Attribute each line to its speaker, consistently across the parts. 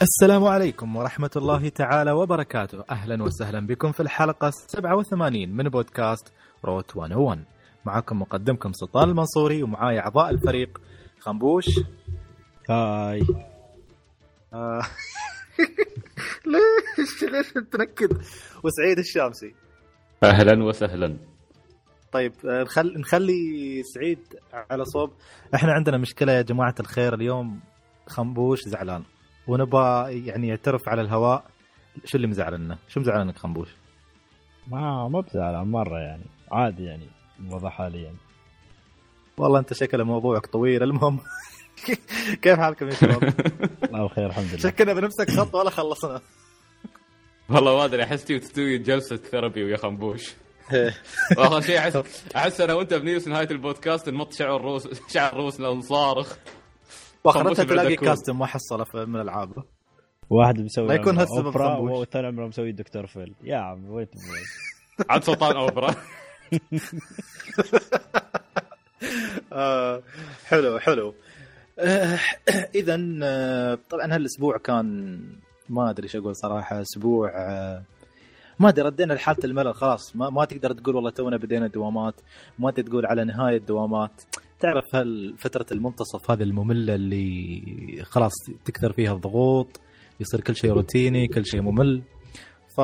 Speaker 1: السلام عليكم ورحمة الله تعالى وبركاته. أهلا وسهلا بكم في الحلقة 87 من بودكاست روت 101. معكم مقدمكم سلطان المنصوري ومعاي أعضاء الفريق خنبوش.
Speaker 2: هاي.
Speaker 1: ليش تنكد؟ وسعيد الشامسي.
Speaker 2: أهلا وسهلا.
Speaker 1: طيب نخلي سعيد على صوب. احنا عندنا مشكلة يا جماعة الخير اليوم. خنبوش زعلان ونبى يعني يعترف على الهواء شو اللي مزعلنا. شو مزعلنك خنبوش؟
Speaker 2: ما بزعل مرة يعني عادي يعني الوضع حاليا يعني.
Speaker 1: والله انت شكل موضوعك طويل. المهم كيف حالكم يا شباب؟
Speaker 2: الله بخير الحمد لله.
Speaker 1: شكلنا بنفسك خط ولا خلصنا.
Speaker 3: والله ما ادري احس تسوي جلسه ثيرابي ويا خنبوش. والله شيء احس انا وانت بنيوس نهايه البودكاست نمط شعر روسنا نصارخ
Speaker 1: واخرتها تلاقي كاستم ما حصله من العابه.
Speaker 2: واحد مسوي
Speaker 1: لا يكون هالسبب خنبوش
Speaker 2: والثاني عمره مسوي دكتور فيل. يا عم وين
Speaker 3: عاد سلطان اوبرا.
Speaker 1: حلو. اذا طبعا هالاسبوع كان ما ادري ايش اقول صراحه. اسبوع ما ادري ردينا لحاله الملل خلاص. ما تقدر تقول والله تونا بدينا دوامات، ما تقول على نهايه دوامات. تعرف هالفتره المنتصف هذه الممله اللي خلاص تكثر فيها الضغوط، يصير كل شيء روتيني، كل شيء ممل. ف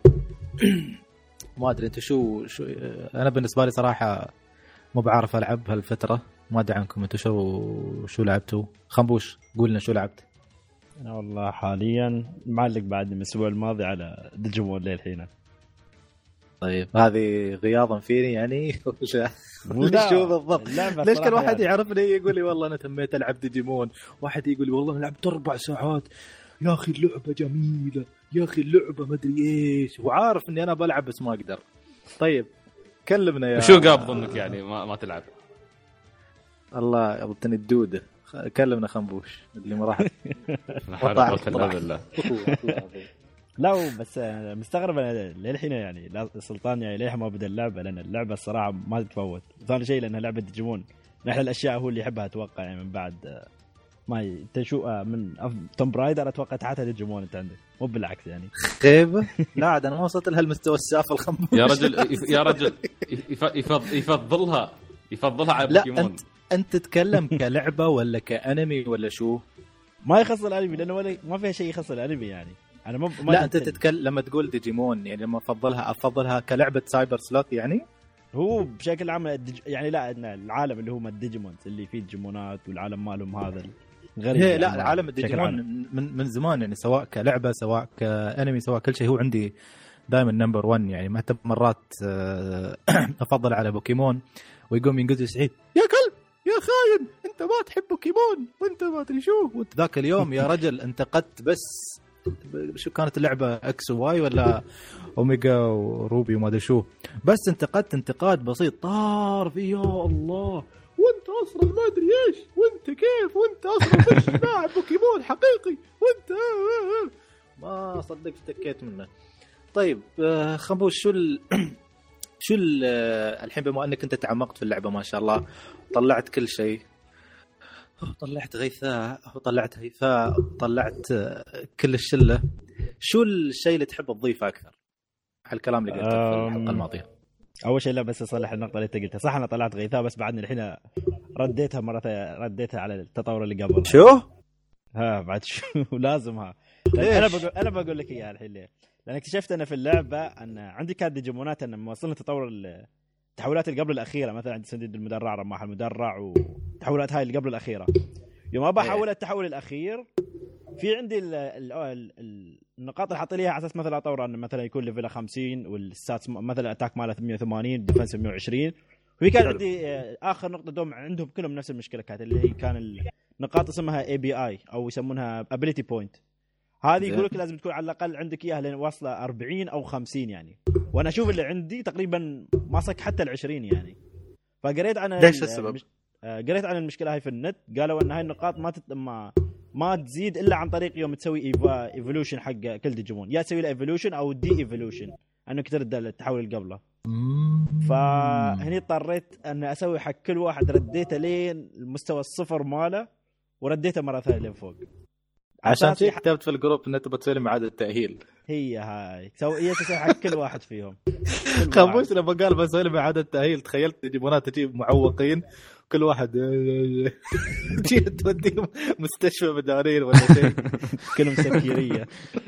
Speaker 1: ما ادري انت شو انا بالنسبه لي صراحه مو بعرف العب هالفتره. ما ادري عنكم انتم شو لعبتوا. خنبوش قول لنا شو لعبت.
Speaker 2: انا والله حاليا معلق بعد من الاسبوع الماضي على ديجيمون للحين.
Speaker 1: طيب هذه غياظا فيني يعني شو بالضبط؟ ليش كل واحد يعرفني يقول لي والله انا تميت العب ديجيمون، واحد يقول لي والله انا لعبت 4 ساعات يا اخي اللعبه جميله يا اخي اللعبه ما ادري ايش، وعارف اني انا بلعب بس ما اقدر. طيب كلمنا يا
Speaker 3: شو قاب ظنك يعني ما تلعب؟
Speaker 1: الله ابطني الدوده. كلمنا خنبوش اللي ما راح
Speaker 2: لا بس مستغرب انا للحين يعني لا سلطان يعني ليه ما بدا اللعبه، لان اللعبه الصراحه ما تتفوت. ثاني شيء لانها لعبه ديجيمون، نحن الاشياء هو اللي يحبها اتوقع يعني من بعد ما تشوء من توم برايدر اتوقع تحتها ديجيمون انت عندك مو بالعكس يعني
Speaker 1: خيبه. لا عاد انا ما وصلت لهالمستوى السافل الخنبوش
Speaker 3: يا رجل يفضلها على بوكيمون.
Speaker 1: انت تتكلم كلعبه ولا كانمي ولا شو؟
Speaker 2: ما يخص الانمي لانه ما فيها شيء يخص الانمي يعني. انا ما
Speaker 1: لا انت تتكلم لما تقول ديجيمون يعني لما افضلها كلعبه سايبر سلوت يعني.
Speaker 2: هو بشكل عام يعني لا العالم اللي هم الديجيمونز اللي فيه ديجيمونات والعالم مالهم هذا غريب يعني.
Speaker 1: لا العالم الديجيمون من زمان يعني، سواء كلعبه سواء كانمي سواء كل شيء، هو عندي دائما نمبر 1 يعني. ما مرات افضل على بوكيمون ويقوم ينقذ سعيد يا كلب يا خاين انت ما تحب بوكيمون وانت ما ادري شو. وانت ذاك اليوم يا رجل انتقدت بس شو كانت اللعبه اكس وواي ولا اوميجا وروبي وما ادري شو، بس انتقدت انتقاد بسيط طار في يا الله وانت اصلا ما ادري ايش وانت كيف وانت اصلا مش لاعب بوكيمون حقيقي وانت ما صدقت تكيت منه. طيب خنبوش شو الحين بما انك انت تعمقت في اللعبه ما شاء الله، طلعت كل شيء، طلعت غيثاء وطلعت هيفاء طلعت كل الشله، شو الشيء اللي تحب تضيفه اكثر على الكلام اللي قلته في الحلقه الماضيه؟
Speaker 2: اول شيء لا بس اصلح النقطه اللي انت قلتها صح. انا طلعت غيثاء بس بعدني الحين رديتها على التطور اللي قبل.
Speaker 1: شو
Speaker 2: بعد شو لازمها. انا بقول لك اياها الحين ليه. لان اكتشفت انا في اللعبه ان عندي كاد ديجيمونات ان موصلنا تطور التحولات اللي قبل الاخيره، مثلا عندي سنديد المدرع رماح المدرع والتحولات هاي اللي قبل الاخيره. يوم ابى احول التحول الاخير في عندي النقاط اللي حاطين ليها على اساس مثلا اطور انه مثلا يكون ليفل 50 والستاتس مثلا اتاك ماله 180 ديفنس 120. وفي كان عندي اخر نقطه دوم عندهم كلهم نفس المشكله كانت اللي هي كان النقاط اسمها اي بي اي او يسمونها ابيليتي بوينت. هذه يقول لك لازم تكون على الاقل عندك اياها لين واصله 40 او 50 يعني. وانا اشوف اللي عندي تقريبا ما صك حتى ال20 يعني. فقريت عن
Speaker 1: ليش السبب؟
Speaker 2: قريت عن المشكله هاي في النت، قالوا ان هاي النقاط ما تزيد الا عن طريق يوم تسوي ايفولوشن حق كل ديجيمون، يا تسوي له ايفولوشن او دي ايفولوشن انك ترد التحول اللي قبله. فهني اضطريت ان اسوي حق كل واحد رديته لين المستوى الصفر ماله ورديته مره ثانيه لين فوق.
Speaker 1: عشان شيء كتبت في الجروب ان انت بتسوي لي اعاده تاهيل.
Speaker 2: هي هاي هي تسوي حق كل واحد فيهم.
Speaker 1: خنبوش لما قال بسوي لي اعاده تاهيل تخيلت ديجيمونات تجيب معوقين كل واحد توديهم مستشفى مدارين ولا شيء
Speaker 2: كلهم سكيريه.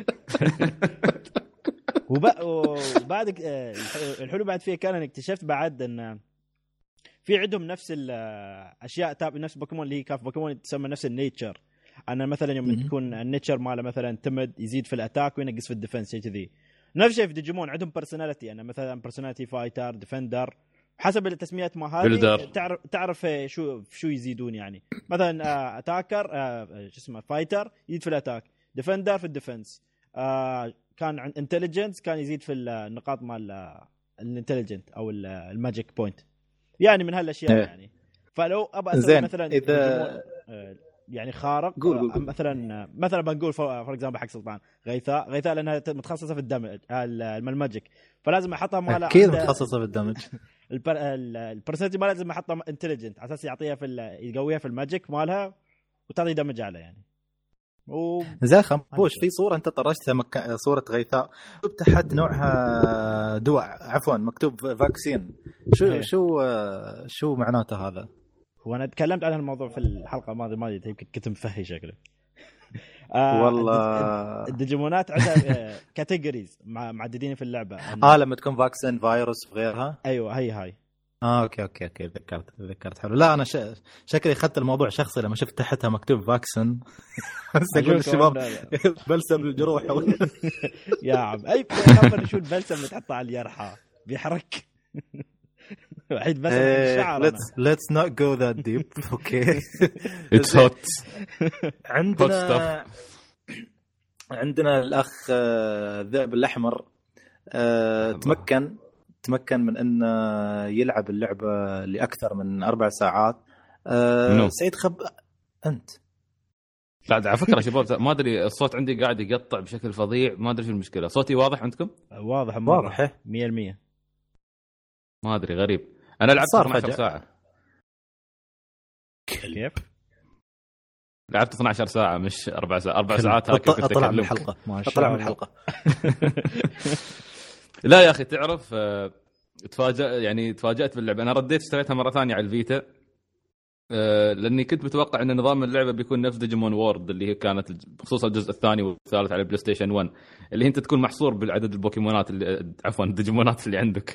Speaker 2: وبعد الحلو بعد فيها كان اكتشفت بعد ان في عندهم نفس الاشياء تابع نفس بوكيمون اللي هي كاف بوكيمون تسمى نفس النيتشر. انا مثلا يوم تكون النيتشر ماله مثلا تمد يزيد في الاتاك وينقص في الديفنس شيء كذي. نفس الشيء في ديجيمون عندهم بيرسوناليتي. انا مثلا بيرسوناليتي فايتر ديفندر حسب التسميات ما هذه تعرف شو يزيدون يعني. مثلا اتاكر شو اسمه فايتر يزيد في الاتاك ديفندر في الديفنس كان عن انتليجنس كان يزيد في النقاط مال الانتليجنت او الماجيك بوينت يعني من هالاشياء يعني. فلو ابى اسوي مثلا اذا يعني خارق قول. مثلا بنقول فور اكزامبل حق سلطان غيثاء لانها متخصصه في الدمج الماجيك فلازم احطها مالها
Speaker 1: اكيد متخصصه في الدمج.
Speaker 2: البرسنتج ما لازم احطها انتليجنت على اساس يعطيها يقويها في الماجيك مالها وتعطي دمج اعلى يعني.
Speaker 1: زين خنبوش في صوره انت طرشتها صوره غيثاء تحت نوعها دواء عفوا مكتوب فاكسين شو معناته هذا؟
Speaker 2: وانا تكلمت عن الموضوع في الحلقه الماضيه يمكن كنت مفهي شكله.
Speaker 1: والله
Speaker 2: الديجيمونات عندها كاتيجوريز معددين في اللعبه
Speaker 1: لما تكون فاكسين فيروس وغيرها.
Speaker 2: ايوه هي
Speaker 1: اوكي ذكرت حلو. لا انا شكلي اخذت الموضوع شخصي لما شفت تحتها مكتوب فاكسن. استقول الشباب بلسم الجروح.
Speaker 2: يا عم اي خبر شو البلسم اللي تحطه على الجرحى بيحرك. وحيد بس الشعر.
Speaker 1: let's not go that deep. اوكي
Speaker 3: it's hot.
Speaker 1: عندنا الاخ الذئب الاحمر تمكن من أن يلعب اللعبة لأكثر من 4 ساعات. سعيد أنت
Speaker 3: لا على فكرة شباب ما أدري الصوت عندي قاعد يقطع بشكل فظيع ما أدري شو المشكلة. صوتي واضح عندكم؟
Speaker 2: واضح 100%.
Speaker 3: ما أدري غريب. أنا لعبت 12 ساعة.
Speaker 2: كيف؟
Speaker 3: لعبت 12 ساعة مش 4 ساعات. 4 ساعات
Speaker 1: طلع من الحلقة طلع من الحلقة.
Speaker 3: لا يا أخي تعرف تفاجأت باللعبة. أنا رديت اشتريتها مرة ثانية على الفيتا لأني كنت متوقع أن نظام اللعبة بيكون نفس ديجيمون وورد اللي هي كانت بخصوص الجزء الثاني والثالث على البلاي ستيشن 1 اللي أنت تكون محصور بالعدد البوكيمونات الديجيمونات اللي عندك.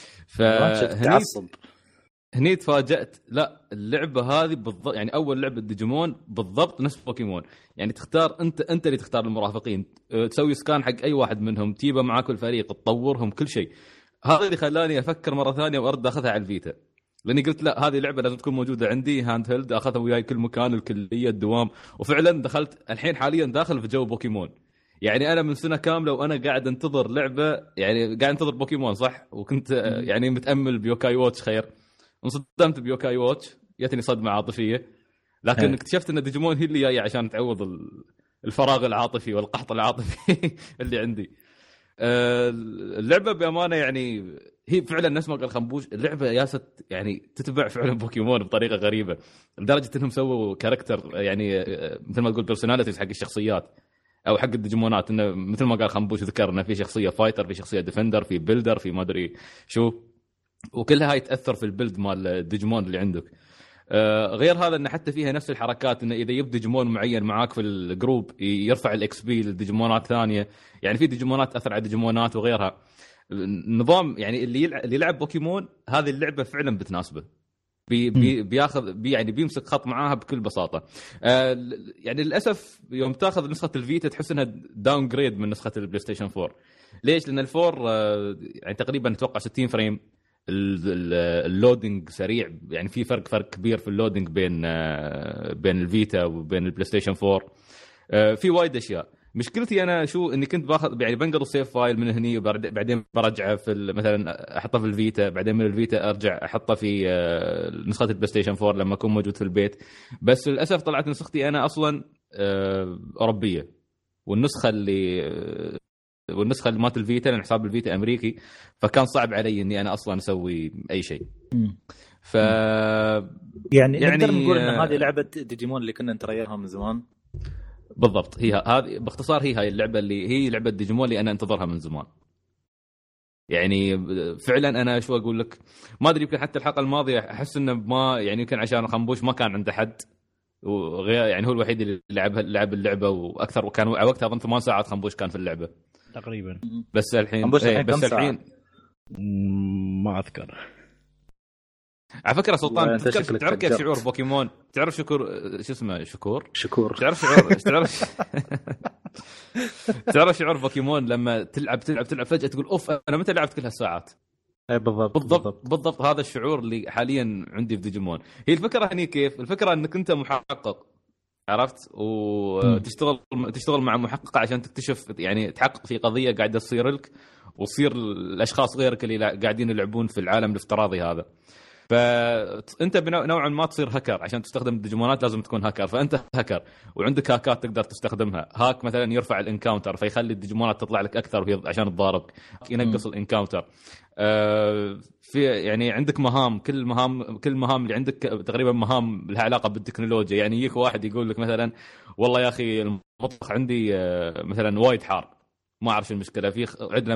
Speaker 3: هني تفاجأت لا اللعبة هذه بالضبط يعني أول لعبة ديجيمون بالضبط نفس بوكيمون يعني تختار أنت اللي تختار المرافقين تسوي سكان حق أي واحد منهم تجيبه معاك الفريق تطورهم كل شيء. هذا اللي خلاني أفكر مرة ثانية وأرد أخذها على الفيتا لأني قلت لا هذه لعبة لازم تكون موجودة عندي هاند هيلد أخذها وياي كل مكان الكلية الدوام. وفعلا دخلت الحين حاليا داخل في جو بوكيمون يعني أنا من سنة كاملة وأنا قاعد انتظر لعبة يعني قاعد انتظر بوكيمون صح وكنت يعني متأمل بيوكاي واتش خير انصدمت بيوكاي واتش جاتني صدمة عاطفية لكن اكتشفت ان ديجيمون هي اللي جايه عشان تعوض الفراغ العاطفي والقحط العاطفي اللي عندي. اللعبة بأمانة يعني هي فعلا نفس ما قال خنبوش اللعبة ياست يعني تتبع فعلا بوكيمون بطريقة غريبة لدرجة انهم سووا كاركتر يعني مثل ما تقول بيرسوناليتيز حق الشخصيات او حق الديجيمونات انه مثل ما قال خنبوش ذكر انه في شخصية فايتر في شخصية ديفندر في بيلدر في ما ادري شو وكلها هاي تأثر في البيلد مال الديجيمون اللي عندك. غير هذا ان حتى فيها نفس الحركات انه اذا يبدي ديجيمون معين معاك في الجروب يرفع الاكس بي للديجيمونات ثانيه يعني في ديجيمونات تاثر على ديجيمونات وغيرها. النظام يعني اللي يلعب بوكيمون هذه اللعبه فعلا بتناسبه بياخذ يعني بيمسك خط معاها بكل بساطه. يعني للاسف يوم تاخذ نسخه الفيتا تحس انها داون جريد من نسخه البلاي ستيشن 4. ليش؟ لان الفور يعني تقريبا اتوقع 60 فريم اللودينج سريع يعني في فرق كبير في اللودينج بين الفيتا وبين البلاي ستيشن 4. في وايد اشياء. مشكلتي انا شو اني كنت باخذ يعني بنقل السيف فايل من هني وبعدين برجعه في مثلا احطه في الفيتا بعدين من الفيتا ارجع احطه في نسخه البلاي ستيشن 4 لما اكون موجود في البيت. بس للاسف طلعت نسختي انا اصلا اوروبيه والنسخه اللي مات الفيتا لان حساب الفيتا امريكي فكان صعب علي اني انا اصلا اسوي اي شيء. ف
Speaker 1: يعني نقدر نقول ان هذه لعبه ديجيمون اللي كنا نترياها من زمان.
Speaker 3: بالضبط، هي هذه باختصار، هي هاي اللعبه اللي هي لعبه ديجيمون اللي انا انتظرها من زمان. يعني فعلا انا شو اقول لك، ما ادري، يمكن حتى الحلقه الماضيه احس انه ما يعني يمكن عشان خنبوش ما كان عنده حد، وغير يعني هو الوحيد اللي لعب اللعبه واكثر، وكان وقتها اظن 8 ساعات خنبوش كان في اللعبه
Speaker 2: تقريبا.
Speaker 3: بس الحين
Speaker 1: بس
Speaker 3: الحين
Speaker 2: ما اذكر.
Speaker 3: على فكره سلطان، تعرف كيف شعور بوكيمون؟ تعرف شو اسمه شكور تعرف شعور تعرف شعور بوكيمون لما تلعب فجاه تقول اوف انا متى لعبت كل هالساعات؟ بالضبط هذا الشعور اللي حاليا عندي في ديجيمون. هي الفكره هني كيف؟ الفكره انك انت محقق، عرفت، وتشتغل مع محقق عشان تكتشف، يعني تحقق في قضيه قاعده تصير لك، وتصير الاشخاص غيرك اللي قاعدين يلعبون في العالم الافتراضي هذا. فانت نوعا ما تصير هاكر عشان تستخدم الديجيمونات، لازم تكون هاكر. فانت هاكر وعندك هاكات تقدر تستخدمها. هاك مثلا يرفع الانكاونتر فيخلي الديجيمونات تطلع لك اكثر عشان تضاربك، ينقص الانكاونتر. في يعني عندك مهام، كل مهام اللي عندك تقريبا مهام لها علاقه بالتكنولوجيا. يعني يجيك واحد يقول لك مثلا والله يا اخي المطبخ عندي مثلا وايد حار، ما اعرف المشكله، عندنا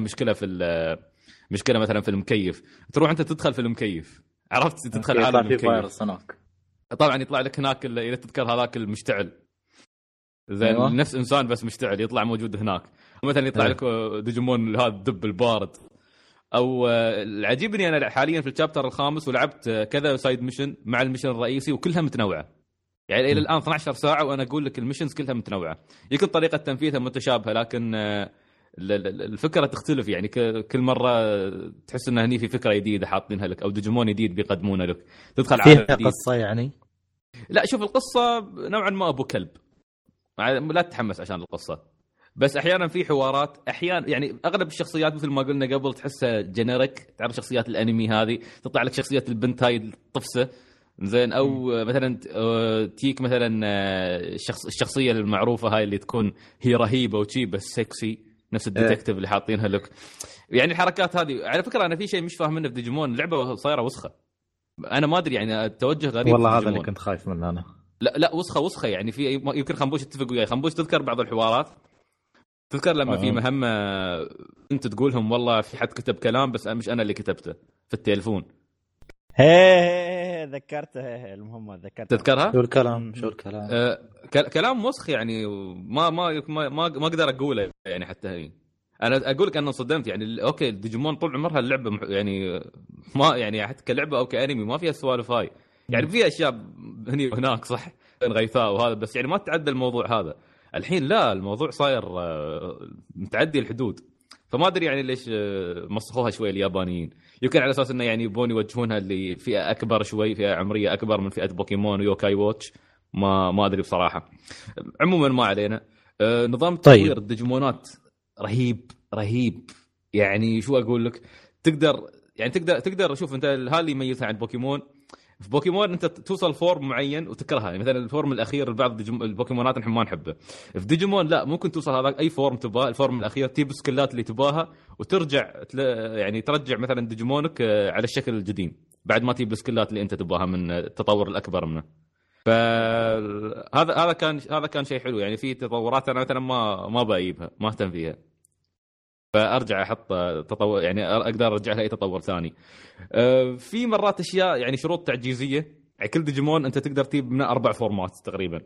Speaker 3: مشكله مثلا في المكيف. تروح انت تدخل في المكيف، عرفت، تدخل عالم المكيف، طبعا يطلع لك هناك اللي تذكر هذاك المشتعل، زين أيوة. نفس انسان بس مشتعل يطلع موجود هناك. مثلا يطلع لك ديجيمون هذا الدب البارد. او العجيب اني انا حاليا في الشابتر الخامس ولعبت كذا سايد ميشن مع الميشن الرئيسي وكلها متنوعه. يعني الى الان 12 ساعه وانا اقول لك الميشنز كلها متنوعه. يمكن طريقه تنفيذها متشابهه لكن الفكره تختلف. يعني كل مره تحس ان هني في فكره جديده حاطينها لك، او ديجيمون جديد بيقدمونه لك، تدخل
Speaker 1: عالم جديد. قصه يعني؟
Speaker 3: لا شوف، القصه نوعا ما ابو كلب، لا تتحمس عشان القصه، بس احيانا في حوارات. احيانا يعني اغلب الشخصيات مثل ما قلنا قبل تحسها جينيريك، تعرف شخصيات الانمي هذه تطلع لك شخصيه البنت هاي الطفسه، زين، او مثلا تيك مثلا الشخصيه المعروفه هاي اللي تكون هي رهيبه وشي بس سكسي، نفس الديتكتيف اللي حاطينها لك. يعني الحركات هذه على فكره انا في شيء مش فاهم منه في ديجيمون، اللعبه صايره وسخه. انا ما ادري، يعني التوجه غريب
Speaker 1: والله هذا اللي كنت خايف منه انا.
Speaker 3: لا وسخه يعني. في يمكن خنبوش اتفق وياي، خنبوش تذكر بعض الحوارات، تذكر لما في مهمه انت تقولهم والله في حد كتب كلام بس مش انا اللي كتبته في التليفون.
Speaker 2: هي ذكرتها المهمه، ذكرتها.
Speaker 3: تذكرها؟
Speaker 1: شو الكلام
Speaker 3: كلام وسخ يعني، ما اقدر اقوله يعني. حتى هني انا اقول لك انا انصدمت. يعني اوكي ديجيمون طول عمرها اللعبه يعني ما يعني حتى كلعبه او كانمي ما فيها سوالف هاي، يعني فيها اشياء هني وهناك صح، غيثاء وهذا، بس يعني ما تتعدى الموضوع هذا. الحين لا، الموضوع صاير متعدي الحدود. فما ادري يعني ليش مسخوها شوي اليابانيين. يمكن على اساس انه يعني يبون يوجهونها اللي فئه اكبر شوي، فئه عمريه اكبر من فئه بوكيمون ويوكاي ووتش. ما ادري بصراحه. عموما ما علينا. نظام تطوير الديجيمونات رهيب. يعني شو اقول لك، تقدر شوف انت هذا اللي يميزها عن بوكيمون. في بوكيمون انت توصل فورم معين وتكرهها، يعني مثلا الفورم الاخير لبعض البوكيمونات نحن ما نحبه. في ديجيمون لا، ممكن توصل هذاك اي فورم تباه، الفورم الاخير تجيب السكلات اللي تباها وترجع يعني ترجع مثلا ديجيمونك على الشكل القديم بعد ما تجيب السكلات اللي انت تباها من التطور الاكبر منه. هذا كان شيء حلو. يعني في تطورات انا مثلا ما بايبها، ما اهتم فيها، فارجع احط تطور، يعني اقدر ارجع لها اي تطور ثاني. في مرات اشياء يعني شروط تعجيزيه. يعني كل ديجيمون انت تقدر تجيب منه 4 فورمات تقريبا.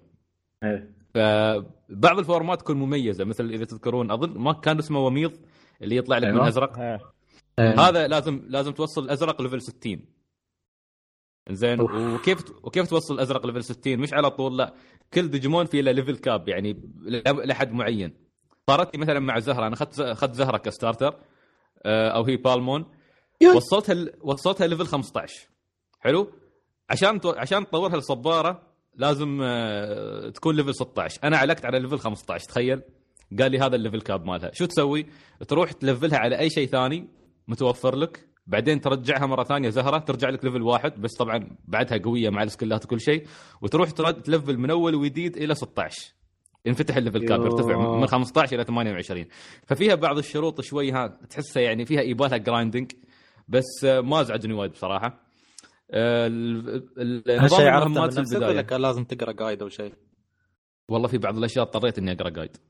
Speaker 3: فبعض الفورمات تكون مميزه، مثل اذا تذكرون اظن ما كان اسمه وميض اللي يطلع لك من ازرق. هذا لازم توصل الازرق ليفل 60. زين، وكيف توصل الازرق ليفل 60؟ مش على طول، لا، كل ديجيمون فيه له ليفل كاب، يعني لحد معين. صارت لي مثلا مع زهره، انا اخذت زهره كستارتر، او هي بالمون، وصلتها ليفل 15. حلو. عشان تطورها لصباره لازم تكون ليفل 16. انا علقت على ليفل 15. تخيل، قال لي هذا الليفل كاب مالها. شو تسوي؟ تروح تلفلها على اي شيء ثاني متوفر لك، بعدين ترجعها مره ثانيه زهره ترجع لك ليفل 1، بس طبعا بعدها قويه مع السكلات وكل شيء، وتروح تلفل من اول وجديد الى 16. ينفتح الليفل كاب، يرتفع من 15 الى 28. ففيها بعض الشروط شوي تحسها يعني فيها يبالها جرايندنج، بس ما ازعجني وايد بصراحه.
Speaker 1: النظام المهمات في البدايه لازم تقرا جايد او شيء.
Speaker 3: والله في بعض الاشياء اضطريت اني اقرا جايد.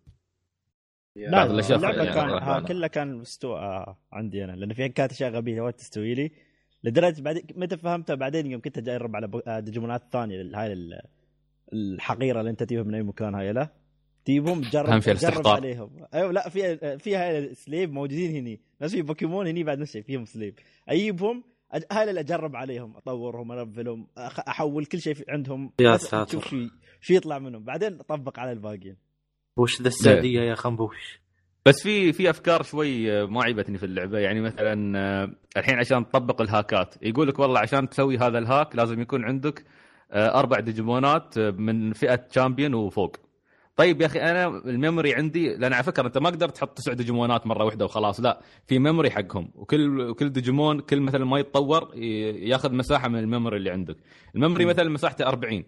Speaker 2: لا
Speaker 3: الأشياء
Speaker 2: اللعبه
Speaker 3: يعني
Speaker 2: كان كلها كان مستوى عندي انا، لان في كانت اشياء غبيه وقت تستوي لي لدرجه بعدين متى فهمتها بعدين يوم كنت اجرب على ديجيمونات ثانيه هاي الحقيره اللي انت تجيبها من اي مكان، هاي لا تجيبهم تجرب عليهم. ايوه لا في هاي السليب موجودين هني، نفس في بوكيمون هني بعد نفس الشيء فيهم سليب، اجيبهم هاي اللي اجرب عليهم، اطورهم انفلهم احول كل شيء عندهم،
Speaker 4: يا ساتر
Speaker 2: شوف شو يطلع منهم بعدين اطبق على الباقيين.
Speaker 4: وش ذا السعوديه يا خنبوش.
Speaker 3: بس في افكار شوي ما عيبتني في اللعبه، يعني مثلا الحين عشان تطبق الهاكات يقول لك والله عشان تسوي هذا الهاك لازم يكون عندك 4 ديجيمونات من فئه تشامبيون وفوق. طيب يا اخي انا الميموري عندي، لان على فكره انت ما قدرت تحط 9 ديجيمونات مره واحده وخلاص، لا في ميموري حقهم، وكل ديجيمون كل مثلا ما يتطور ياخذ مساحه من الميموري اللي عندك. الميموري مثلا مساحته 40،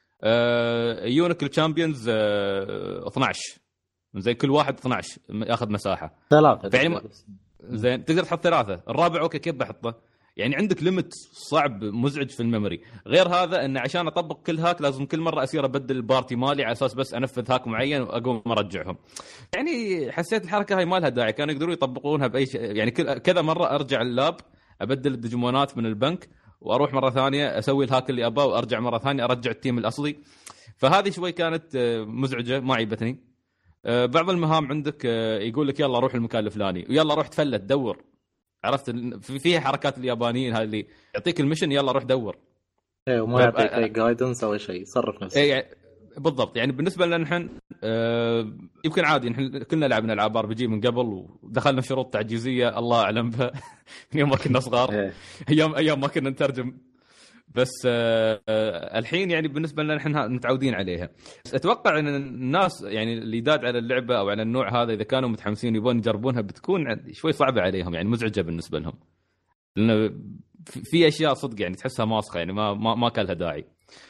Speaker 3: يونيك الشامبيونز 12، زي كل واحد 12 ياخذ مساحه
Speaker 4: 3
Speaker 3: زين تقدر تحط 3. الرابع اوكي كيف بحطه؟ يعني عندك ليمت صعب مزعج في الميموري. غير هذا ان عشان اطبق كل هاك لازم كل مره اسير ابدل البارتي مالي على اساس بس انفذ هاك معين واقوم ارجعهم. يعني حسيت الحركه هاي ما لها داعي، كانوا يقدروا يطبقونها باي شيء. يعني كذا مره ارجع اللاب ابدل الديجيمونات من البنك واروح مره ثانيه اسوي الهاك اللي اباه وارجع مره ثانيه ارجع التيم الاصلي. فهذه شوي كانت مزعجه ما عيبتني. بعض المهام عندك يقول لك يلا روح المكان الفلاني ويلا روح تفلت دور، عرفت فيها حركات اليابانيين هاي اللي يعطيك المشن يلا روح دور
Speaker 4: ايه وما يعطيك اي جايدنس او شيء، صرف نفسك.
Speaker 3: يعني بالضبط. يعني بالنسبه لنا نحن يمكن عادي، نحن كلنا لعبنا العاب ار بي جي من قبل ودخلنا شروط تعجيزيه الله اعلم بها من يوم ما كنا صغار ايام ما كنا نترجم. بس الحين يعني بالنسبه لنا نحن متعودين عليها. اتوقع ان الناس يعني اللي داد على اللعبه او على النوع هذا اذا كانوا متحمسين يبون يجربونها بتكون شوي صعبه عليهم، يعني مزعجه بالنسبه لهم، لانه في اشياء صدق يعني تحسها ماسخه، يعني ما كان لها داعي.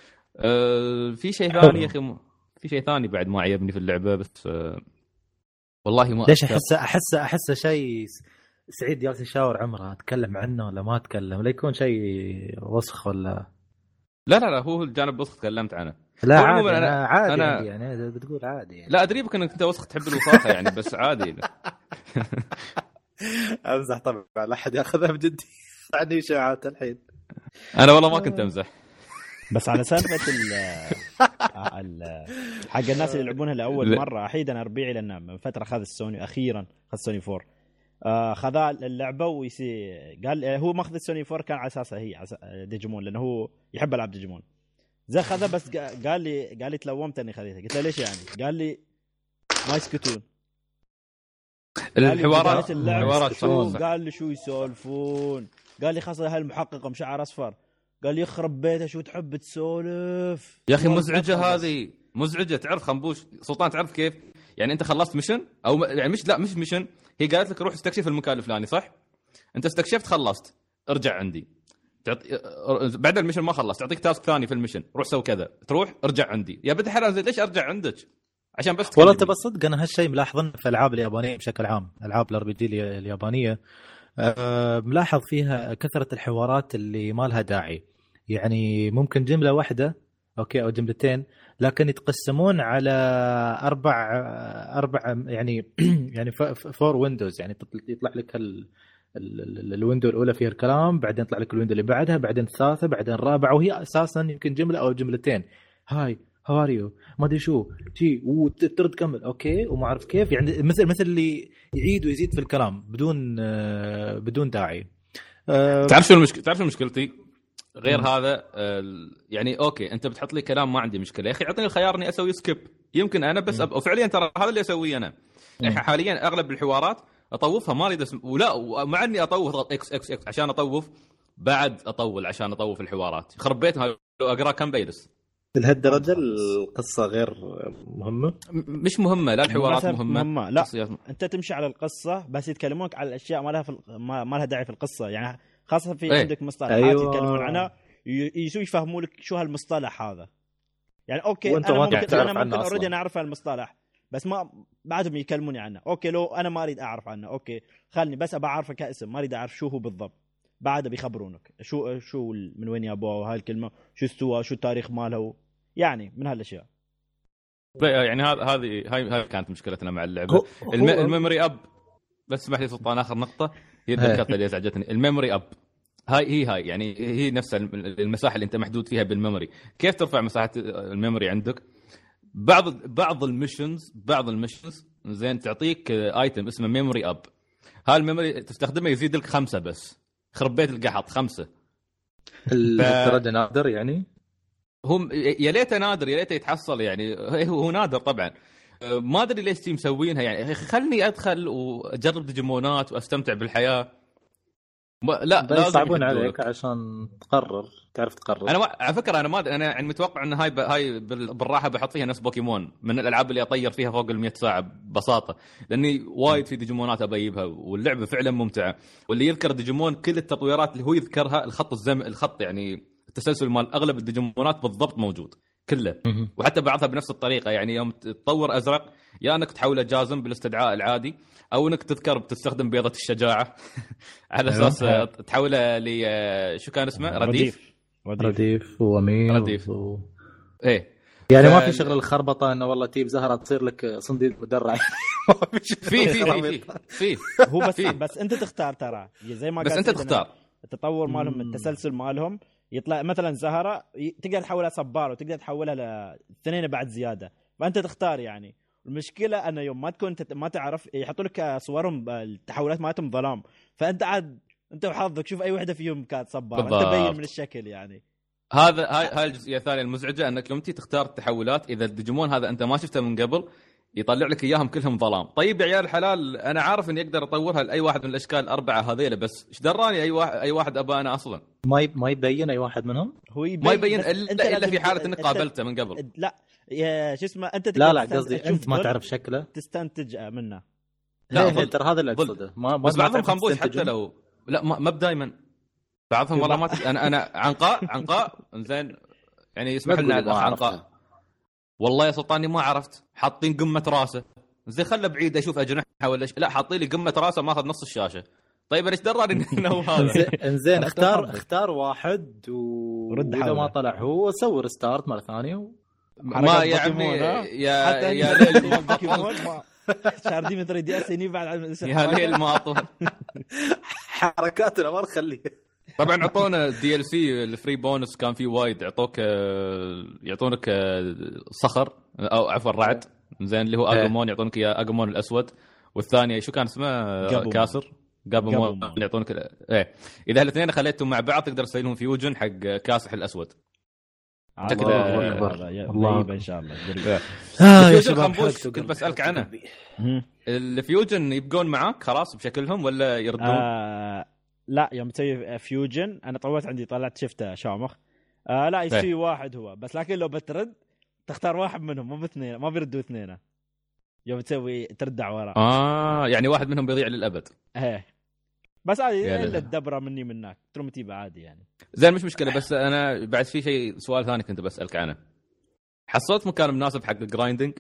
Speaker 3: في شيء ثاني يا اخي، في شيء ثاني بعد ما عجبني في اللعبه بس والله ما
Speaker 1: ليش احس شيء سعيد جالس يشاور عمره اتكلم عنه ولا ما اتكلم، لا يكون شيء وسخ ولا
Speaker 3: لا هو الجانب وسخ تكلمت عنه.
Speaker 1: لا عادي أنا يعني بتقول عادي يعني.
Speaker 3: لا ادري بك انك انت وسخ تحب الوساخه يعني بس عادي
Speaker 1: امزح طبعا، لا احد ياخذها بجدي عني اشاعات الحين.
Speaker 3: انا والله ما كنت امزح.
Speaker 2: بس على سالفه حق الناس اللي يلعبونها لاول مره، احيد انا ربيعي لان من فتره اخذ السوني، اخيرا اخذ سوني 4 خذ اللعبه قال هو ماخذ السوني 4 كان على اساسها هي ديجيمون، لانه هو يحب العاب ديجيمون زي خذها. بس قال لي تلومت اني خذيتها. قلت له ليش يعني؟ قال لي ما يسكتون
Speaker 3: الحوارات
Speaker 2: قال لي شو يسولفون، قال لي خاصه هالمحققه مشعر اصفر، قال لي يخرب بيته شو تحب تسولف
Speaker 3: يا اخي. مزعجه هذه مزعجه. تعرف خنبوش سلطان تعرف كيف يعني انت خلصت ميشن او يعني مش ميشن، هي قالت لك روح استكشف المكان الفلاني صح، انت استكشفت خلصت ارجع عندي بعد الميشن ما خلصت تعطيك تاسك ثاني في الميشن روح سوي كذا، تروح ارجع عندي. يا بنت الحلال ليش ارجع عندك عشان بس
Speaker 1: والله تبى صدق انا هالشيء ملاحظن في الالعاب اليابانيه بشكل عام، العاب الار بي جي اليابانيه ملاحظ فيها كثره الحوارات اللي ما لها داعي. يعني ممكن جمله واحده اوكي او جملتين لكن يتقسمون على اربع يعني يعني فور ويندوز، يعني يطلع لك الويندو الاولى فيها الكلام، بعدين يطلع لك الويندو اللي بعدها، بعدين الثالثه، بعدين الرابعه، وهي اساسا يمكن جمله او جملتين. هاي هاو ما ادري شو شي وترد كمل اوكي وما اعرف كيف، يعني مثل اللي يعيد ويزيد في الكلام بدون داعي.
Speaker 3: تعرف شو مشكلتي غير هذا يعني اوكي انت بتحط لي كلام ما عندي مشكله يا اخي، اعطيني الخيار اني اسوي سكيب يمكن انا بس وفعليا ترى هذا اللي اسويه انا. حاليا اغلب الحوارات اطوفها ما اريد ولا مع اني اطوف اضغط اكس عشان اطوف، بعد اطول عشان اطوف الحوارات. خرب بيتها لو اقرا كم بيدس
Speaker 1: لهالدرجه القصه غير مهمه؟
Speaker 3: مش مهمه، لا الحوارات مهمه
Speaker 2: لا انت تمشي على القصه بس يتكلمونك على الاشياء ما لها داعي في القصه، يعني خاصه في عندك مصطلحات يتكلمون عنها يفهموا لك شو هالمصطلح هذا. يعني اوكي انا ممكن اوريدي انا اعرف المصطلح بس ما بعدهم يكلموني عنه. اوكي لو انا ما اريد اعرف عنه اوكي خلني بس ابى اعرفه كاسم، ما اريد اعرف شو هو بالضبط، بعد بيخبرونك شو من وين يابوه هاي الكلمه، شو استوى، شو التاريخ ماله، يعني من هالاشياء.
Speaker 3: يعني هذه كانت مشكلتنا مع اللعبه. الميموري اب، بس اسمح لي سلطان اخر نقطه هي النقطه اللي ازعجتني. الميموري اب هاي يعني هي نفس المساحه اللي انت محدود فيها بالميموري. كيف ترفع مساحه الميموري عندك؟ بعض الميشنز زين تعطيك ايتم اسمه ميموري اب. الميموري تستخدمه يزيد لك 5 بس. خرب بيت القحط 5.
Speaker 1: الدرجه نادر يعني.
Speaker 3: هم يا ليته نادر، يا ليته يتحصل يعني. هو نادر طبعا. ما ادري ليش تيم مسوينها يعني. خلني ادخل واجرب ديجيمونات واستمتع بالحياه. لا
Speaker 1: لازم يصعبون عليك عشان تعرف تقرر.
Speaker 3: انا على فكره انا يعني متوقع ان هاي بالراحه بحط فيها نفس بوكيمون، من الالعاب اللي اطير فيها فوق ال100 ساعه ببساطه، لاني وايد في ديجيمونات ابيبها واللعبه فعلا ممتعه. واللي يذكر ديجيمون كل التطويرات اللي هو يذكرها، الخط يعني التسلسل مال اغلب الديجيمونات بالضبط موجود كله، وحتى بعضها بنفس الطريقه. يعني يوم تطور ازرق يا انك تحوله جازم بالاستدعاء العادي، او انك تذكر بتستخدم بيضه الشجاعه على اساس تحوله ل شو كان اسمه
Speaker 1: رديف وامير
Speaker 3: رديف. ايه
Speaker 1: يعني ما في شغل الخربطه انه والله تجيب زهره تصير لك صنديق مدرع.
Speaker 3: في
Speaker 2: هو بس انت تختار ترى، زي ما
Speaker 3: بس انت تختار
Speaker 2: التطور مالهم، التسلسل مالهم. يطلع مثلا زهره تقدر تحولها صبار، وتقدر تحولها لاثنين بعد زياده، فانت تختار يعني. المشكله انه يوم ما تكون ما تعرف، يحطوا لك صورهم التحولات مالتهم ظلام، فانت عاد انت وحظك شوف اي وحده فيهم كانت صبار، انت تبين من الشكل يعني.
Speaker 3: هاي الجزئيه الثانيه المزعجه، انك يوم تختار التحولات، اذا الديجيمون هذا انت ما شفته من قبل يطلع لك اياهم كلهم ظلام. طيب يا عيال الحلال، انا عارف اني اقدر اطورها لاي واحد من الاشكال الاربعه هذيله، بس ايش دراني اي واحد ابى انا اصلا؟
Speaker 1: ما يبين اي واحد منهم.
Speaker 3: هو ما يبين الا في حاله انك قابلته من قبل.
Speaker 2: لا يا شو اسمه، انت
Speaker 1: لا قصدي انت ما تعرف شكله
Speaker 2: تستنتج منه.
Speaker 1: لا ترى هذا اللي اقصده.
Speaker 3: بس بعضهم خنبوش حتى لو لا ما بدايما. بعضهم والله ما انا عنقاء زين يعني يسمح لنا الاخ عنقاء. والله يا سلطاني ما عرفت، حاطين قمه راسه زي خله بعيد اشوف اجنحه ولا لا، حاطين لي قمه راسه ماخذ نص الشاشه. طيب ايش دراني انه هو هذا؟
Speaker 1: انزين اختار واحد واذا ما طلع هو سوي ريستارت مره ثانيه
Speaker 3: ما يا عمي يا
Speaker 2: ليل بوكيمون شاردي من 3 دي اس اني بعد
Speaker 3: يا ليل ما اطول
Speaker 1: حركاتنا ما نخليها.
Speaker 3: طبعا اعطونا دي ال سي الفري بونس، كان في وايد يعطونك صخر او عفوا رعد زين اللي هو اجومون، يعطونك يا اجومون الاسود، والثانيه شو كان اسمه كاسر قابمون يعطونك ايه. اذا الاثنين خليتهم مع بعض تقدر تسوي لهم فيوجن حق كاسح الاسود.
Speaker 2: الله اكبر الله ان شاء الله.
Speaker 3: يا شباب كنت بسالك عنه، الفيوجن يبقون معاك خلاص بشكلهم ولا يردون؟
Speaker 2: لا يوم تسوي فيوجن انا طولت عندي طلعت شفته شامخ. لا يسوي واحد هو بس، لكن لو بترد تختار واحد منهم مو باثنين، ما بيردوا اثنين يوم تسوي تردع وراء.
Speaker 3: يعني واحد منهم بيضيع للابد.
Speaker 2: ايه بس عادي الا الدبره مني منك ترومتيبه عادي يعني.
Speaker 3: زين مش مشكله. بس انا بعد في شيء سؤال ثاني كنت بسالك عنه، حصلت مكان مناسب حق الجرايندنج؟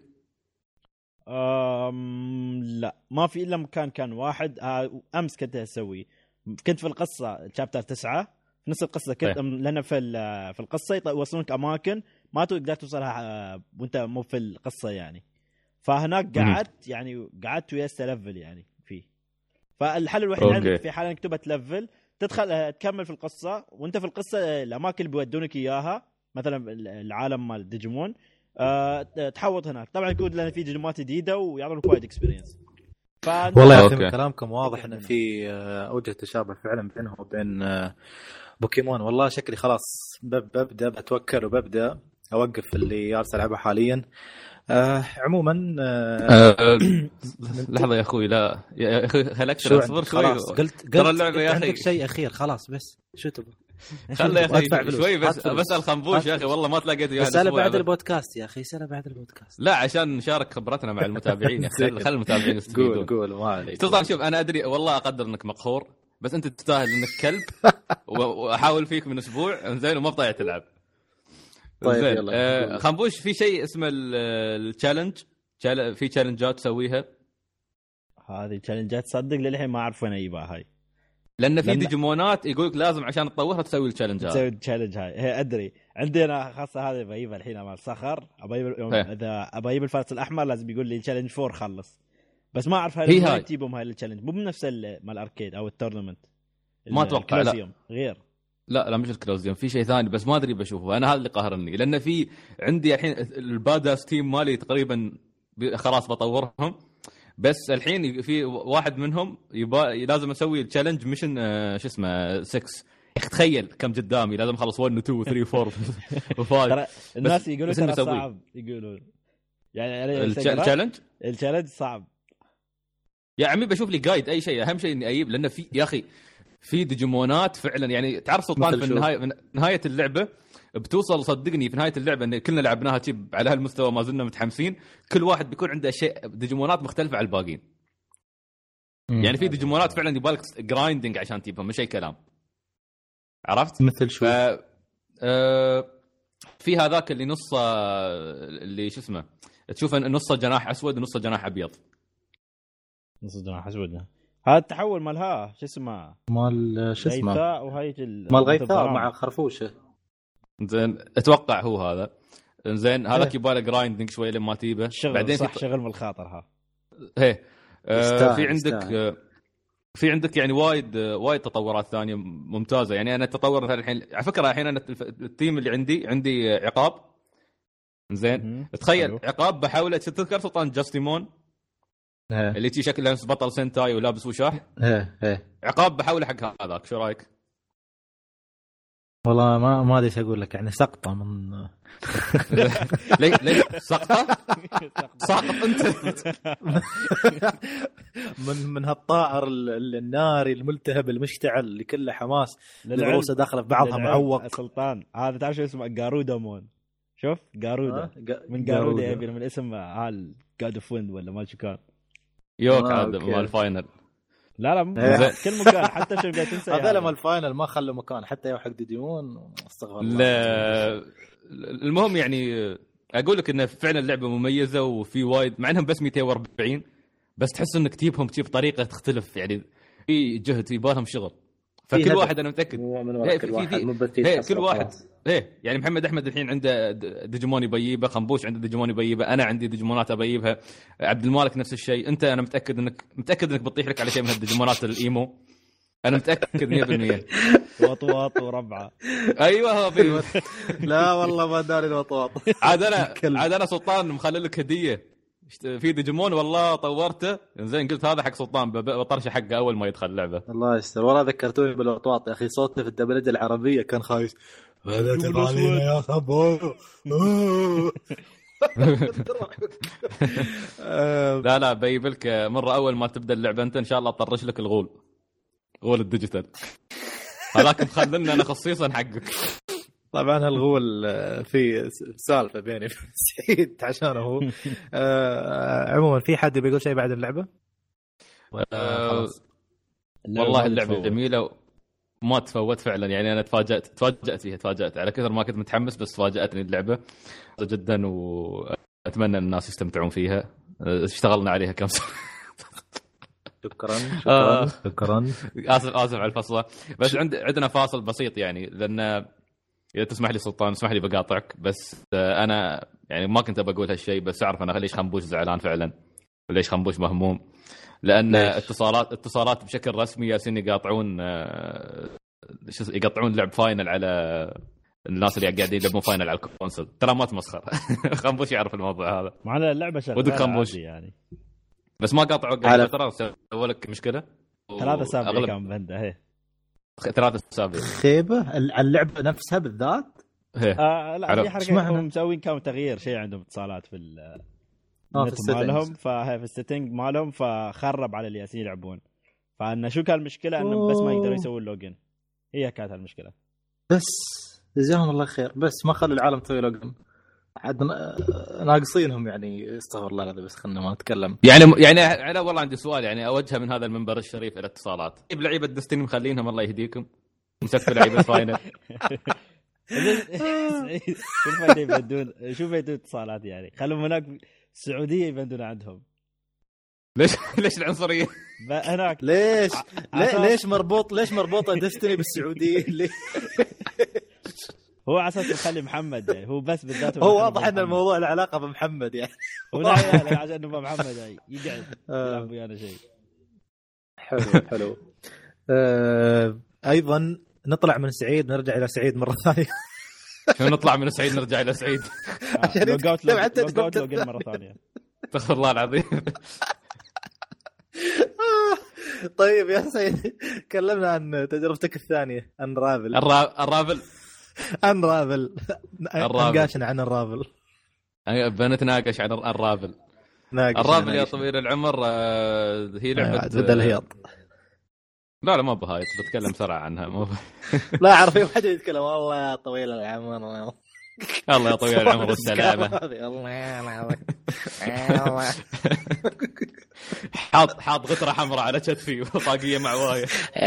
Speaker 2: لا ما في الا مكان كان واحد. امس كنت اسوي، كنت في القصه شابتر 9 في نص القصه كنت لان في القصه يوصلونك اماكن ما تقدر توصلها وانت مو في القصه يعني. فهناك قعدت ويا ليفل يعني فيه. فالحل الوحيد عندك في حاله انك تبى تلفل تدخل تكمل في القصه، وانت في القصه الاماكن اللي بيودونك اياها مثلا العالم مال ديجيمون تحوط هناك. طبعا يكون لان في ديجيمات جديده ويعطونك وايد اكسبيرينس.
Speaker 1: والله يا اخي من كلامكم واضح ان في اوجه تشابه فعلا بينهم وبين بوكيمون. والله شكلي خلاص ببدا بتوكل وببدا اوقف اللي جالس العبه حاليا. عموما
Speaker 3: لحظه يا اخوي، لا يا اخي خليك تصبر شوي.
Speaker 1: قلت عندك شيء اخير خلاص بس شو تبغى؟
Speaker 3: خلي يا اخي شوي بس الخنبوش يا اخي والله ما تلاقيت وياه.
Speaker 1: سنه بعد البودكاست يا اخي، سنه بعد البودكاست.
Speaker 3: لا عشان نشارك خبرتنا مع المتابعين يا اخي. خلي المتابعين يستفيدون.
Speaker 1: قول ما عليك.
Speaker 3: تطلع شوف انا ادري والله اقدر انك مقهور، بس انت تستاهل انك كلب واحاول فيك من اسبوع زين وما بطيع تلعب.
Speaker 1: طيب يلا
Speaker 3: خنبوش في شيء اسمه التشالنج، في تشالنجات تسويها.
Speaker 2: هذه تشالنجات صدق للحين ما اعرف وين اجيبها هاي،
Speaker 3: لان في ديجيمونات يقولك لازم عشان تطورها تسوي التشالنج هاي.
Speaker 2: تسوي التشالنج هاي. هي ادري عندي انا خاصه هذه بجيبها الحين مال صخر، اذا ابى اجيب الفارس الاحمر لازم يقول لي تشالنج 4 خلص، بس ما اعرف هل تجيبهم هاي التشالنج مو بنفس مال الاركيد او التورنمنت.
Speaker 3: ما اتوقع لا
Speaker 2: غير
Speaker 3: لا مش الكلوزيوم، في شيء ثاني بس ما ادري بشوفه انا. هذا اللي قاهرني، لان في عندي الحين الباداس تيم مالي تقريبا خلاص بطورهم، بس الحين في واحد منهم لازم اسوي التشالنج ميشن شو اسمه 6. تخيل كم قدامي لازم اخلص 1 2 3 4 و5.
Speaker 2: الناس يقولون ترى صعب، يقولون يعني التشالنج صعب
Speaker 3: يا عمي. بشوف لي جايد اي شيء، اهم شيء اني اجيب، لان في يا اخي في ديجيمونات فعلا يعني تعرف سلطان في نهايه اللعبه بتوصل، صدقني في نهايه اللعبه ان كلنا لعبناها تيب على هالمستوى ما زلنا متحمسين، كل واحد بيكون عنده شيء ديجيمونات مختلفه عن الباقيين. يعني في ديجيمونات فعلا يبالك جرايندنج عشان تجيبهم، مش اي كلام، عرفت؟
Speaker 1: مثل شو
Speaker 3: في هذاك اللي نصه اللي شو اسمه تشوف نصه جناح اسود ونصه جناح ابيض.
Speaker 2: نص جناح اسود هذا التحول مالها شو اسمه
Speaker 1: مال شو اسمه
Speaker 2: غيثاء، وهي
Speaker 1: مال غيثاء مع خرفوشه.
Speaker 3: زين اتوقع هو هذا. زين هذاك يباله جرايندنج شويه لما تجيبه
Speaker 2: بعدين صح شغل من الخاطر ها.
Speaker 3: في عندك يعني وايد تطورات ثانيه ممتازه. يعني انا التطور مثلا الحين على فكره الحين انا التيم اللي عندي عقاب. زين تخيل عقاب بحاول تذكر سلطان جاستيمون اللي تي شكله بطل سنتاي ولابس وشاح. عقاب بحاول حق هذاك، شو رايك؟
Speaker 1: والله ما ادري ايش اقول لك، يعني سقطه من
Speaker 3: ليه سقطه انت
Speaker 1: من هالطائر الناري الملتهب المشتعل اللي كله حماس، العروسه داخله في بعضها معوق.
Speaker 2: سلطان هذا تعرف شو اسمه؟ جارودامون. شوف جارودا من جارودا يبي من اسم هال جاد اوف ويند ولا ما شو كان
Speaker 3: يوك عاد مال الفاينل.
Speaker 2: لا كل مكان حتى شو قاعد تنسى
Speaker 1: هذا مال الفاينل ما خلوا مكان حتى يو حق ديديون. استغفر الله.
Speaker 3: المهم يعني اقول لك انه فعلا اللعبه مميزه وفي وايد، مع انهم بس 240 بس تحس انك تجيبهم بطريقه تختلف، يعني في جهد يبالهم شغل. فكل واحد انا متاكد كل واحد يعني محمد احمد الحين عنده ديجيمون يبيبه، خنبوش عنده ديجيمون يبيبه، انا عندي ديجيمونات ابيبها، عبد المالك نفس الشيء. انت انا متاكد انك بتطيح لك على شيء من الديجيمونات الايمو، انا متاكد 100%.
Speaker 2: وطواط وربعه
Speaker 3: ايوه هو
Speaker 1: لا والله ما داري الوطواط.
Speaker 3: عاد انا سلطان مخلي لك هديه في ديجيمون والله طورته. زين قلت هذا حق سلطان بطرشه حقه اول ما يدخل اللعبه.
Speaker 1: الله يستر. والله ذكرتوني بالوطواط يا اخي، صوتي في الدبلجه العربيه كان خايس. هذا تبالينا يا خبو.
Speaker 3: لا بيبلك مره اول ما تبدا اللعبه انت ان شاء الله اطرش لك غول الديجيتال هذاك مخللنا انا خصيصا حقك.
Speaker 1: طبعا هالغول في سالفه بيني سعيد عشانه هو. عموما في حد بيقول شيء بعد اللعبه؟
Speaker 3: والله اللعبه جميله وما تفوت فعلا. يعني انا تفاجأت فيها على كثر ما كنت متحمس، بس فاجأتني اللعبه جدا واتمنى الناس يستمتعون فيها. اشتغلنا عليها كم سنه.
Speaker 1: شكرا.
Speaker 3: اسف على الفصله، بس عندنا فاصل بسيط يعني، لان اذا تسمح لي سلطان اسمح لي بقاطعك، بس انا يعني ما كنت بقول هالشيء، بس اعرف انا ليش خنبوش زعلان فعلا وليش خنبوش مهموم. لان اتصالات بشكل رسمي ياسين يقاطعون لعب فاينل على الناس اللي قاعدين يلعبون فاينل على الكونسول. ترى ما تمسخر. خنبوش يعرف الموضوع هذا،
Speaker 2: معنا اللعبه شغاله يعني،
Speaker 3: بس ما قاطعوا قبل ترى سووا لك مشكله
Speaker 2: 3 أسابيع كان بنده هي
Speaker 3: 3 أسابيع
Speaker 1: خيبه اللعبه نفسها بالذات.
Speaker 2: لا في حركه هم مسوين كم تغيير شيء عندهم اتصالات في النت مالهم، فهي في السيتنج مالهم فخرب على اللي ياسين يلعبون. فأنا شو كان المشكله انه بس ما يقدروا يسوون لوجن، هي كانت المشكله.
Speaker 1: بس جزاهم الله خير، بس ما خلوا العالم تسوي لوجن. عاد ناقصينهم يعني. استغفر الله العظيم. بس خلنا ما نتكلم.
Speaker 3: يعني انا والله عندي سؤال يعني اوجهه من هذا المنبر الشريف الى الاتصالات. لعيبه دستني مخلينهم الله يهديكم مسكوا لعيبه فاينل.
Speaker 2: شوف يبدون اتصالات يعني، خلوا هناك السعوديه يبدون عندهم.
Speaker 3: ليش العنصريه
Speaker 2: هناك؟
Speaker 1: ليش مربوطه دستني بالسعوديه؟ ليه؟
Speaker 2: هو على اساس يخلي محمد يعني هو بس بالذات
Speaker 1: هو واضح ان الموضوع له علاقه بمحمد يعني.
Speaker 2: ولا عشان انه محمد يقعد يلعب ويانا شيء
Speaker 1: حلو. ايضا نطلع من سعيد نرجع الى سعيد مره ثانيه.
Speaker 3: شو نطلع من سعيد نرجع الى سعيد؟
Speaker 2: عشان لو مره ثانيه.
Speaker 3: استغفر الله العظيم.
Speaker 1: طيب يا سيد كلمنا عن تجربتك الثانية انرافل. نقاشنا عن الرافل.
Speaker 3: بنتناقش عن الرافل. يا طويل العمر هي لعبة
Speaker 1: بدل هياط.
Speaker 3: لا ما بهايط بتكلم بسرعة عنها
Speaker 1: لا أعرف أي واحد يتكلم والله يا طويل العمر.
Speaker 3: الله يا طويل العمر والسلامة. حاط غترة حمراء على كتفي وطاقية معواية.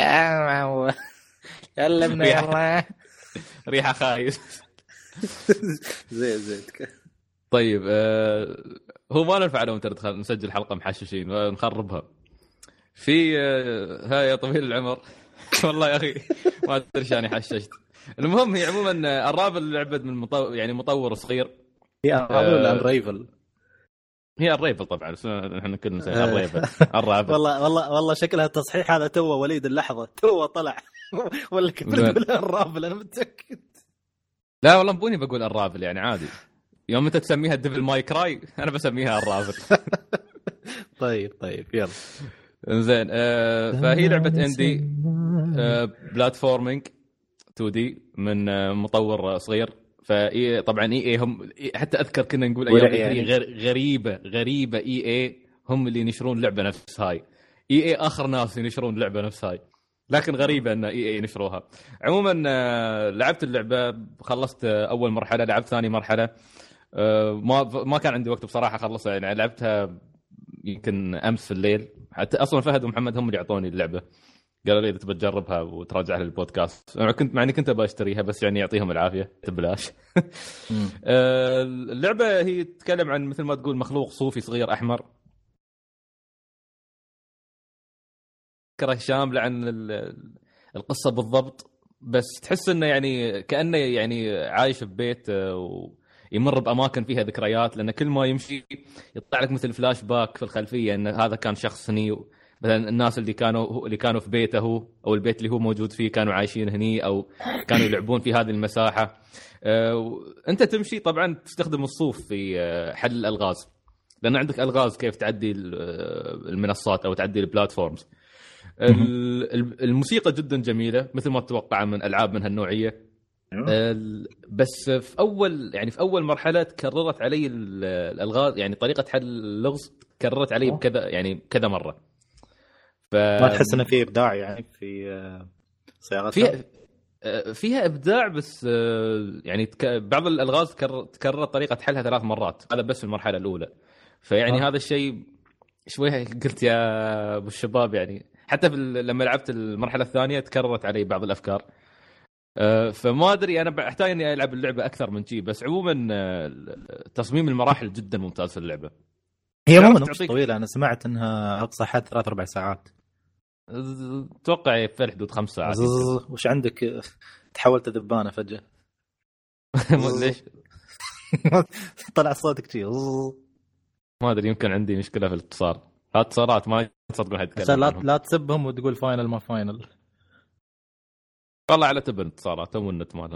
Speaker 1: كلمنا يا الله.
Speaker 3: ريحة خايس.
Speaker 1: زين.
Speaker 3: طيب هو ما ننفع لو انت نسجل حلقة محششين ونخربها في ها يا طويل العمر. والله يا أخي ما أدري شاني حششت. المهم هي عموما الرافل لعبة من مطور صغير.
Speaker 1: هي الرافل ولا الريفل؟
Speaker 3: هي الريفل طبعا نحن كلنا نسميها الريفل. الرافل
Speaker 1: والله شكلها تصحيح هذا تو وليد اللحظة تو طلع ولا كنت تقول الرافل أنا متأكد.
Speaker 3: لا والله مبوني بقول الرافل يعني عادي. يوم انت تسميها الديفل ماي كراي انا بسميها الرافل.
Speaker 1: طيب يلا
Speaker 3: زين. فهي لعبة اندي بلاتفورمينج 2D من مطور صغير. طبعا اي هم حتى اذكر كنا نقول ايام يعني غريبه اي هم اللي ينشرون لعبه نفس هاي. اي اخر ناس ينشرون لعبه نفس هاي لكن غريبه ان اي ينشروها. عموما لعبت اللعبه خلصت اول مرحله لعبت ثاني مرحله. ما كان عندي وقت بصراحه اخلصها يعني لعبتها يمكن امس في الليل. حتى اصلا فهد ومحمد هم اللي اعطوني اللعبه قالوا لي اذا تبي تجربها وتراجعها للبودكاست. انا كنت بشتريها بس يعني يعطيهم العافيه ببلاش. اللعبه هي تتكلم عن مثل ما تقول مخلوق صوفي صغير احمر فكره شامله عن القصه بالضبط. بس تحس انه يعني كانه يعني عايش في بيت ويمر باماكن فيها ذكريات لان كل ما يمشي يطلع لك مثل فلاش باك في الخلفيه ان هذا كان شخص هني. مثلا الناس اللي كانوا في بيته او البيت اللي هو موجود فيه كانوا عايشين هني او كانوا يلعبون في هذه المساحه. انت تمشي طبعا تستخدم الصوف في حل الالغاز لان عندك الغاز كيف تعدي المنصات او تعدي البلاتفورمز. الموسيقى جدا جميله مثل ما تتوقع من العاب من هالنوعيه. بس في اول مرحله تكررت علي الالغاز يعني طريقه حل اللغز تكررت علي كذا مره.
Speaker 1: ما تحس انه في ابداع يعني في صياغتها؟
Speaker 3: فيها ابداع بس يعني بعض الالغاز تكررت طريقه حلها 3 مرات هذا بس في المرحله الاولى. فيعني هذا الشيء شويه قلت يا ابو الشباب يعني حتى لما لعبت المرحله الثانيه تكررت علي بعض الافكار. فما ادري انا احتاج اني العب اللعبه اكثر من شيء. بس عموما تصميم المراحل جدا ممتاز في اللعبه.
Speaker 1: هي عموما مش طويله انا سمعت انها اقصى حد 3-4 ساعات.
Speaker 3: اتوقع في حدود 5 ساعات.
Speaker 1: وش عندك تحولت ذبانه فجاه؟
Speaker 3: ليش
Speaker 1: طلع صوتك شيء
Speaker 3: ما ادري يمكن عندي مشكله في الاتصال. اتصالات ما تصدقون حد
Speaker 1: لا تسبهم وتقول فاينل ما فاينل
Speaker 3: والله على تبن اتصالاتهم والنت مالهم.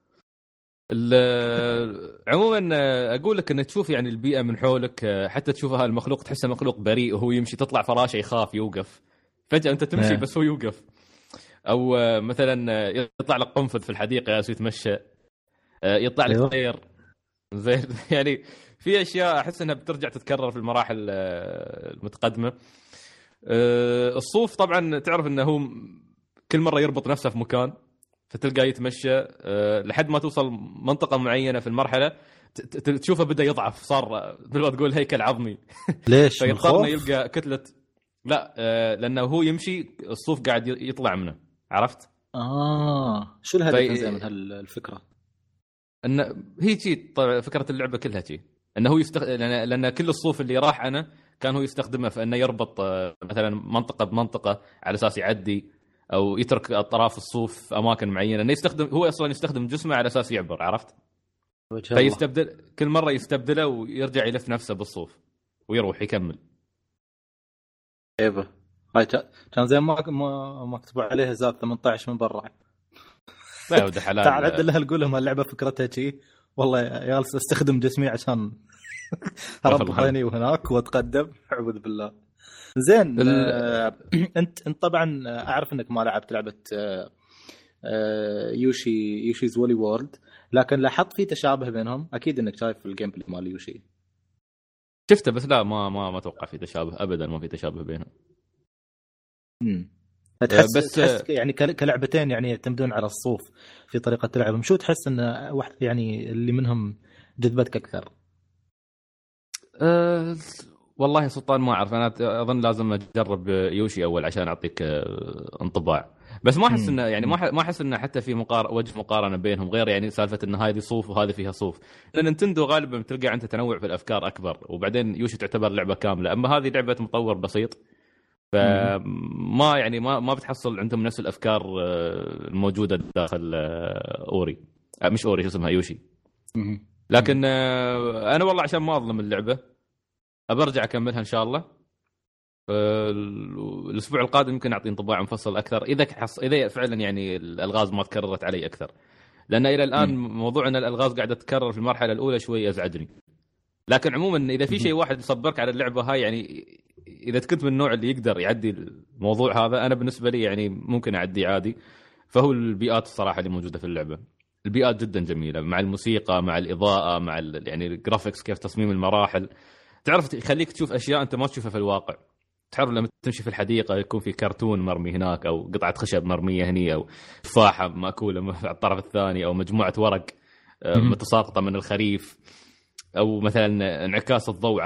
Speaker 3: عموما اقول لك ان تشوف يعني البيئه من حولك حتى تشوفها المخلوق تحسه مخلوق بريء وهو يمشي تطلع فراشه يخاف يوقف فجاه انت تمشي بس هو يوقف. او مثلا يطلع لك قنفذ في الحديقه يا يتمشى يطلع لك طير زين. يعني في اشياء احس انها بترجع تتكرر في المراحل المتقدمه. الصوف طبعا تعرف انه هو كل مره يربط نفسه في مكان فتلقاه يتمشى لحد ما توصل منطقه معينه في المرحله تشوفه بدا يضعف صار مثل ما تقول هيكل عظمي.
Speaker 1: ليش
Speaker 3: فيضطر يلقى كتله. لا لانه هو يمشي الصوف قاعد يطلع منه عرفت.
Speaker 1: شو الهدف من هالفكره؟
Speaker 3: ان هي شيء فكره اللعبه كلها شيء انه هو لان كل الصوف اللي راح انا كان هو يستخدمه في انه يربط مثلا منطقه بمنطقه على اساس يعدي او يترك اطراف الصوف في اماكن معينه، انه يستخدم هو اصلا يستخدم جسمه على اساس يعبر، عرفت؟ فيستبدل كل مره يستبدله ويرجع يلف نفسه بالصوف ويروح يكمل.
Speaker 1: ايوه هاي كان زي ما مكتوب عليها زاد 18 من برا.
Speaker 3: لا ود حلال.
Speaker 1: تعال عدل لها نقول لهم اللعبه فكرتها شيء والله يا استخدم جسمي عشان اربط عيني وهناك واتقدم. اعوذ بالله. زين انت طبعا اعرف انك ما لعبت لعبه يوشيز وولي وورلد، لكن لاحظت في تشابه بينهم. اكيد انك شايف الجيم بلاي مال يوشي.
Speaker 3: شفته بس لا ما اتوقع في تشابه ابدا، ما في تشابه بينهم.
Speaker 1: تحس يعني كلعبتين يعني يعتمدون على الصوف في طريقه لعبهم. شو تحس ان واحد يعني اللي منهم جذبتك اكثر؟
Speaker 3: والله يا سلطان ما اعرف، انا اظن لازم اجرب يوشي اول عشان اعطيك انطباع. بس ما احس انه يعني ما احس انه حتى في وجه مقارنه بينهم، غير يعني سالفه ان هذه صوف وهذه فيها صوف. لان نينتندو غالبا بتلقى عنده تنوع في الافكار اكبر، وبعدين يوشي تعتبر لعبه كامله، اما هذه لعبه مطور بسيط. فما يعني ما بتحصل عندهم نفس الافكار الموجوده داخل اوري، مش اوري اسمها يوشي. لكن انا والله عشان ما اظلم اللعبه ابرجع اكملها ان شاء الله. الاسبوع القادم يمكن اعطي انطباع مفصل اكثر اذا فعلا يعني الالغاز ما تكررت علي اكثر، لان الى الان موضوع ان الالغاز قاعده تتكرر في المرحله الاولى شوي ازعجني. لكن عموما اذا في شيء واحد يصبرك على اللعبه هاي، يعني اذا كنت من النوع اللي يقدر يعدي الموضوع هذا، انا بالنسبه لي يعني ممكن اعدي عادي. فهو البيئات الصراحه اللي موجوده في اللعبه، البيئات جدا جميله مع الموسيقى مع الاضاءه مع يعني الجرافيكس، كيف تصميم المراحل، تعرف يخليك تشوف اشياء انت ما تشوفها في الواقع. تعرف لما تمشي في الحديقه يكون في كرتون مرمي هناك، او قطعه خشب مرميه هني، او تفاحه ماكوله على الطرف الثاني، او مجموعه ورق متساقطه من الخريف، او مثلا انعكاس الضوء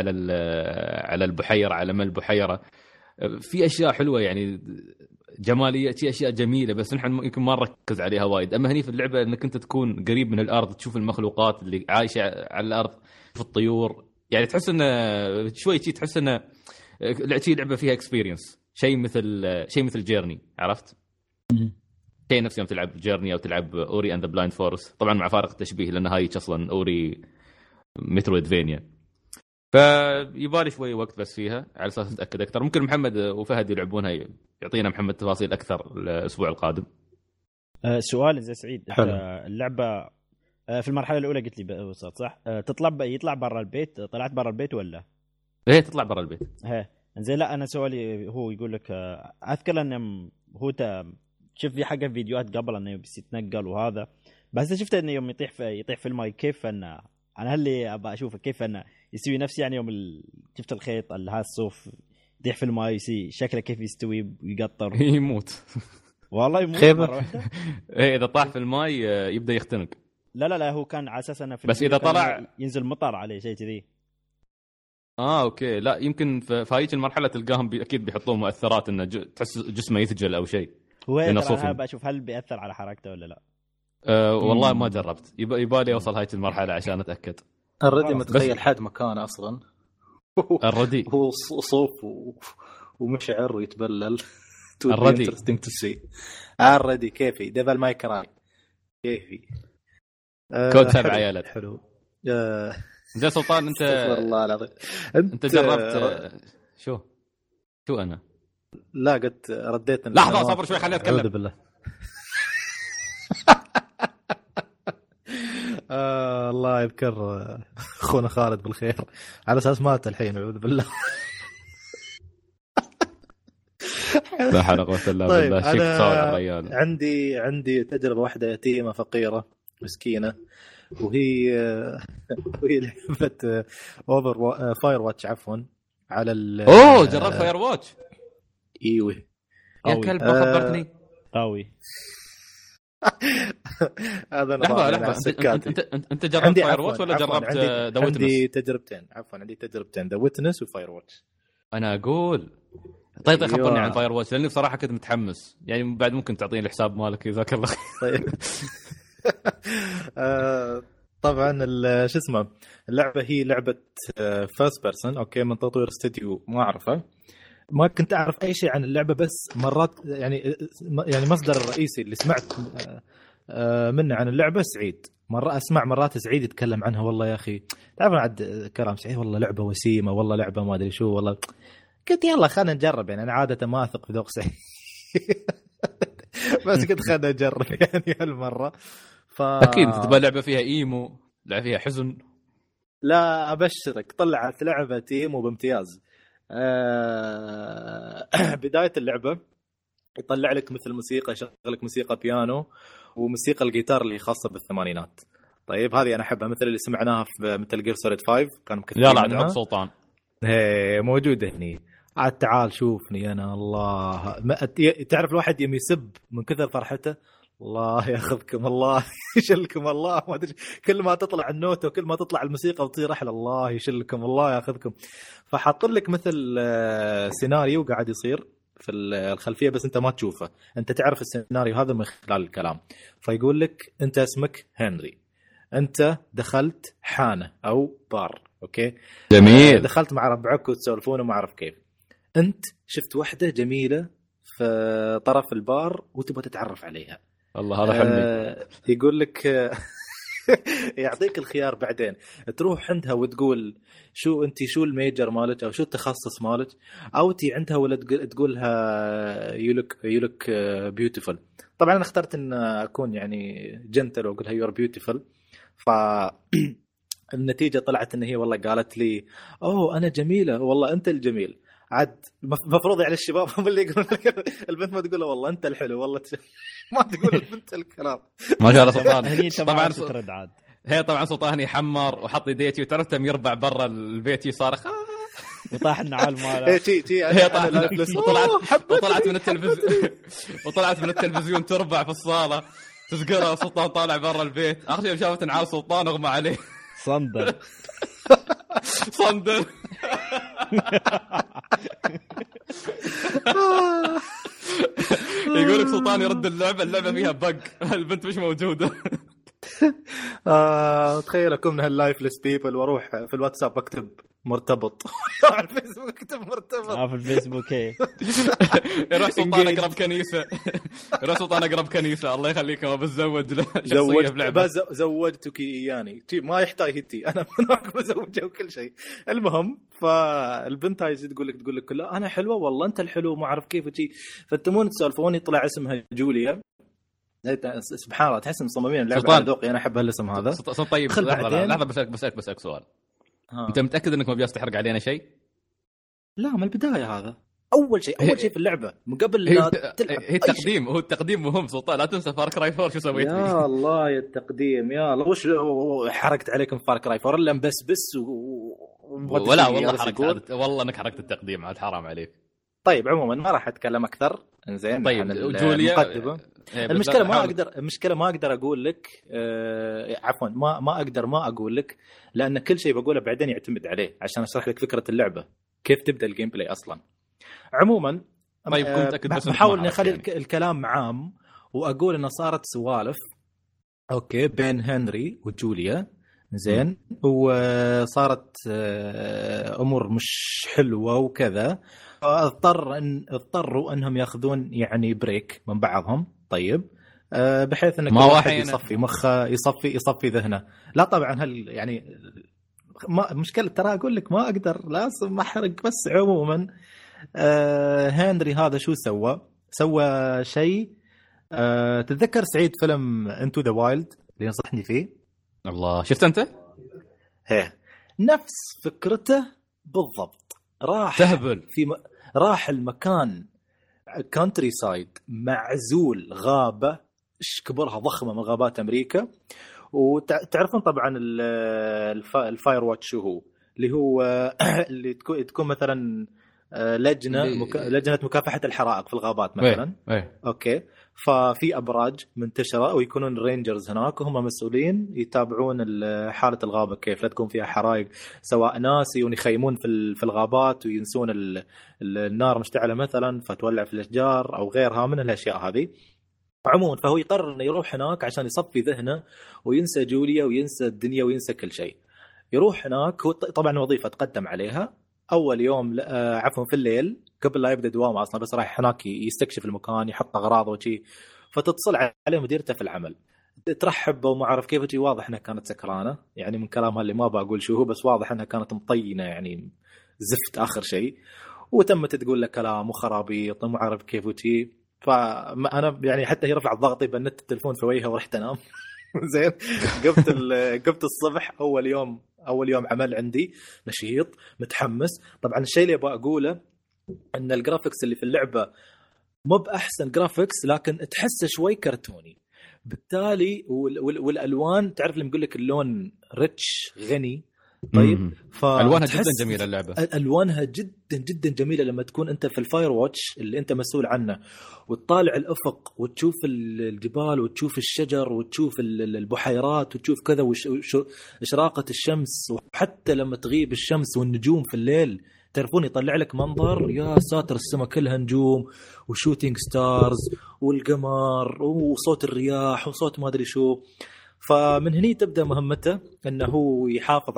Speaker 3: على البحيره، على ماء البحيره. في اشياء حلوه يعني جماليه، اشياء جميله، بس نحن يمكن ما نركز عليها وايد. اما هني في اللعبه انك انت تكون قريب من الارض، تشوف المخلوقات اللي عايشه على الارض، في الطيور، يعني تحس انه شوي تحس انه لعبه فيها اكسبيرينس، شيء مثل جيرني، عرفت؟ شيء نفس يوم تلعب جيرني او تلعب اوري اند ذا بلايند فورست، طبعا مع فارق التشبيه لان هاي اصلا اوري مترويدفينيا. فيبالي شوي وقت بس فيها على اساس اتاكد اكثر. ممكن محمد وفهد يلعبونها، يعطينا محمد تفاصيل اكثر الاسبوع القادم.
Speaker 2: سؤال زي سعيد، اللعبه في المرحله الاولى قلت لي وصلت صح؟ يطلع برا البيت، طلعت برا البيت ولا
Speaker 3: ايه تطلع برا البيت؟
Speaker 2: زين. لا انا سؤالي هو يقول لك اذكر انه هو شوف في حاجه فيديوهات قبل انه بس يتنقل وهذا، بس شفت انه يوم يطيح في الماء كيف انه انا اللي ابغى اشوفه كيف انه يستوي نفسي، يعني يوم شفت الخيط اللي هذا الصوف يطيح في الماء يسي شكله كيف يستوي ويقطر.
Speaker 3: يموت
Speaker 2: والله يموت مره واحده.
Speaker 3: ايه اذا طاح في الماء يبدا يختنق.
Speaker 2: لا هو كان على اساس انه
Speaker 3: بس اذا طلع
Speaker 2: ينزل مطر عليه شيء كذي.
Speaker 3: اوكي، لا يمكن في هايك المرحله تلقاهم اكيد بيحطون مؤثرات انه تحس جسمه يثجل او شيء.
Speaker 2: هو انا بشوف هل بيأثر على حركته ولا لا.
Speaker 3: والله ما جربت، يبالي اوصل هاي المرحله عشان اتاكد.
Speaker 1: الردي متخيل حد مكانه اصلا.
Speaker 3: الردي
Speaker 1: هو صوف ومشعر ويتبلل.
Speaker 3: الردي
Speaker 1: انترستينج تو سي. الردي كيفي ديفل ماي كراي كيفي
Speaker 3: كود 7 يا ولد.
Speaker 1: حلو.
Speaker 3: زين سلطان انت
Speaker 1: والله العظيم
Speaker 3: انت جربت شو انا
Speaker 1: لا قلت رديت.
Speaker 3: لحظه صبر شوي خليني اتكلم.
Speaker 1: اعوذ بالله. الله يذكر اخونا خالد بالخير على اساس مات الحين. اعوذ بالله.
Speaker 3: لا حول ولا قوه الا بالله. شيك صار الريال.
Speaker 1: عندي تجربه واحده يتيمه فقيره مسكينه، وهي لعبه فاير واتش عفوا على
Speaker 3: جربت فاير واتش؟
Speaker 1: ايوه
Speaker 3: يا كلب ما خبرتني.
Speaker 2: قوي.
Speaker 1: هذا
Speaker 3: لحظه انت جربت فاير واتش ولا جربت ذا ويتنس؟
Speaker 1: عندي تجربتين ذا ويتنس وفاير واتش.
Speaker 3: انا اقول طيب خبرني عن فاير واتش لاني بصراحه كنت متحمس، يعني بعد ممكن تعطيني الحساب مالك جزاك الله خير.
Speaker 1: طبعا شو اسمه اللعبه هي لعبه فيرست بيرسون اوكي من تطوير استوديو ما اعرفه. ما كنت اعرف اي شيء عن اللعبه، بس مرات يعني مصدر الرئيسي اللي سمعت منه عن اللعبه سعيد. مرة اسمع مرات سعيد يتكلم عنها، والله يا اخي تعرف عاد كلام سعيد، والله لعبه وسيمه، والله لعبه ما ادري شو، والله قلت يلا خلينا نجرب. يعني انا عاده ما اثق في ذوق سعيد بس قلت خلينا نجرب يعني هالمره.
Speaker 3: اكيد تبغى لعبه فيها ايمو، لعبه فيها حزن.
Speaker 1: لا ابشرك طلعت لعبه ايمو بامتياز. بدايه اللعبه يطلع لك مثل موسيقى، يشغل لك موسيقى بيانو وموسيقى الجيتار اللي خاصه بالثمانينات. طيب هذه انا احبها، مثل اللي سمعناها في مثل جير سوليد 5 كانوا مكثرين.
Speaker 3: يلا عاد سلطان
Speaker 1: موجوده هني. عاد تعال شوفني انا، الله تعرف الواحد يم يسب من كثر فرحته، الله ياخذكم الله يشلكم الله، ما ادري كل ما تطلع النوتة وكل ما تطلع الموسيقى وتصير احلى، الله يشلكم الله ياخذكم. فحط لك مثل سيناريو قاعد يصير في الخلفيه بس انت ما تشوفه، انت تعرف السيناريو هذا من خلال الكلام. فيقول لك انت اسمك هنري، انت دخلت حانه او بار، اوكي
Speaker 3: جميل،
Speaker 1: دخلت مع ربعك وتسولفون وما اعرف كيف، انت شفت واحده جميله في طرف البار وتبغى تتعرف عليها.
Speaker 3: الله هذا حلمي.
Speaker 1: يقول لك يعطيك الخيار بعدين تروح عندها وتقول شو انت، شو الميجر مالك او شو التخصص مالك، او تي عندها ولا تقولها يو لوك بيوتيفul. طبعا انا اخترت ان اكون يعني جنتل واقولها يور بيوتيفul. ف النتيجه طلعت ان هي والله قالت لي اوه انا جميله، والله انت الجميل. عاد مفروض على الشباب هم اللي يقولون البنت ما تقول والله انت الحلو، والله ما تقول البنت الكلام.
Speaker 3: ما شاء الله سلطان.
Speaker 2: هني طبعا ترد عاد.
Speaker 3: هي طبعا سلطان يحمر وحط يديتي وترتم يربع برا البيت يصارخ
Speaker 2: وطاح النعال ماله.
Speaker 1: هي
Speaker 3: وطلعت من التلفزيون وطلعت من التلفزيون تربع في الصاله تسقرها. سلطان طالع برا البيت، اخر شيء شافت نعال سلطان اغمى عليه.
Speaker 2: صندل
Speaker 3: صندل. يقولك سلطان يرد اللعبة فيها بق، البنت مش موجودة.
Speaker 1: تخيل أكون من هاللايفلس بيبل واروح في الواتساب اكتب مرتبط على الفيسبوك اكتب مرتبط.
Speaker 2: في الفيسبوك
Speaker 3: يروح سلطان اقرب كنيسة، يروح سلطان اقرب كنيسة، الله يخليك ما بتزوج شخصية بلعبة.
Speaker 1: زوجتك اياني ما يحتاج هتي، انا منك بزوجه وكل شيء. المهم فالبنت هاي تقول لك كلها انا حلوة والله انت الحلو ما اعرف كيف وشي. فالتمون تسولفون يطلع اسمها جوليا. سبحان الله تحس مصممين اللعبه على ذوقي، انا احب هالاسم هذا.
Speaker 3: طيب لحظه بسألك سؤال. انت متاكد انك ما بياس تحرق علينا شيء؟
Speaker 1: لا من البدايه هذا اول شيء في اللعبه من قبل لا تلعب.
Speaker 3: هي التقديم مهم سلطان، لا تنسى فار كراي 4 شو سويت فيه.
Speaker 1: يا الله يا التقديم، يا الله وش حركت عليكم فار كراي 4 الا بس
Speaker 3: ولا والله حركت، والله انك حركت التقديم عاد حرام عليك.
Speaker 1: طيب عموما ما راح اتكلم اكثر. انزين
Speaker 3: طيب
Speaker 1: عن
Speaker 3: المقدمه.
Speaker 1: المشكله ما اقدر اقول لك عفوا ما اقدر ما اقول لك، لان كل شيء بقوله بعدين يعتمد عليه عشان اشرح لك فكره اللعبه كيف تبدا الجيم بلاي اصلا. عموما
Speaker 3: طيب
Speaker 1: بحاول اني اخلي الكلام عام واقول انه صارت سوالف اوكي بين هنري وجوليا زين، وصارت امور مش حلوه وكذا، اضطروا انهم ياخذون يعني بريك من بعضهم. طيب بحيث انك واحد يصفي مخه يصفي ذهنه. لا طبعا هل يعني ما مشكله، ترى اقول لك ما اقدر لازم احرق. بس عموما هنري هذا شو سوى شيء تتذكر سعيد فيلم انتو ذا وايلد اللي نصحني فيه؟
Speaker 3: الله شفت انت؟
Speaker 1: هي نفس فكرته بالضبط. راح المكان كانتري سايد معزول، غابة كبرها ضخمة من غابات أمريكا. وتعرفون طبعا الفاير واتش هو اللي هو اللي تكون مثلا لجنة مكافحة الحرائق في الغابات مثلا. أوكي، ففي أبراج منتشرة ويكونون رينجرز هناك وهم مسؤولين يتابعون حالة الغابة كيف لا تكون فيها حرائق، سواء ناس يخيمون في الغابات وينسون النار مشتعلة مثلا فتولع في الأشجار أو غيرها من الأشياء هذه. عموما فهو يقرر انه يروح هناك عشان يصفي ذهنه وينسى جوليا وينسى الدنيا وينسى كل شيء. يروح هناك، هو طبعا وظيفة تقدم عليها أول يوم عفوا في الليل قبل لا يبدا دوامه اصلا، بس رايح هناك يستكشف المكان، يحط اغراضه وشي. فتتصل عليه مديرته في العمل، ترحب وما اعرف كيف تجي. واضح انها كانت سكرانه يعني من كلامها اللي ما بقول شو هو، بس واضح انها كانت مطينه يعني زفت اخر شيء. وتمت تقول له كلام وخرابيط وما اعرف كيف وتجي. فانا يعني حتى هي رفعت ضغطي، بنت التلفون في وجهها ورحت انام. زين. قمت الصبح اول يوم عمل عندي، نشيط متحمس. طبعا الشيء اللي ابغى اقوله ان الجرافيكس اللي في اللعبه مو باحسن جرافيكس، لكن تحسه شوي كرتوني. بالتالي والالوان، تعرف لما اقول لك اللون ريتش غني. طيب
Speaker 3: الوانها جدا جميله اللعبه،
Speaker 1: الوانها جدا جدا جميله. لما تكون انت في الفاير واتش اللي انت مسؤول عنه، وتطالع الافق وتشوف الجبال وتشوف الشجر وتشوف البحيرات وتشوف كذا واشراقه الشمس، وحتى لما تغيب الشمس والنجوم في الليل، تعرفون يطلع لك منظر يا ساتر، السماء كلها نجوم وشوتينج ستارز والقمر وصوت الرياح وصوت ما ادري شو. فمن هني تبدا مهمته انه هو يحافظ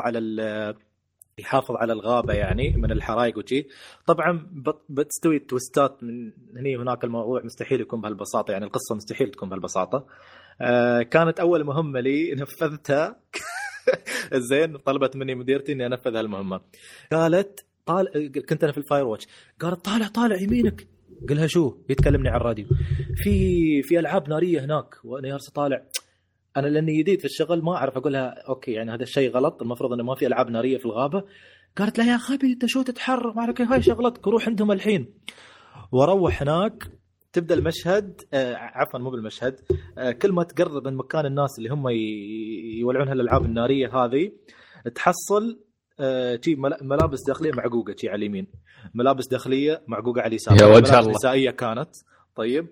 Speaker 1: على الغابه يعني من الحرائق وشي. طبعا بتستوي تويستات من هني هناك. الموضوع مستحيل يكون بهالبساطه، يعني القصه مستحيل تكون بهالبساطه. كانت اول مهمه لي نفذتها. زين، طلبت مني مديرتي اني انفذ هالمهمه. قالت كنت انا في الفاير واتش، قالت طالع يمينك. قلها شو؟ يتكلمني على الراديو في العاب ناريه هناك، وانا جالس طالع. انا لاني جديد في الشغل ما اعرف اقولها اوكي يعني هذا الشيء غلط، المفروض انه ما في العاب ناريه في الغابه. قالت لا يا خبي انت شو تتحرك، ما اعرف كيف هاي شغلتك، روح عندهم الحين. واروح هناك تبدا المشهد، عفوا مو بالمشهد، كل ما تقرب من مكان الناس اللي هم يولعون هالالعاب الناريه هذه، تحصل شيء ملابس داخليه معقوقه شيء على اليمين، ملابس داخليه معقوقه على اليسار، ملابس نسائيه كانت. طيب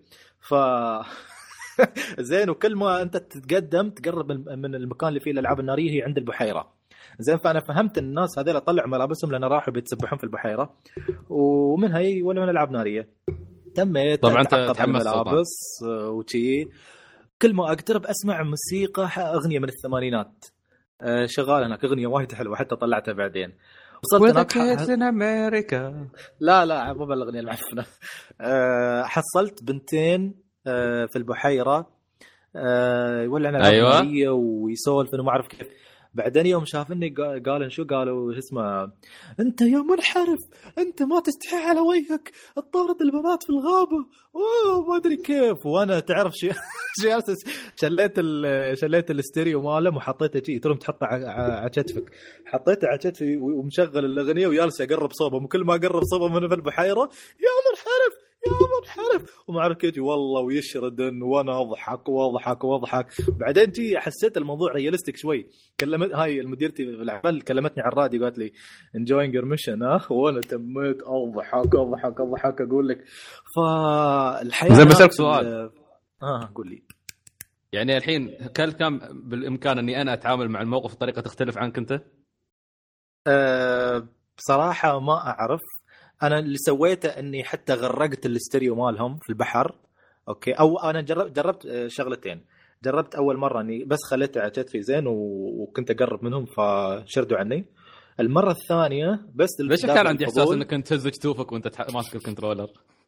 Speaker 1: زين. وكل ما انت تتقدم تقرب من المكان اللي فيه الالعاب الناريه هي عند البحيره. زين، فانا فهمت الناس هذول طلعوا ملابسهم لان راحوا بيتسبحون في البحيره، ومنها يولعون العاب ناريه. تميت
Speaker 3: طبعا انت تحمس
Speaker 1: ملابس وشي. كل ما اقترب اسمع موسيقى اغنيه من الثمانينات شغال هناك، اغنيه وايد حلوه حتى طلعتها بعدين. وصلت هناك
Speaker 3: in America.
Speaker 1: لا مو بالاغنيه المعفنه. حصلت بنتين في البحيره يولعن العاب ناريه ويسولف وما اعرف كيف. بعدين يوم شافني قالوا اسمه، انت يا منحرف، انت ما تستحي على وجهك تطارد البنات في الغابه ما ادري كيف. وانا تعرف شليت الاستيريو ماله وحطيته شيء ترى تحطه على كتفك، حطيته على كتفي ومشغل الاغنيه وجالس اقرب صوبه، وكل ما اقرب صوبه من في البحيره يا منحرف وما اعرف كيف والله، ويشردن وانا اضحك. بعدين جي حسيت الموضوع رياليستيك شوي. كلمت هاي المديرتي في العمل، كلمتني على الراديو قالت لي enjoying your mission وانا تميت اضحك اقول لك. فالحياه
Speaker 3: زين بسألك سؤال.
Speaker 1: قول لي.
Speaker 3: يعني الحين كان بالامكان اني انا اتعامل مع الموقف بطريقه تختلف عنك انت؟
Speaker 1: بصراحه ما اعرف. انا اللي سويته اني حتى غرقت الاستيريو مالهم في البحر. اوكي، او انا جربت شغلتين. جربت اول مره اني بس خليته على كتفي زين وكنت اقرب منهم فشردوا عني. المره الثانيه بس
Speaker 3: ليش كان عندي احساس انك كنت تهز كتوفك وانت ماسك الكنترولر؟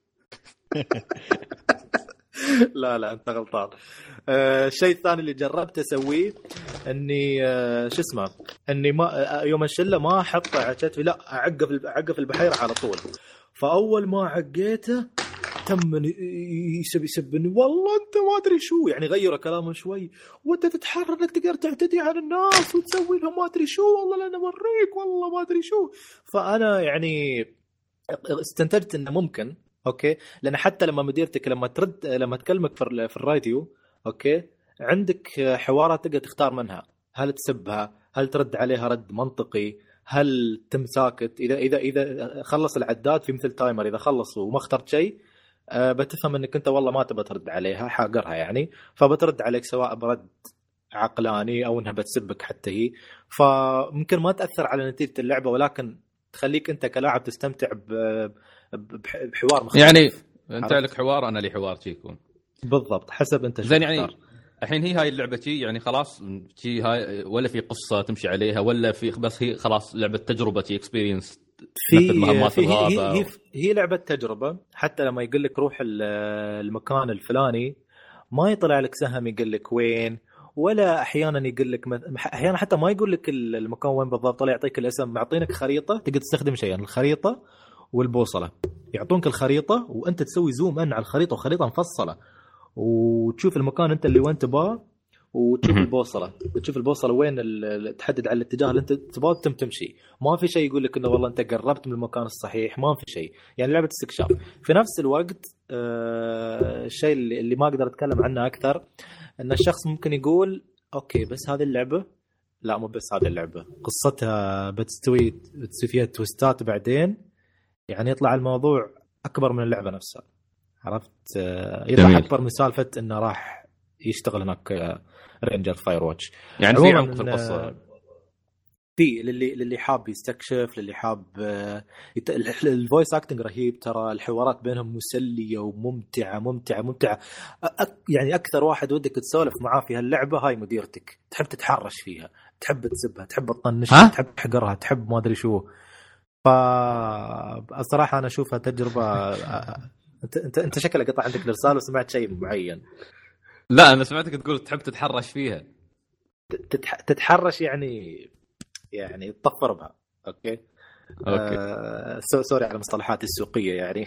Speaker 1: لا انت غلطان. الشيء الثاني اللي جربت اسويه اني اني ما يوم الشله ما احط على كتفي، لا اعقف البحيره على طول. فاول ما عقيته تم يسبني والله انت ما ادري شو، يعني غيروا كلامه شوي، وانت تتحرر انك تقدر تعتدي على الناس وتسوي لهم ما ادري شو، والله انا اوريك والله ما ادري شو. فانا يعني استنتجت انه ممكن اوكي، لان حتى لما مديرتك لما تكلمك في الراديو اوكي، عندك حوارات تقدر تختار منها، هل تسبها، هل ترد عليها رد منطقي، هل تم ساكت. اذا خلص العداد في مثل تايمر، اذا خلص وما اخترت شيء بتفهم انك انت والله ما تبى ترد عليها حاقرها يعني، فبترد عليك سواء برد عقلاني او انها بتسبك حتى هي. فممكن ما تاثر على نتيجه اللعبه، ولكن تخليك انت كلاعب تستمتع بحوار مختلف.
Speaker 3: يعني انت لك حوار انا لي حوار يكون
Speaker 1: بالضبط حسب انت
Speaker 3: زين. يعني الحين هاي اللعبه يعني خلاص هاي، ولا في قصه تمشي عليها، ولا في بس هي خلاص لعبه تجربه اكسبيرينس تنفذ مهمات الغابه.
Speaker 1: هي لعبه تجربه. حتى لما يقول لك روح المكان الفلاني ما يطلع لك سهم يقول لك وين، ولا احيانا يقول لك احيانا حتى ما يقول لك المكان وين بالضبط، طلع يعطيك الاسم. معطينك خريطه تقدر تستخدم شيئين، الخريطه والبوصله. يعطونك الخريطه وانت تسوي زوم ان على الخريطه، وخريطه مفصله، وتشوف المكان انت اللي وين تباه، وتشوف البوصله، تشوف البوصله وين تحدد على الاتجاه اللي انت تبغاه تمشي. ما في شيء يقول لك انه والله انت قربت من المكان الصحيح، ما في شيء. يعني لعبه استكشاف. في نفس الوقت الشيء اللي ما اقدر اتكلم عنه اكثر، ان الشخص ممكن يقول اوكي بس هذه اللعبه، لا مو بس هذه اللعبه، قصتها بتستوي فيها تويستات بعدين، يعني يطلع الموضوع اكبر من اللعبه نفسها. عرفت؟ يطلع
Speaker 3: جميل.
Speaker 1: اكبر من سالفه انه راح يشتغل هناك رينجر فاير واتش.
Speaker 3: يعني في عمق في القصه،
Speaker 1: في للي حاب يستكشف، للي حاب الفويس اكتنج رهيب ترى. الحوارات بينهم مسليه وممتعه. يعني اكثر واحد ودك تسولف معاه في هاللعبه هاي مديرتك، تحب تتحرش فيها، تحب تسبها، تحب تطنشها، تحب تحقرها، تحب ما ادري شو. فالصراحه انا اشوفها تجربه. انت شكلك قطع عندك الارسال وسمعت شيء معين.
Speaker 3: لا انا سمعتك تقول تحب تتحرش فيها.
Speaker 1: تتحرش يعني تطفر بها. اوكي. سوري على المصطلحات السوقيه يعني.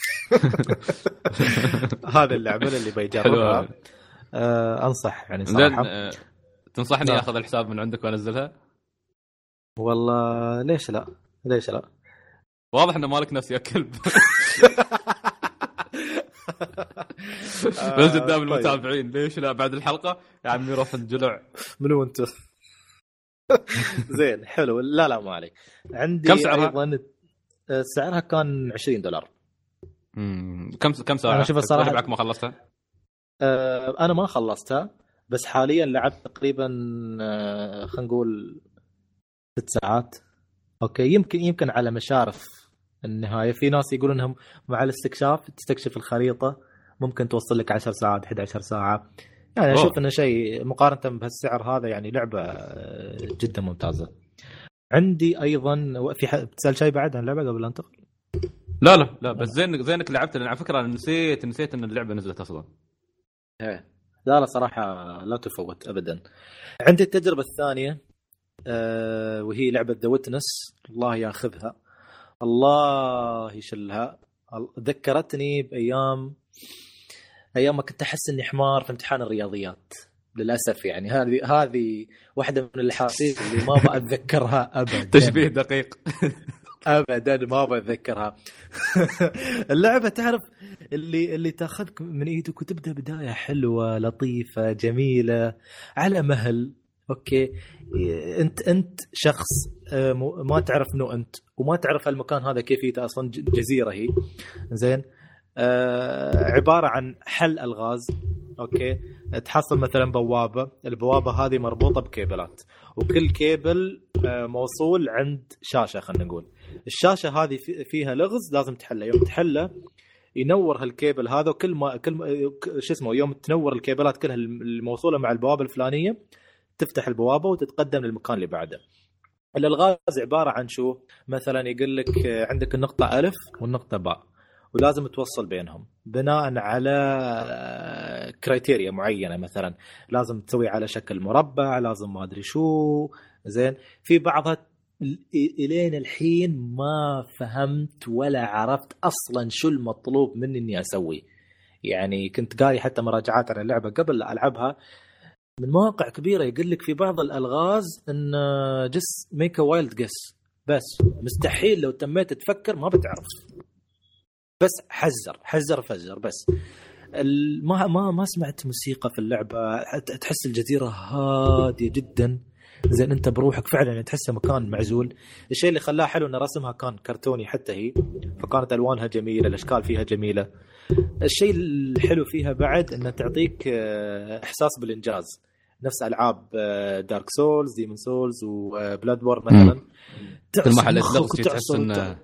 Speaker 1: هذا اللعبه اللي بيجربها انصح يعني صراحه.
Speaker 3: تنصحني اخذ الحساب من عندك وانزلها؟
Speaker 1: والله ليش لا.
Speaker 3: واضح انه مالك نفس يا كلب. بس قدام المتابعين ليش لا بعد الحلقه يا عمي روح الجلع
Speaker 1: منو انت. زين حلو. لا ما عليك. عندي
Speaker 3: كم سعرها؟
Speaker 1: ايضا سعرها كان $20.
Speaker 3: كم ساعه؟
Speaker 1: انا شوف الصراحه
Speaker 3: معك ما خلصتها.
Speaker 1: انا ما خلصتها، بس حاليا لعبت تقريبا خلينا نقول 6 ساعات. اوكي. يمكن على مشارف النهايه. في ناس يقولون انهم مع الاستكشاف تستكشف الخريطه ممكن توصل لك 10 ساعات 11 ساعه. يعني اشوف انه شيء مقارنه بهالسعر هذا يعني لعبه جدا ممتازه. عندي ايضا في بتسال شيء بعد عن اللعبه قبل لا انتقل؟
Speaker 3: لا بس زينك لعبت. على فكره انا نسيت ان اللعبه نزلت اصلا.
Speaker 1: لا صراحه لا تفوت ابدا. عندي التجربه الثانيه وهي لعبه ذا ويتنس. الله ياخذها، الله يشلها. ذكرتني بايام ما كنت احس اني حمار في امتحان الرياضيات للاسف. يعني هذه واحده من الاحاسيس اللي ما بتذكرها ابدا.
Speaker 3: تشبيه دقيق.
Speaker 1: ابدا ما بتذكرها. اللعبه تعرف اللي تاخذك من ايدك وتبدا بدايه حلوه لطيفه جميله على مهل. اوكي. انت شخص ما تعرف انه انت، وما تعرف المكان هذا كيفيته اصلا. جزيره هي زين. عباره عن حل الغاز. اوكي. تحصل مثلا بوابه، البوابه هذه مربوطه بكيبلات، وكل كيبل موصول عند شاشه. خلينا نقول الشاشه هذه فيها لغز لازم تحله. يوم تحله ينور هالكيبل هذا، وكل ما شو اسمه يوم تنور الكيبلات كلها الموصوله مع البوابه الفلانيه تفتح البوابه وتتقدم للمكان اللي بعده. الالغاز عباره عن شو؟ مثلا يقول لك عندك النقطه الف والنقطه باء، ولازم توصل بينهم بناء على كرايتيريا معينه. مثلا لازم تسوي على شكل مربع، لازم ما ادري شو. زين. في بعضها الين الحين ما فهمت ولا عرفت اصلا شو المطلوب مني اني اسوي. يعني كنت قاري حتى مراجعات على اللعبه قبل لا العبها من مواقع كبيره يقول لك في بعض الالغاز ان جس ميك ا وايلد جس، بس مستحيل لو تميت تفكر ما بتعرف. بس حزر فزر. بس ما سمعت موسيقى في اللعبه. تحس الجزيره هاديه جدا. زين انت بروحك فعلا يعني تحسها مكان معزول. الشيء اللي خلاها حلو ان رسمها كان كرتوني حتى هي، فكانت الوانها جميله، الاشكال فيها جميله. الشيء الحلو فيها بعد انها تعطيك احساس بالانجاز، نفس العاب دارك سولز، ديمون سولز، وبلاد بورن مثلا.
Speaker 3: المحل تحس انه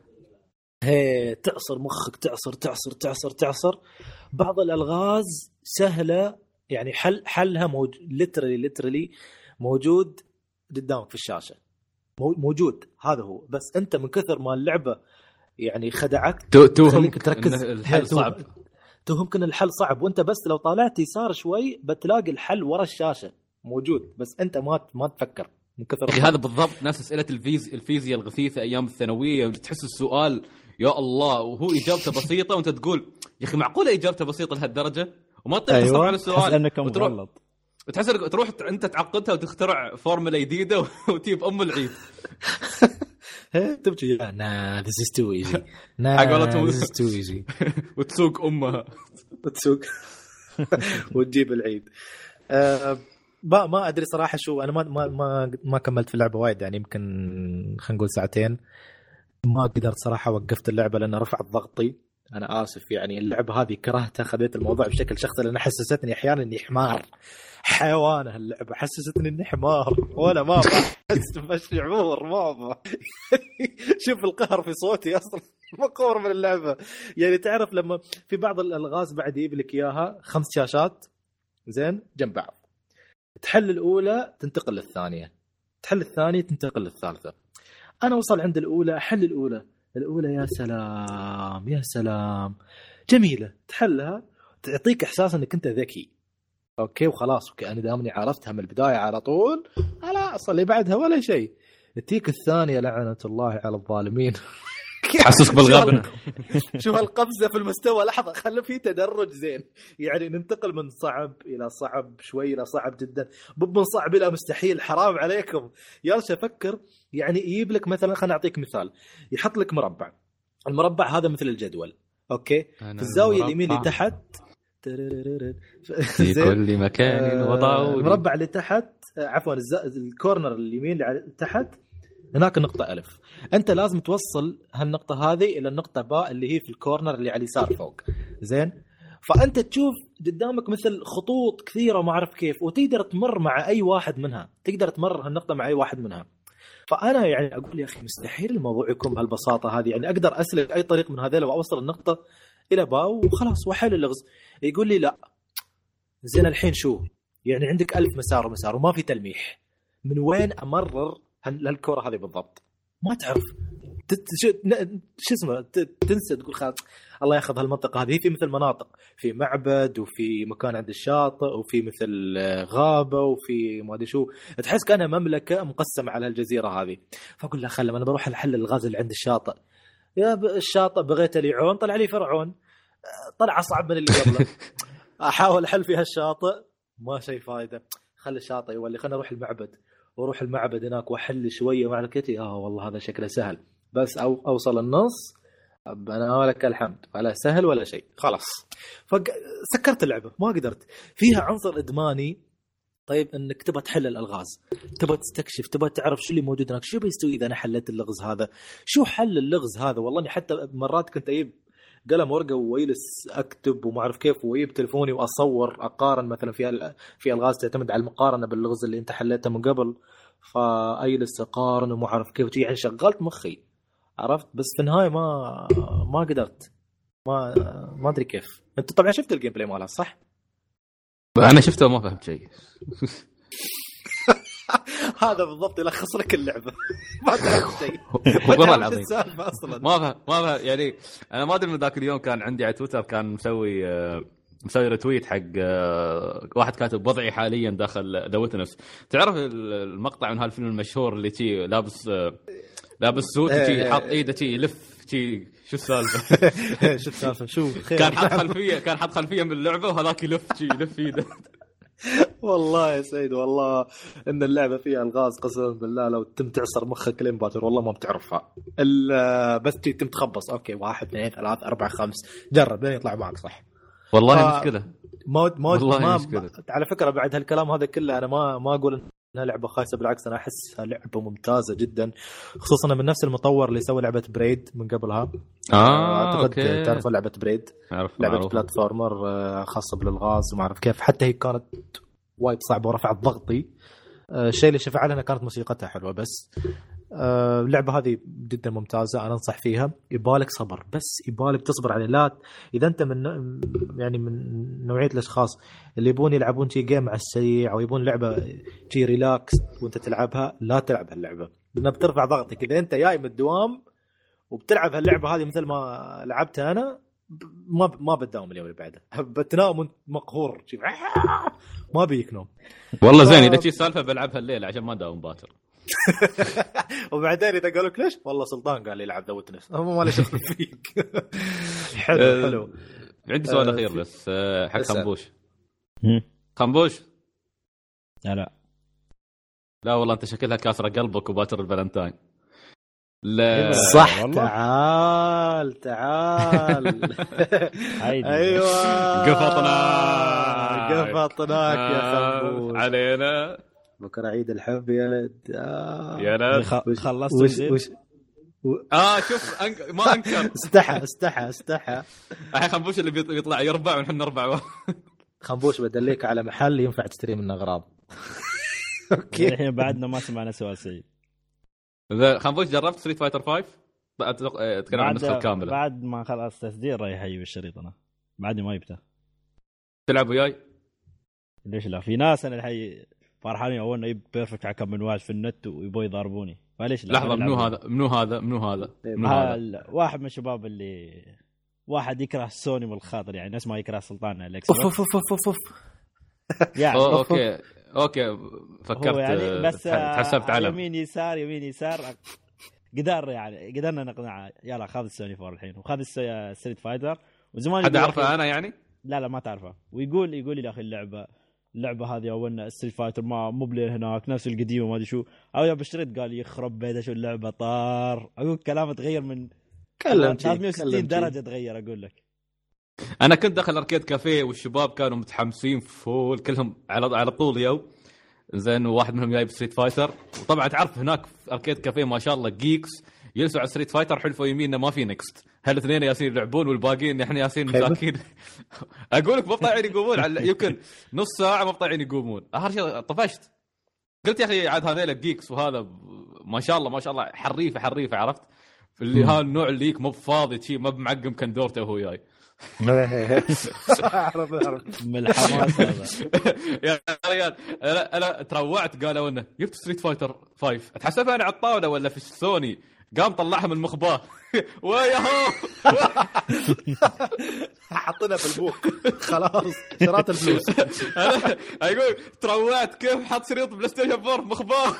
Speaker 1: تعصر مخك، تعصر. بعض الالغاز سهله يعني حلها ليترالي موجود قدامك في الشاشه. موجود، هذا هو. بس انت من كثر ما اللعبه يعني خدعك
Speaker 3: توهمك
Speaker 1: تركز
Speaker 3: الحل صعب،
Speaker 1: توهمك ان الحل صعب، وانت بس لو طالعت يسار شوي بتلاقي الحل ورا الشاشه موجود، بس انت ما تفكر من كثر
Speaker 3: هذا بالضبط نفس اسئله الفيزياء الغثيثه ايام الثانويه، تحس السؤال يا الله وهو اجابته بسيطه وانت تقول يا اخي معقوله اجابته بسيطه لهالدرجه، وما تقدر تصرف على السؤال
Speaker 2: انكم غلط،
Speaker 3: وتحس تروح انت تعقدها وتخترع فورمولا جديده وتجيب العيد.
Speaker 1: تبكي this is too easy this is too easy
Speaker 3: وتسوق امها
Speaker 1: وتسوق وتجيب العيد. ما ادري صراحه شو، انا ما كملت في اللعبه وايد، يعني يمكن خلينا نقول ساعتين. ما قدرت صراحه، وقفت اللعبه لان رفعت ضغطي. انا اسف يعني اللعبه هذه كرهتها، خذيت الموضوع بشكل شخصي لان حسستني احيانا اني حمار حيوان. هاللعبه حسستني اني حمار وانا ما احس بالشعور، ما شوف القهر في صوتي اصلا مقهور من اللعبه. يعني تعرف لما في بعض الالغاز بعد يجيب لك اياها 5 شاشات زين جنب بعض، تحل الاولى تنتقل للثانيه، تحل الثانيه تنتقل للثالثه. انا وصل عند الاولى، احل الاولى يا سلام يا سلام جميله، تحلها تعطيك احساس انك انت ذكي اوكي وخلاص، وكأني دامني عرفتها من البدايه على طول، لا اصلا اللي بعدها ولا شيء. تيك الثانيه لعنه الله على الظالمين
Speaker 3: حسسك بالغبن.
Speaker 1: شو هالقفزه في المستوى، لحظه خلي في تدرج زين، يعني ننتقل من صعب الى صعب شوي الى صعب جدا، من صعب الى مستحيل. حرام عليكم يا رجال فكر. يعني يجيب لك مثلا، خلينا نعطيك مثال، يحط لك مربع، المربع هذا مثل الجدول اوكي، في الزاويه اليمين اللي تحت
Speaker 3: في كل مكان وضعوا
Speaker 1: المربع اللي تحت، عفوا الكورنر اليمين اللي تحت هناك نقطة ألف، أنت لازم توصل هالنقطة هذه إلى النقطة باء اللي هي في الكورنر اللي على اليسار فوق زين. فأنت تشوف قدامك مثل خطوط كثيرة ما أعرف كيف، وتقدر تمر مع أي واحد منها، تقدر تمر هالنقطة مع أي واحد منها. فأنا يعني أقول يا أخي مستحيل الموضوع يكون بهالبساطة هذه، يعني أقدر أسلك أي طريق من هذيل وأوصل النقطة إلى باء وخلاص وحل اللغز. يقول لي لا زين الحين شو يعني عندك 1000 مسار وما في تلميح، من وين أمرر هالكرة هذه بالضبط؟ ما تعرف شو اسمه، تنسى تقول خلاص الله ياخذ هالمنطقة هذه. في مثل مناطق، في معبد وفي مكان عند الشاطئ وفي مثل غابة وفي ما ادري شو، تحس كأنها مملكة مقسمة على الجزيرة هذه. فأقول لا خلي أنا بروح الحل الغاز اللي عند الشاطئ. يا الشاطئ بغيت لي عون، طلع لي فرعون، طلع أصعب من اللي قبله. أحاول أحل فيها الشاطئ ما شيء فايدة، خلي الشاطئ يولي، خلنا نروح المعبد، واروح المعبد هناك واحل شويه مع الكتي. والله هذا شكله سهل، بس اوصل النص انا ولك الحمد ولا سهل ولا شيء، خلاص فسكرت اللعبه ما قدرت. فيها عنصر ادماني. طيب انك تبغى تحل الالغاز، تبغى تستكشف، تبغى تعرف شو اللي موجود هناك، شو بيستوي اذا انا حليت اللغز هذا، شو حل اللغز هذا. والله اني حتى مرات كنت اجيب قلم ورقه ويلس اكتب وما اعرف كيف، واجيب تلفوني واصور اقارن مثلا في الغاز تعتمد على المقارنه باللغز اللي انت حليته من قبل، فايلس اقارن وما اعرف كيف، يعني شغلت مخي عرفت، بس في النهايه ما قدرت، ما ادري كيف. انت طبعا شفت الجيم بلاي مالها صح؟
Speaker 3: انا شفته وما فهمت شيء.
Speaker 1: هذا بالضبط يلخص لك اللعبه. ما تعرف شيء
Speaker 3: والله العظيم اصلا ما فهم. يعني انا ما ادري من ذاك اليوم كان عندي على تويتر كان مسوي رتويت حق واحد كاتب وضعي حاليا داخل ذا ويتنس. تعرف المقطع من هالفيلم المشهور اللي تي لابس سوت تي حاط ايده تي يلف تي، شو السالفه؟
Speaker 1: شو السالفه؟ شو
Speaker 3: كان حط خلفيه من اللعبه وهذاك يلف ايده.
Speaker 1: والله يا سيد والله ان اللعبه فيها الغاز قسما بالله لو تم تعصر مخك لين باكر والله ما بتعرفها، بس تم تخبص اوكي 1 2 3 4 5 جرب لين يطلع معك صح.
Speaker 3: والله مشكله
Speaker 1: ما مشكلة. على فكره بعد هالكلام هذا كله انا ما اقول انها لعبه خايسه، بالعكس انا احسها لعبه ممتازه جدا، خصوصا من نفس المطور اللي سوى لعبه بريد من قبلها. اعتقد تعرف لعبه بريد، لعبه بلاتفورمر خاصه بالالغاز وما اعرف كيف، حتى هي كانت وايد صعبه ورفعت ضغطي. الشيء اللي شفع لنا كانت موسيقتها حلوه، بس اللعبه هذه جدا ممتازه، انا انصح فيها. يبالك صبر، بس يبالك تصبر عليه. لا اذا انت من نوعيه الاشخاص اللي يبون يلعبون شي جيم على السريع او يبون لعبه شي ريلاكس وانت تلعبها، لا تلعب هاللعبه انها بترفع ضغطك. اذا انت جاي من الدوام وبتلعب هاللعبه هذه مثل ما لعبتها انا، ما بتداوم اليوم اللي بعده، بتنام وانت مقهور شوف ما بيك نوم.
Speaker 3: والله زين اذا شي سالفه بلعبها الليل عشان ما داوم باكر.
Speaker 1: وبعدين اذا قالوا لك ليش، والله سلطان قال لي يلعب ذا ويتنس، ما له شغل فيك. حلو.
Speaker 3: عندي سؤال اخير بس حق خنبوش. خنبوش لا والله انت شكلها كاسره قلبك وباتر الفالنتاين. لا
Speaker 1: صح والله. تعال ايوه قفطناك يا خنبوش
Speaker 3: علينا
Speaker 1: بكره عيد الحب يا ولد.
Speaker 3: يا ولد
Speaker 2: خلصت
Speaker 3: شوف ما انكر.
Speaker 1: استحى
Speaker 3: الحين خنبوش اللي بيطلع يربع ونحن نربع.
Speaker 1: خنبوش بدليك على محل ينفع تشتري منه اغراض.
Speaker 2: اوكي الحين بعدنا ما سمعنا سؤال سعيد.
Speaker 3: خنبوش جربت ستريت فايتر 5؟ اتكلم عن النسخه الكامله.
Speaker 2: بعد ما خلص تسجيل رايح اجيب الشريط انا بعد ما يبته.
Speaker 3: تلعب وياي؟
Speaker 2: ليش لا؟ في ناس انا الحي فرحانين اول ما يجيب بيرفكت على كم منواع في النت ويبغوا يضربوني، فليش لا؟
Speaker 3: لحظه منو هذا
Speaker 2: واحد من الشباب اللي واحد يكره سوني من الخاطر، يعني ناس ما يكره سلطان الاكس.
Speaker 3: يعني اوكي فكرت
Speaker 2: يعني بس
Speaker 3: تحسبت علم
Speaker 2: يمين يسار قدر يعني قدرنا نقنعه يلا خذ السوني فور الحين وخذ ستريت فايتر. وزمان
Speaker 3: حد عارفه انا يعني
Speaker 2: لا ما تعرفه. ويقول لي يا اخي اللعبه هذه اولنا ستريت فايتر ما بلين هناك نفس القديم وما ادري شو. او يا بشريت قال يخرب بيته شو اللعبه طار. اقول كلام تغير من 360 درجه تغير. اقول لك
Speaker 3: انا كنت داخل اركيد كافيه والشباب كانوا متحمسين فول كلهم على طول يوم زين. وواحد منهم جايب ستريت فايتر، وطبعا تعرف هناك في اركيد كافيه ما شاء الله جيكس يلسوا على ستريت فايتر حلفوا يميننا ما في نكست. هالاثنين ياسين يلعبون والباقيين احنا ياسين مساكين. اقول لك مو طايعين يقومون يمكن نص ساعه مو طايعين يقومون. اخر شيء طفشت قلت يا اخي عاد هذول جيكس وهذا ما شاء الله حريفه عرفت اللي هالنوع اللي يك مو فاضي شيء ما بمعقم كندورته وهو جاي.
Speaker 2: من الحماس هذا
Speaker 3: يا ريال انا تروعت. قالوا انه جبت ستريت فايتر 5 اتحسبها انا على الطاوله ولا في السوني. قام طلعها من المخباه وياهو
Speaker 1: حطينا في البوك خلاص شرات الفلوس.
Speaker 3: انا اقول تروعت كيف حط شريط بلاي ستيشن 4 مخباه.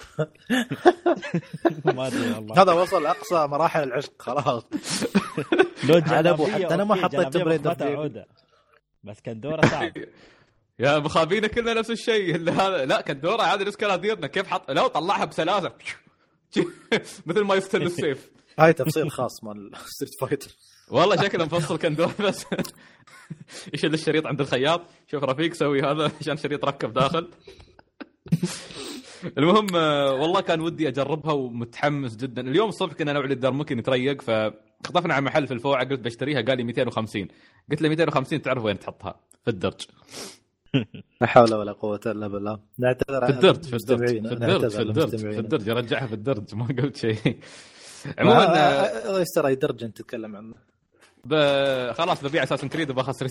Speaker 2: ما ادري والله
Speaker 1: هذا وصل اقصى مراحل العشق خلاص. حتى انا ما حطيت بريد
Speaker 2: بس كان دوره صعب
Speaker 3: يا مخابينا كلنا نفس الشيء. هذا لا كان دوره عادي نفس كلاديرنا كيف حط لو طلعها بسلاسه مثل ما يستل السيف.
Speaker 1: هاي تفصيل خاص مال ستريت فايتر
Speaker 3: والله شكله مفصل كان دور بس يشيل الشريط عند الخياط. شوف رفيق سوي هذا عشان شريط ركب داخل. المهم والله كان ودي اجربها ومتحمس جدا. اليوم الصبح كنا نوع الدار ممكن نتريق فخطفنا على محل في الفوعه قلت بشتريها قال لي 250. قلت له 250 تعرف وين تحطها؟ في الدرج.
Speaker 1: لا حول ولا قوة إلا بالله. نعتذر
Speaker 3: في الدرج رجعها في الدرج ما قلت شيء.
Speaker 1: عموما ايش ترى درج انت تتكلم عنه؟
Speaker 3: خلاص ببيع اساسن كريد وبخسر.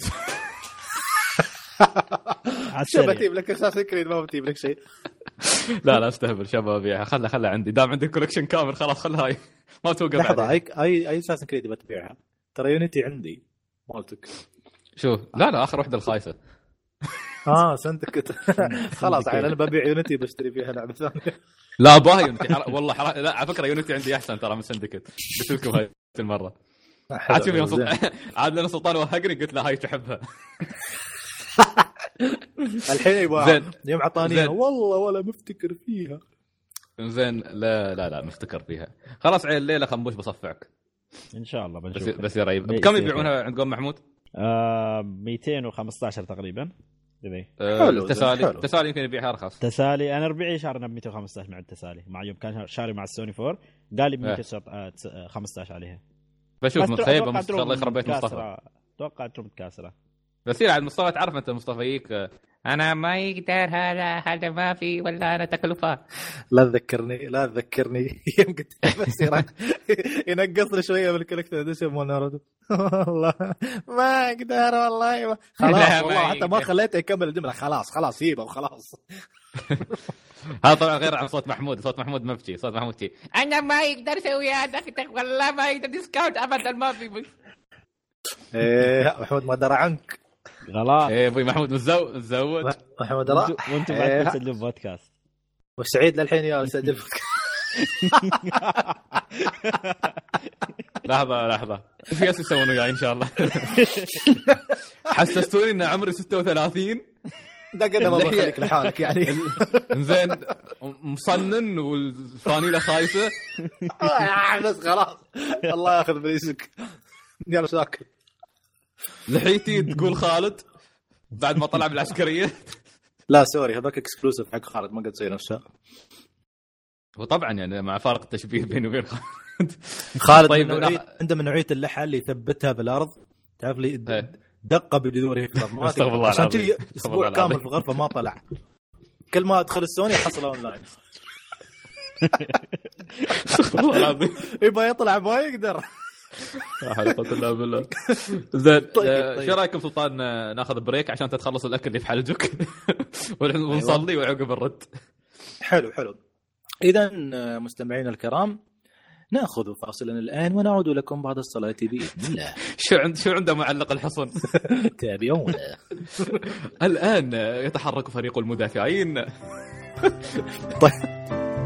Speaker 1: شو بتجيب لك اساسن كريد ما بتجيب لك شيء.
Speaker 3: لا استهبل شباب ابيعها. خلها عندي دام عندي كولكشن كامل خلاص خلها هاي ما توقف.
Speaker 1: لحظة اي اساسن كريد بتبيعها؟ ترى يونيتي عندي مالتك.
Speaker 3: شوف لا اخر وحده الخايسه.
Speaker 1: سندكت خلاص عيل انا ببيع يونيتي بشتري فيها لعبه ثانيه.
Speaker 3: لا باهي يونيتي والله لا على فكره يونيتي عندي احسن ترى من سندكت. قلت لكم هاي المره عاد شوف عاد لنا سلطان وهقني قلت له هاي تحبها.
Speaker 1: الحين يبغى يوم عطاني والله ولا مفتكر فيها.
Speaker 3: زين لا مفتكر فيها خلاص. عيل الليله خنبوش بصفعك
Speaker 2: ان شاء الله بنشوف.
Speaker 3: بس يا ريب كم يبيعونها عندكم محمود؟
Speaker 2: 215 تقريبا.
Speaker 3: تسالي يمكن يبيعها ارخص.
Speaker 2: تسالي انا ربيعي شارنا ب 215 مع التسالي مع يوم كان شاري مع السوني 4 قال لي 215 عليها.
Speaker 3: بشوف متخيبه الله يخرب بيت مصطفى.
Speaker 2: توقعت متكاسره
Speaker 3: بس على المستوى تعرف انت مصطفيك انا ما يقدر هذا ما في ولا انا تكلفه.
Speaker 1: لا تذكرني يمكن بس ينقص شويه بالكاركتر ده اسمه ناروتو. والله ما اقدر والله خلاص والله حتى ما خليته يكمل الجمله خلاص سيبه وخلاص.
Speaker 3: هذا طبعا غير عن صوت محمود مفتي. صوت محمود تي انا ما يقدر يسوي هذا والله ما يقدر ديسكاونت ابدا ما في.
Speaker 1: ايه محمود ما درى عنك
Speaker 2: غلط.
Speaker 3: ايه ابوي محمود متزوج
Speaker 1: محمود راح
Speaker 2: وانتم بعد تسجلون بودكاست
Speaker 1: وسعيد للحين يا سجل بودكاست.
Speaker 3: لحظه في ناس يسوون وياي ان شاء الله. حسستوني ان عمري 36
Speaker 1: ده كده ما بخليك لحالك يعني.
Speaker 3: زين مصنن والفانيله خايسه
Speaker 1: بس خلاص الله ياخذ بريسك يلا ساكت.
Speaker 3: لحيتي تقول خالد بعد ما طلع بالعسكريه.
Speaker 1: لا سوري هذاك اكسكلوسيف حق خالد ما قد سوي نفسه.
Speaker 3: وطبعا يعني مع فارق التشبيه بيني وبين
Speaker 1: خالد
Speaker 3: طيب
Speaker 1: عنده من نوعيه اللحى اللي يثبتها بالارض تعرف لي دقه بجذوره يكبر.
Speaker 3: استغفر الله
Speaker 1: عشان كذي اسبوع كامل في الغرفه ما طلع. كل ما ادخل السوني يحصل اونلاين.
Speaker 3: استغفر الله العظيم.
Speaker 1: يبغى يطلع ما يقدر.
Speaker 3: حلقة الله بالله. زين شو رايكم سلطان ناخذ بريك عشان تتخلص الاكل اللي في حلجك ونصلي وعقب الرد.
Speaker 1: حلو اذا مستمعينا الكرام ناخذ فاصلا الان ونعود لكم بعد الصلاه باذن الله.
Speaker 3: شو عنده معلق الحصن.
Speaker 1: تابعون.
Speaker 3: الان يتحرك فريق المدافعين.
Speaker 1: طيب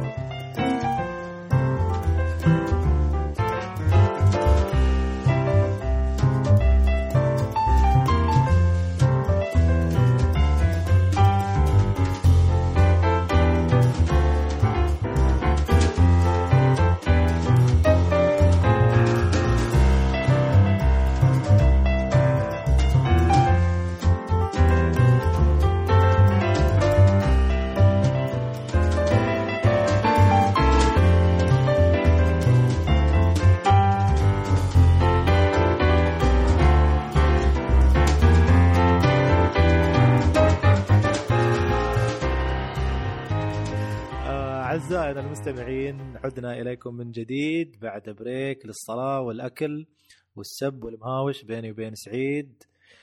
Speaker 1: أعزائنا المستمعين عدنا إليكم من جديد بعد بريك للصلاة والأكل والسب والمهاوش بيني وبين سعيد.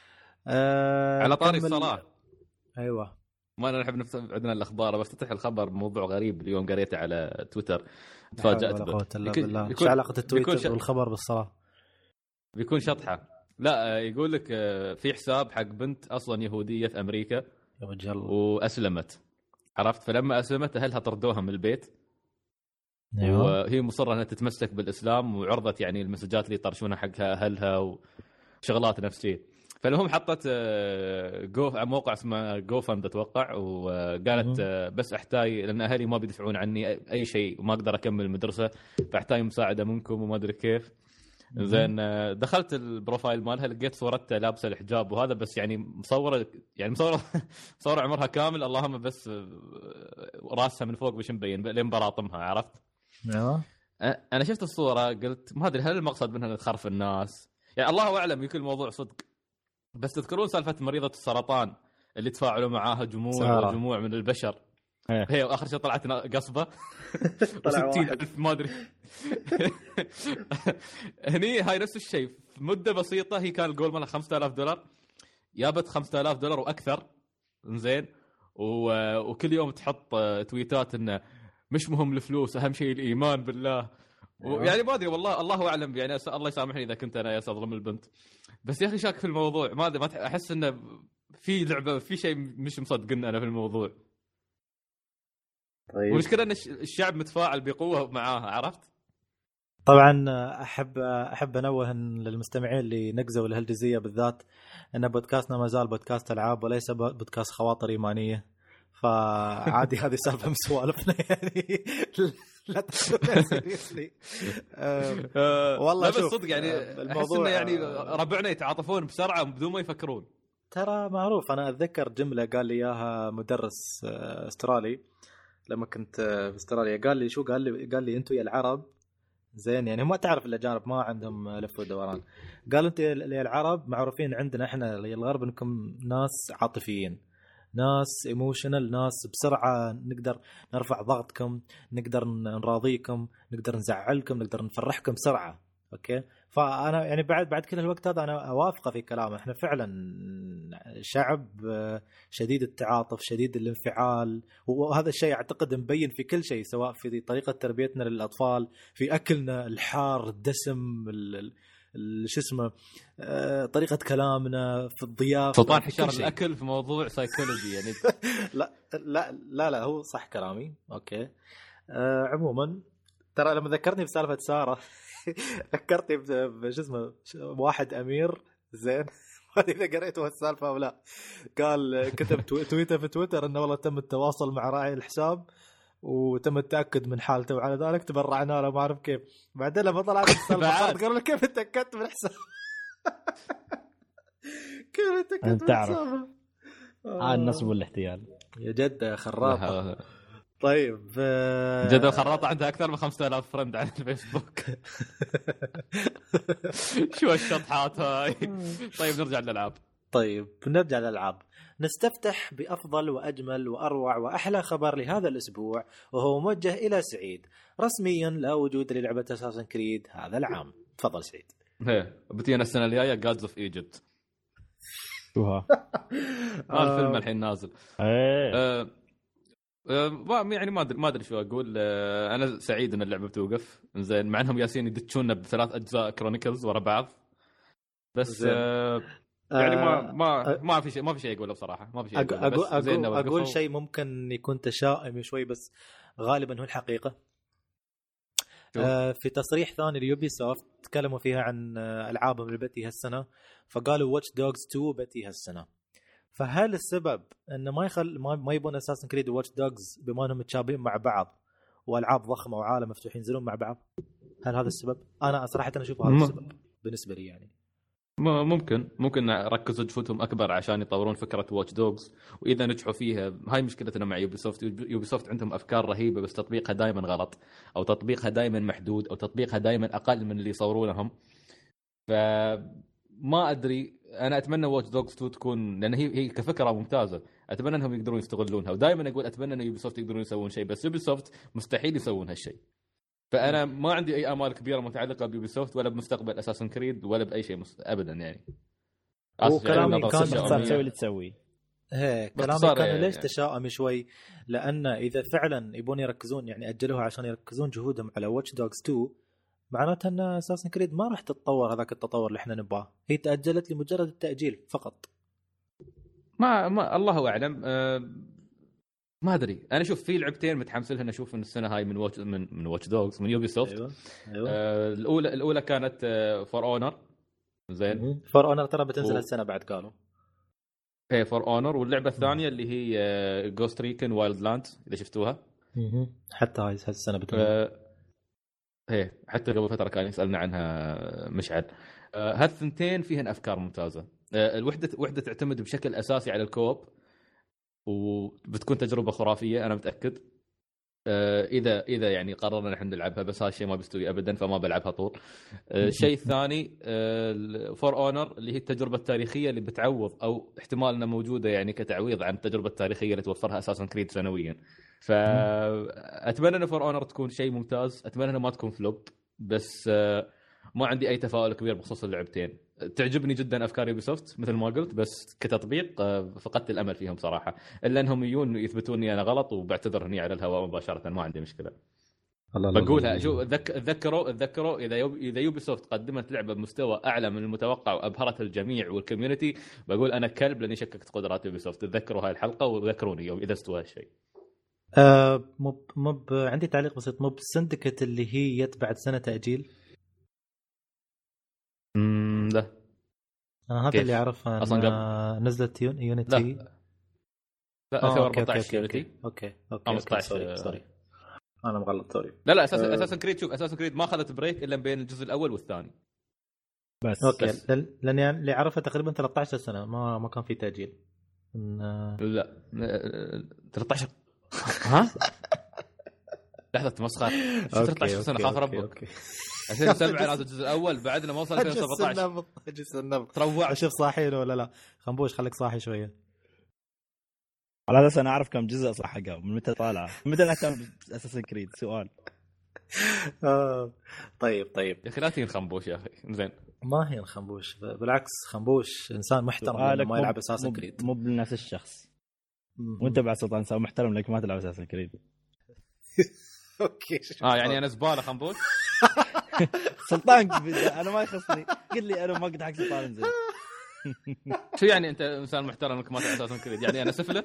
Speaker 3: على طاري الصلاة
Speaker 1: أيوة
Speaker 3: ما نحب نفتح عندنا الأخبار بس تفتح الخبر موضوع غريب اليوم قريته على تويتر تفاجأت به.
Speaker 1: إيش علاقة التويتر والخبر بالصلاة؟
Speaker 3: بيكون شطحة. لا يقول لك في حساب حق بنت أصلا يهودية في أمريكا وأسلمت عرفت. فلما أسلمت أهلها طردوها من البيت.
Speaker 1: أيوة.
Speaker 3: وهي مصرة أنها تتمسك بالإسلام وعرضت يعني المسجات اللي يطرشونها حق أهلها وشغلات نفسية. فالهم حطت موقع اسمه جوفند أتوقع وقالت بس أحتاج لأن أهلي ما بيدفعون عني أي شيء وما أقدر أكمل المدرسة فأحتاج مساعدة منكم وما أدري كيف. زين دخلت البروفايل مالها لقيت صورتها لابسه الحجاب وهذا بس يعني مصوره عمرها كامل اللهم بس راسها من فوق مش مبين لين براطمها عرفت. انا شفت الصوره قلت ما ادري هل المقصد منها تخرف الناس يعني الله اعلم يمكن الموضوع صدق. بس تذكرون سالفه مريضه السرطان اللي تفاعلوا معاها جموع من البشر هي واخر شيء طلعت قصبه 60,000 ما ادري. هني هاي نفس الشيء في مده بسيطه هي كان الجول مالها $5,000 جابت $5,000 واكثر. زين وكل يوم تحط تويتات انه مش مهم الفلوس اهم شيء الايمان بالله. يعني ما ادري والله الله اعلم يعني الله يسامحني اذا كنت انا اظلم البنت بس يا اخي شاك في الموضوع ما ادري ما احس انه في لعبه في شيء مش مصدقنا انا في الموضوع.
Speaker 1: طيب.
Speaker 3: والمشكلة أن الشعب متفاعل بقوة معاها عرفت.
Speaker 1: طبعا أحب أنوه للمستمعين اللي نقزوا لهالجزئية بالذات أن بودكاستنا ما زال بودكاست ألعاب وليس بودكاست خواطر إيمانية. فعادي هذه سالفة من سوالفنا يعني لا تاخذها سيريسلي.
Speaker 3: والله بس صدق يعني الموضوع يعني ربعنا يتعاطفون بسرعة بدون ما يفكرون.
Speaker 1: ترى معروف. أنا أتذكر جملة قال لي إياها مدرس أسترالي لما كنت في استراليا. قال لي شو قال لي أنتوا يا العرب زين يعني ما تعرف الاجانب ما عندهم لف ودوران. قالوا انت العرب معروفين عندنا احنا الغرب انكم ناس عاطفيين، ناس ايموشنال، ناس بسرعه نقدر نرفع ضغطكم، نقدر نراضيكم، نقدر نزعلكم، نقدر نفرحكم بسرعه. اوكي فانا يعني بعد كل الوقت هذا انا اوافقه في كلامه. احنا فعلا شعب شديد التعاطف، شديد الانفعال، وهذا الشيء اعتقد مبين في كل شيء، سواء في طريقه تربيتنا للاطفال، في اكلنا الحار الدسم، شو اسمه، طريقه كلامنا في الضيافه.
Speaker 3: سلطان حشار الاكل في موضوع سايكولوجي يعني.
Speaker 1: لا هو صح كلامي. اوكي عموما ترى لما ذكرتني بسالفه ساره ذكرتني بشو اسمه واحد امير زين ما ادري اذا قريتوا السالفه او لا. قال كتب تويتر في تويتر انه والله تم التواصل مع راعي الحساب وتم التاكد من حالته، وعلى ذلك تبرعنا له ما اعرف كيف. بعدين لما طلعت السالفه قالوا له كيف تاكدت من حساب كيف تاكدت من حسابه؟
Speaker 2: النصب والاحتيال
Speaker 1: يا جد خراطه. طيب
Speaker 3: جد الخراطة عندها أكثر من 5000 فرند على الفيسبوك. شو الشطحات هاي. طيب نرجع للألعاب.
Speaker 1: طيب نرجع للألعاب. نستفتح بأفضل وأجمل وأروع وأحلى خبر لهذا الأسبوع، وهو موجه إلى سعيد. رسميا لا وجود للعبة أساسن كريد هذا العام. تفضل سعيد.
Speaker 3: بتينا السنة الجاية Gods of Egypt.
Speaker 2: شوها
Speaker 3: الفيلم الحين نازل. يعني ما ادري شو اقول. انا سعيد ان اللعبه بتوقف زين، مع انهم ياسين يدتشونا بثلاث اجزاء كرونيكلز ورا بعض، بس يعني ما في شيء اقوله بصراحه. ما في شيء
Speaker 1: اقول شيء ممكن يكون تشاؤم شوي، بس غالبا هو الحقيقه. في تصريح ثاني ليوبي سوفت تكلموا فيها عن العابهم اللي بتي هالسنه، فقالوا واتش دوغز 2 بتي هالسنه. فهل السبب انه ما يبون اساسن كريد واتش دوغز بما انهم متشابهين مع بعض والعاب ضخمه وعالم مفتوح ينزلون مع بعض؟ هل هذا السبب؟ انا صراحه اشوف هذا السبب بالنسبه لي. يعني
Speaker 3: ممكن ركزوا جهودهم اكبر عشان يطورون فكره واتش دوغز، واذا نجحوا فيها هاي مشكلتنا مع يوبيسوفت عندهم افكار رهيبه بس تطبيقها دائما غلط، او تطبيقها دائما محدود، او تطبيقها دائما اقل من اللي يصورونهم. فما ادري، انا اتمنى واتش دوغز 2 تكون، لان هي كفكره ممتازه، اتمنى انهم يقدرون يستغلونها. ودائما اقول اتمنى ان يوبيسوفت يقدرون يسوون شيء، بس يوبيسوفت مستحيل يسوون هالشيء. فانا ما عندي اي امال كبيره متعلقه بيوبيسوفت ولا بمستقبل اساسن كريد ولا باي شيء ابدا. يعني
Speaker 1: كلامي كان
Speaker 2: تسوي اللي تسوي
Speaker 1: كلامي كان ليش تشاؤم شوي، لان اذا فعلا يبون يركزون يعني اجلوها عشان يركزون جهودهم على واتش دوغز 2، معناته ان اساسن كريد ما راح تتطور هذاك التطور اللي احنا نبغاه. هي تاجلت لمجرد التاجيل فقط.
Speaker 3: ما الله اعلم. ما ادري. انا شوف في لعبتين متحمس لهن اشوف ان السنه هاي من واتش دوغز من يوبي سوفت.
Speaker 1: أيوة.
Speaker 3: الاولى كانت فور اونر. زين
Speaker 1: فور اونر ترى بتنزل السنه بعد قالوا.
Speaker 3: ايه فور اونر. واللعبه الثانيه اللي هي جوست ريكن وايلد لاند اذا شفتوها.
Speaker 1: حتى هاي السنه بتنزل.
Speaker 3: ايه حتى قبل فتره كان يسالنا عنها مشعل. هالثنتين فيهن افكار ممتازه. الوحده تعتمد بشكل اساسي على الكوب، وبتكون تجربه خرافيه انا متاكد. اذا يعني قررنا نحن نلعبها، بس هذا الشيء ما بيستوي ابدا فما بلعبها طول. الشيء الثاني فور اونر اللي هي التجربه التاريخيه اللي بتعوض او احتمال انها موجوده يعني كتعويض عن التجربه التاريخيه اللي توفرها اساسا كريد سنويا. فاتمنى ان فور اونر تكون شيء ممتاز، اتمنى انها ما تكون فلوب، بس ما عندي اي تفاؤل كبير بخصوص اللعبتين. تعجبني جدا افكار يوبيسوفت مثل ما قلت، بس كتطبيق فقدت الامل فيهم صراحه، الا انهم يجون يثبتوني انا غلط وبعتذر هني على الهواء مباشره، ما عندي مشكله. بقولها شو تذكروا اذا يوبيسوفت قدمت لعبه بمستوى اعلى من المتوقع وابهرت الجميع والكوميونتي، بقول انا كلب لاني شككت قدرات يوبيسوفت. تذكروا هاي الحلقه وذكروني يوم اذا استوى هالشيء.
Speaker 1: عندي تعليق بسيط. مو سندكت اللي هي بعد سنه تاجيل؟
Speaker 3: لا
Speaker 1: انا هذا اللي اعرفه اصلا. نزلت يونيتي.
Speaker 3: لا 2014 يونيتي.
Speaker 1: اوكي
Speaker 3: 15
Speaker 1: سوري انا مغلط سوري.
Speaker 3: لا اساسا كريد. شوف اساسا كريد ما اخذت بريك الا بين الجزء الاول والثاني
Speaker 1: بس. اوكي لان يعني اللي عرفه تقريبا 13 سنه ما كان في تاجيل.
Speaker 3: لا 13 ها لحظه مسخره 13 سنه خاف ربك 2007 نازل الجزء الاول بعدنا ما وصل 2017
Speaker 1: اجلس النبض
Speaker 3: تروع.
Speaker 1: اشوف صاحي ولا لا. خنبوش خليك صاحي شويه.
Speaker 2: على اساس انا اعرف كم جزء صح حقه من متى طالع من متى نهتم اساسن كريد سؤال.
Speaker 1: طيب
Speaker 3: يا اخي لا تين خنبوش يا اخي زين.
Speaker 1: ما هي خنبوش بالعكس خنبوش انسان محترم ما يلعب اساسن كريد
Speaker 2: مو بنفس الشخص. وانت بعد سلطان انسان محترم لك ما تلعب اساسن كريد.
Speaker 1: اوكي
Speaker 3: يعني انا زباله خنبوش.
Speaker 2: سلطان انا ما يخصني قل لي انا ما قد حق سلطان زين.
Speaker 3: شو يعني انت انسان محترم انك ما تلعب اساسن كريد يعني انا سفله؟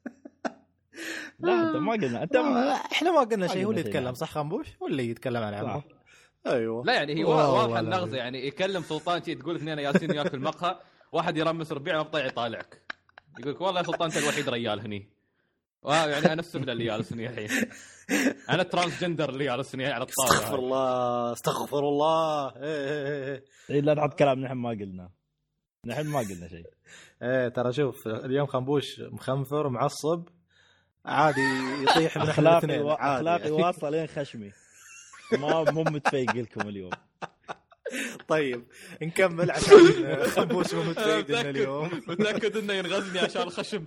Speaker 2: لا انت ما قلنا انت
Speaker 1: احنا ما قلنا شيء. هو اللي يتكلم صح خنبوش هو اللي يتكلم عن عمه.
Speaker 2: ايوه
Speaker 3: لا يعني هي واضحه النغزه يعني يكلم سلطان شيء تقول اثنين ياسين وياك في المقهى واحد يرمس ربيع مقطع يطالعك يقول لك والله يا سلطان انت الوحيد ريال هني. يعني انا السفله اللي جالسني الحين انا ترانس جندر اللي جالسني على الطاوله.
Speaker 1: استغفر الله
Speaker 2: ايه لا تحط كلام نحن ما قلنا شيء.
Speaker 1: ترى شوف اليوم خنبوش مخنفر ومعصب عادي يطيح من
Speaker 2: اخلاقي واصل لين خشمي مو متفيق لكم اليوم.
Speaker 1: طيب نكمل عشان خنبوش مو متفيد لنا اليوم.
Speaker 3: متاكد انه ينغزني عشان الخشم.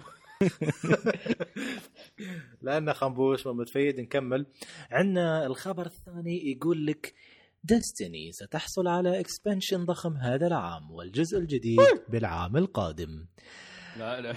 Speaker 1: لأن خنبوش مو متفيد. نكمل. عندنا الخبر الثاني يقول لك ديستني ستحصل على اكسبانشن ضخم هذا العام والجزء الجديد بالعام القادم.
Speaker 3: لا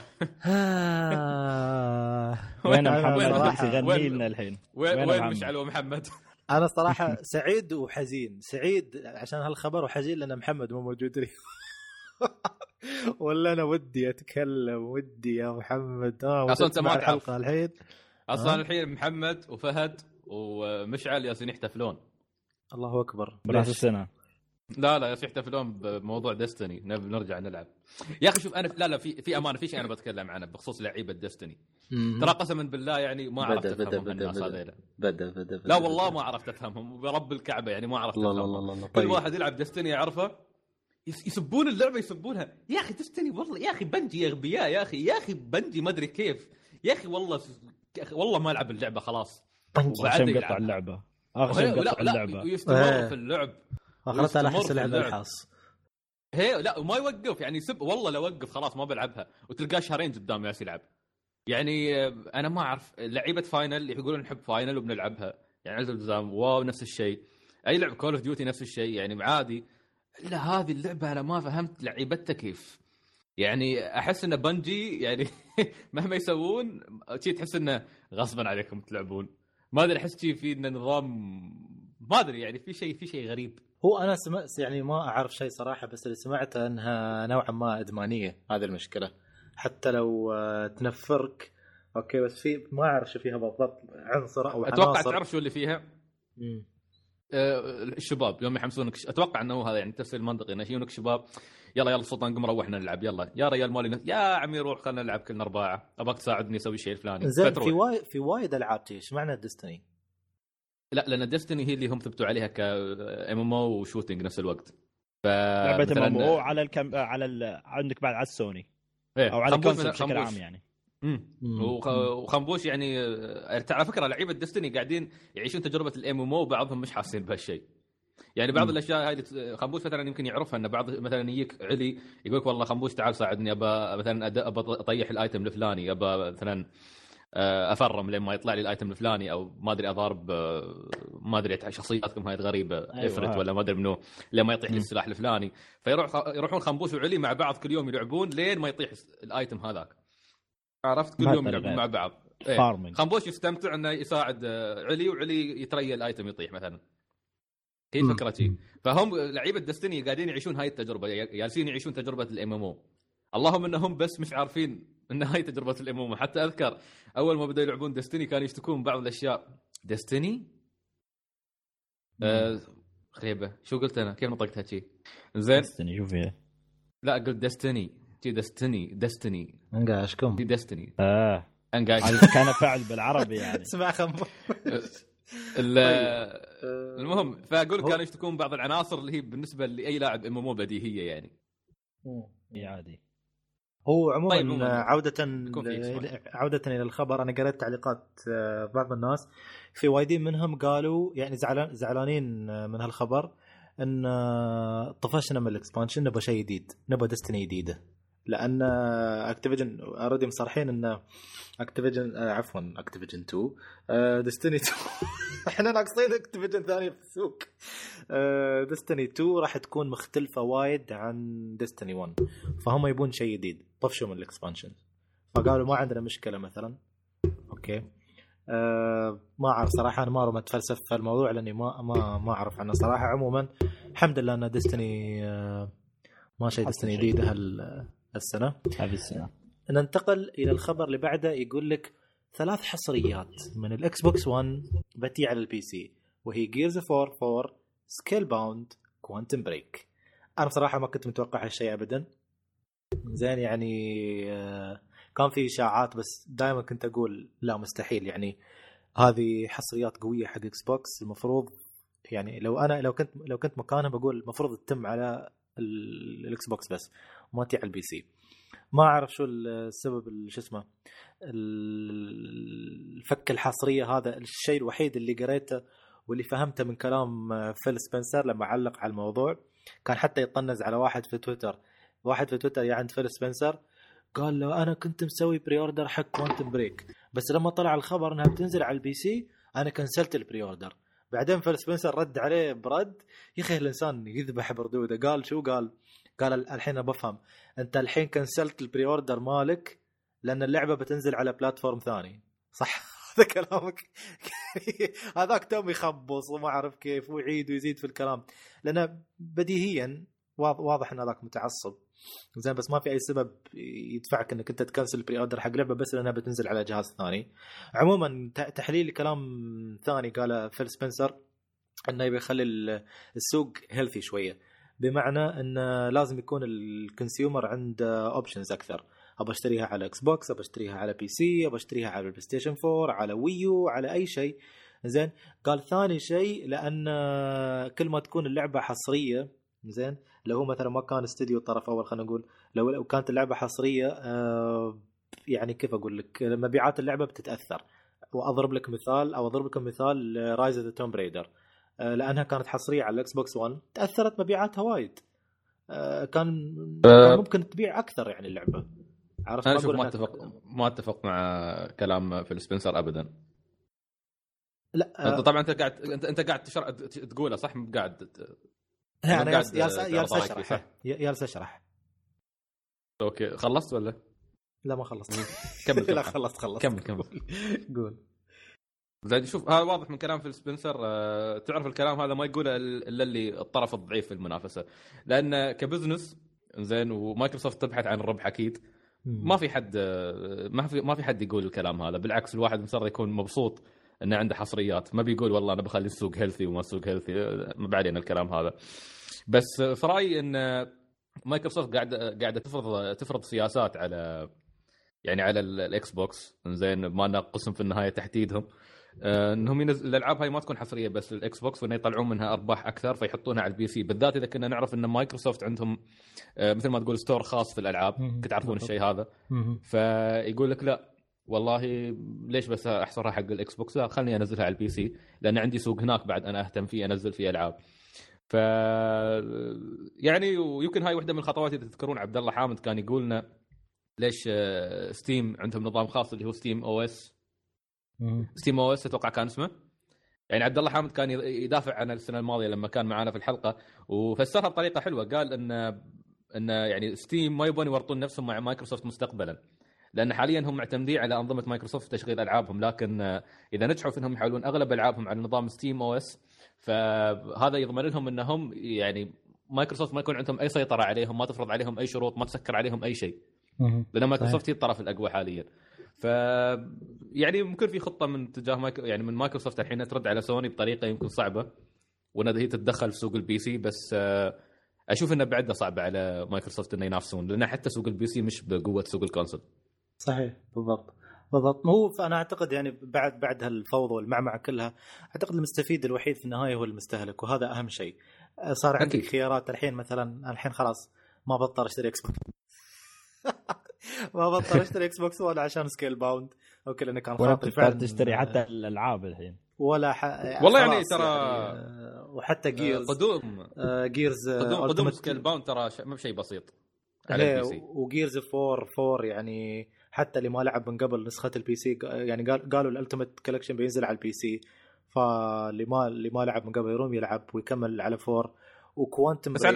Speaker 2: وين محمد يغني لنا الحين؟
Speaker 3: وين مشعل ومحمد؟
Speaker 1: انا صراحه سعيد وحزين. سعيد عشان هالخبر وحزين لان محمد مو موجود لي. ولا انا ودي اتكلم ودي يا محمد
Speaker 3: اصلا انت ما
Speaker 1: الحلقه الحين
Speaker 3: اصلا الحين محمد وفهد ومشعل ياسين يحتفلون.
Speaker 1: الله اكبر
Speaker 2: براس السنه.
Speaker 3: لا ياسين يحتفلون بموضوع ديستني نرجع نلعب يا اخي. شوف انا لا في امانه في شيء انا بتكلم عنه بخصوص لعيبه ديستني. ترى قسما بالله يعني ما عرفت افهمهم الناس هذول.
Speaker 4: بدا
Speaker 3: لا والله ما عرفت افهمهم برب الكعبه يعني ما عرفت افهمهم. كل واحد يلعب ديستني يعرفه يسبون اللعبه يسبونها. يا اخي ديستني والله يا اخي بنجي يا اغبياء يا اخي بنجي ما ادري كيف يا اخي والله ما العب اللعبه خلاص.
Speaker 2: وبعد يقطع اللعبه اخر يقطع اللعبه
Speaker 3: ويستمر في اللعب.
Speaker 1: اخرتها لا احس اللعبه الحاص
Speaker 3: لا وما يوقف يعني يسب. والله لو وقف خلاص ما بلعبها وتلقاه شهرين قدام ياس يلعب. يعني انا ما اعرف لعيبه فاينل يقولون نحب فاينل وبنلعبها يعني عزل التزام واو نفس الشيء. اي لعبه كول اوف ديوتي نفس الشيء يعني عادي. لا هذه اللعبه انا ما فهمت لعيبتها كيف. يعني احس ان بنجي يعني مهما يسوون شيء تحس انه غصبا عليكم تلعبون. ما ادري احس شيء في نظام ما ادري يعني في شيء غريب.
Speaker 1: هو انا سمعت يعني ما اعرف شيء صراحه بس اللي سمعته انها نوعا ما ادمانيه. هذه المشكله حتى لو تنفرك اوكي بس في ما اعرف شو فيها بالضبط عنصر او عناصر.
Speaker 3: اتوقع تعرف شو اللي فيها الشباب يوم يحمسونك. اتوقع انه هذا يعني تفسير منطقي انه يجونك شباب يلا سلطان قم روحنا نلعب يلا يا ريال مالي يا عمي روح خلينا نلعب كلنا اربعه ابغاك تساعدني اسوي شيء الفلاني.
Speaker 1: زين في وايد العاب ايش معنى ديستني؟
Speaker 3: لا لان ديستني هي اللي هم ثبتوا عليها ك ام ام او وشوتينج نفس الوقت.
Speaker 2: لعبه ام ام او على عندك بعد على السوني او على الكونسول بشكل عام يعني.
Speaker 3: وخنبوش يعني على فكره لعيبه ديستني قاعدين يعيشون تجربه الام ام او بعضهم مش حاسين بهالشيء. يعني بعض الاشياء هاي خنبوش مثلا يمكن يعرفها ان بعض مثلا يجيك علي يقول لك والله خنبوش تعال ساعدني ابى مثلا اطيح الايتم الفلاني ابى مثلا افرم لما يطلع لي الايتم الفلاني او ما ادري اضارب ما ادري شخصياتكم هاي غريبه افرت ولا ما ادري منو لما يطيح لي السلاح الفلاني يروحون خنبوش وعلي مع بعض كل يوم يلعبون لين ما يطيح الايتم هذاك. عرفت كل يوم يلعبون مع بعض. خنبوش يستمتع انه يساعد علي وعلي يتريى الايتم يطيح مثلا. هي فكرتي. فهم لعيبه دستني قاعدين يعيشون هاي التجربه جالسين يعيشون تجربه الام ام او. اللهم انهم بس مش عارفين ان هاي تجربه الام ام. حتى اذكر اول ما بدأوا يلعبون دستني كانوا يشتكون بعض الاشياء. دستني خريبه شو قلت انا كيف نطقتها شي زين
Speaker 2: دستني شو فيها
Speaker 3: لا قلت دستني دستني
Speaker 1: انقاشكم
Speaker 3: دستني
Speaker 2: انقاش كان فاعل بالعربي يعني
Speaker 1: اسمع خنبوش.
Speaker 3: المهم فاقول كانوا يشتكون بعض العناصر اللي هي بالنسبه لاي لاعب ام ام او بديهيه يعني
Speaker 2: عادي.
Speaker 1: هو عموما
Speaker 3: طيب، عموماً
Speaker 1: عودة إلى الخبر، أنا قرأت تعليقات بعض الناس في وايدين منهم قالوا يعني زعلانين من هالخبر، إن طفشنا من الإكسبانشن، نبغى شيء جديد، نبغى ديستني جديدة، لأن أكتيفيجن أوريدي مصرحين إن أكتيفيجن أكتيفيجن 2 ديستني 2 إحنا ناقصين أكتيفيجن ثانية في السوق. ديستني 2 راح تكون مختلفة وايد عن ديستني 1، فهم يبون شيء جديد، طفشوا من الاكسبانشن، فقالوا ما عندنا مشكلة مثلا. اوكي ما اعرف صراحة، انا ما اتفلسف في الموضوع لاني ما اعرف عنه صراحة. عموما الحمد لله ان ديستني ما شيء ديستني جديد هذه السنة. ننتقل الى الخبر اللي بعده، يقول لك 3 حصريات من الاكس بوكس 1 بتي على البي سي، وهي جيرز اوف 4 سكيل باوند كوانتم بريك. انا بصراحه ما كنت متوقع هالشيء ابدا، زين يعني كان في اشاعات بس دائما كنت اقول لا مستحيل، يعني هذه حصريات قويه حق اكس بوكس، المفروض يعني لو كنت مكانها بقول المفروض تتم على الاكس بوكس بس ما تي على البي سي. ما اعرف شو السبب، شو اسمه الفك الحصريه، هذا الشيء الوحيد اللي قريته واللي فهمته من كلام فيل سبنسر لما علق على الموضوع. كان حتى يطنز على واحد في تويتر يعني عند فيل سبنسر، قال له انا كنت مسوي بري اوردر حق كوانتم بريك، بس لما طلع الخبر انها بتنزل على البي سي انا كنسلت البري اوردر. بعدين فيل سبنسر رد عليه برد، يا اخي الانسان يذبح بردوده. قال شو؟ قال الحين بفهم، انت الحين كنسلت البري اوردر مالك لان اللعبه بتنزل على بلاتفورم ثاني، صح؟ هذا كلامك. هذاك توم يخبص وما اعرف كيف ويعيد ويزيد في الكلام، لانه بديهيا واضح ان هذاك متعصب زين، بس ما في اي سبب يدفعك انك انت تكنسل البري اوردر حق لعبه بس لانها بتنزل على جهاز ثاني. عموما تحليل كلام ثاني قاله فيل سبنسر انه يبي يخلي السوق هيلثي شويه، بمعنى انه لازم يكون الكونسيومر عنده اوبشنز اكثر. ابى اشتريها على اكس بوكس، ابى اشتريها على بي سي، ابى اشتريها على البلاي ستيشن 4، على ويو، على اي شيء. زين قال ثاني شيء، لان كل ما تكون اللعبه حصريه، زين لو هو مثلا ما كان استوديو طرف اول، خلينا نقول لو كانت اللعبه حصريه، يعني كيف اقول لك، مبيعات اللعبه بتتاثر. واضرب لكم مثال رايز اوف ذا توم بريدر، لانها كانت حصريه على الاكس بوكس 1 تاثرت مبيعاتها وايد، كان ممكن تبيع اكثر يعني اللعبه. عرفت؟
Speaker 3: انا شوف ما اتفق مع كلام فيل سبنسر ابدا. لا طبعا انت قاعد تقوله صح، مو قاعد
Speaker 1: انا جالس اشرح.
Speaker 3: اوكي خلصت ولا
Speaker 1: لا؟ ما خلصت.
Speaker 3: كمل.
Speaker 1: لا خلصت.
Speaker 3: كمل.
Speaker 1: قول.
Speaker 3: زين شوف، هذا واضح من كلام فيل سبنسر. تعرف الكلام هذا ما يقوله الا اللي الطرف الضعيف في المنافسه، لان كبزنس زين ومايكروسوفت تبحث عن الربح اكيد. ما في حد يقول الكلام هذا، بالعكس الواحد مصر يكون مبسوط انه عنده حصريات، ما بيقول والله انا بخلي السوق هيلثي وما السوق هيلثي، ما بعدين الكلام هذا. بس في رايي ان مايكروسوفت قاعده تفرض سياسات على الاكس بوكس، زين ما أنا قسم في النهايه تحديدهم انهم الالعاب هاي ما تكون حصريه بس للاكس بوكس، وانه يطلعون منها ارباح اكثر فيحطونها على البي سي، بالذات اذا كنا نعرف ان مايكروسوفت عندهم مثل ما تقول ستور خاص في الالعاب. كنت تعرفون الشيء هذا؟ فيقول لك لا والله ليش بس احصرها حق الاكس بوكس، لا خلني انزلها على البي سي لان عندي سوق هناك بعد انا اهتم فيه انزل فيه العاب. ف يعني ويمكن هاي واحده من الخطوات اللي تذكرون عبد الله حامد كان يقول لنا ليش ستيم عندهم نظام خاص اللي هو ستيم او اس اتوقع كان اسمه. يعني عبد الله حامد كان يدافع عن السنه الماضيه لما كان معنا في الحلقه، وفسرها بطريقه حلوه. قال ان يعني ستيم ما يبون يورطون نفسهم مع مايكروسوفت مستقبلا، لان حاليا هم معتمدين على انظمه مايكروسوفت في تشغيل العابهم، لكن اذا نجحوا في انهم يحولون اغلب العابهم على نظام ستيم او اس، فهذا يضمن لهم انهم يعني مايكروسوفت ما يكون عندهم اي سيطره عليهم، ما تفرض عليهم اي شروط، ما تسكر عليهم اي شيء، لان مايكروسوفت هي الطرف الاقوى حاليا. ف يعني ممكن في خطه من اتجاه يعني من مايكروسوفت الحين ترد على سوني بطريقه يمكن صعبه، وان هي تتدخل في سوق البي سي، بس اشوف انه بعده صعبه على مايكروسوفت انه ينافسون، لان حتى سوق البي سي مش بقوه سوق الكونسول.
Speaker 1: صحيح بالضبط. هو فانا اعتقد يعني بعد هالفوضى والمعمعه كلها، اعتقد المستفيد الوحيد في النهايه هو المستهلك، وهذا اهم شيء. صار عندك خيارات الحين، مثلا الحين خلاص ما بضطر اشتري اكس بوكس ما بطل اشتري اكس بوكس ولا عشان سكيل باوند اوكي لانه كان
Speaker 2: ولا
Speaker 1: خاطر فعلا
Speaker 2: تشتري حتى الالعاب الحين
Speaker 1: ولا
Speaker 3: والله يعني
Speaker 1: خلاص
Speaker 3: ترى
Speaker 1: وحتى جيرز جيرز
Speaker 3: قدوم سكيل باوند ترى ما بشيء بسيط على البي سي.
Speaker 1: وجيرز 4 يعني حتى اللي ما لعب من قبل نسخه البي سي يعني قالوا الالتيميت كولكشن بينزل على البي سي، فاللي ما لعب من قبل يروم يلعب ويكمل على 4. وكوانتم
Speaker 3: بس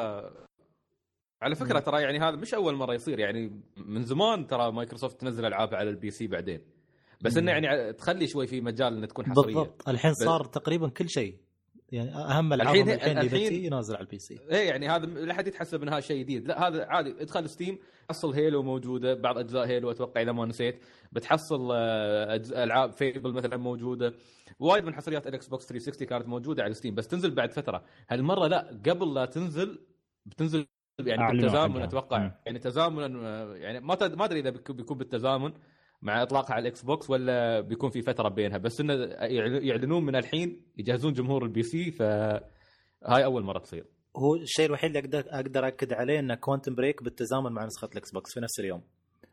Speaker 3: على فكره ترى يعني هذا مش اول مره يصير، يعني من زمان ترى مايكروسوفت تنزل العاب على البي سي بعدين، بس انه يعني تخلي شوي في مجال ان تكون حصريه.
Speaker 1: بالضبط الحين صار تقريبا كل شيء يعني اهم العاب الحين اللي بتجي ينزل على البي سي.
Speaker 3: ايه يعني هذا لا حد يتحسب انها شيء جديد، لا هذا عادي. ادخل ستيم حصل هيلو موجوده، بعض اجزاء هيلو اتوقع اذا ما نسيت، بتحصل العاب فيبل مثلا موجوده، وايد من حصريات الاكس بوكس 360 كانت موجوده على ستيم، بس تنزل بعد فتره. هالمره لا، قبل لا تنزل بتنزل يعني بالتزامن اتوقع، يعني تزامنا يعني ما ادري اذا بيكون بالتزامن مع اطلاقها على الاكس بوكس ولا بيكون في فتره بينها، بس انه يعلنون من الحين يجهزون جمهور البي سي، فهاي اول مره تصير.
Speaker 1: هو الشيء الوحيد اللي اقدر اكد عليه ان كوانتم بريك بالتزامن مع نسخه الاكس بوكس في نفس اليوم.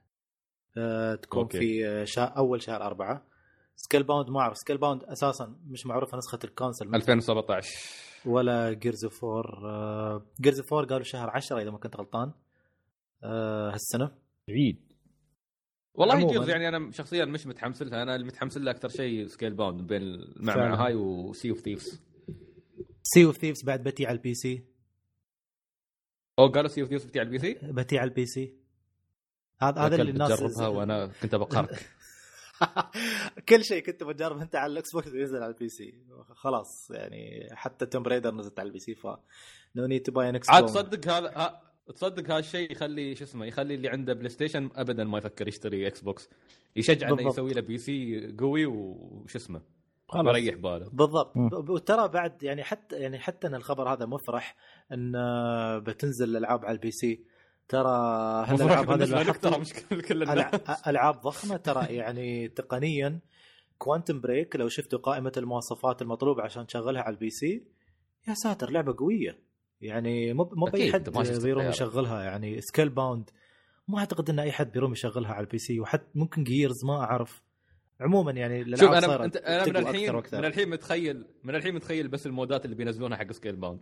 Speaker 1: تكون أوكي. في اول شهر 4. سكيل باوند ما اعرف، سكيل باوند اساسا مش معروفه نسخه الكونسل
Speaker 3: 2017
Speaker 1: ولا جيرز 4. جيرز 4 قالوا شهر 10 اذا ما كنت غلطان هالسنه
Speaker 2: عيد.
Speaker 3: والله جيرز يعني انا شخصيا مش متحمس لها، انا المتحمس له اكثر شيء سكيل باوند بين المعمعة هاي وسي اوف ثيفز.
Speaker 1: سي اوف ثيفز بعد بتي على البي سي.
Speaker 3: قالوا سي اوف ثيفز بتي على البي سي،
Speaker 1: بتي على البي سي. هذا اللي الناس
Speaker 3: تجربها وانا كنت بقرك.
Speaker 1: كل شيء كنت بجرب انت على الاكس بوكس بينزل على البي سي خلاص، يعني حتى توم بريدر نزلت على البي سي، ف نو نيد تو باي ان اكس.
Speaker 3: عاد تصدق هالشيء يخلي يخلي اللي عنده بلاي ستيشن ابدا ما يفكر يشتري اكس بوكس، يشجع انه يسوي له بي سي قوي وش اسمه يريح باله.
Speaker 1: بالضبط. وترى بعد يعني حتى ان الخبر هذا مفرح ان بتنزل الالعاب على البي سي. ترى هالالعاب هذا
Speaker 3: مش كل
Speaker 1: العاب ضخمه ترى يعني تقنيا. كوانتم بريك لو شفتوا قائمه المواصفات المطلوبه عشان تشغلها على البي سي، يا ساتر لعبه قويه يعني مو باي حد بيروم يشغلها. يعني سكيل باوند ما اعتقد ان اي حد بيروم يشغلها على البي سي، وحتى ممكن جيرز ما اعرف. عموما يعني
Speaker 3: شوف انا من الحين متخيل بس المودات اللي بينزلونها حق سكيل باوند.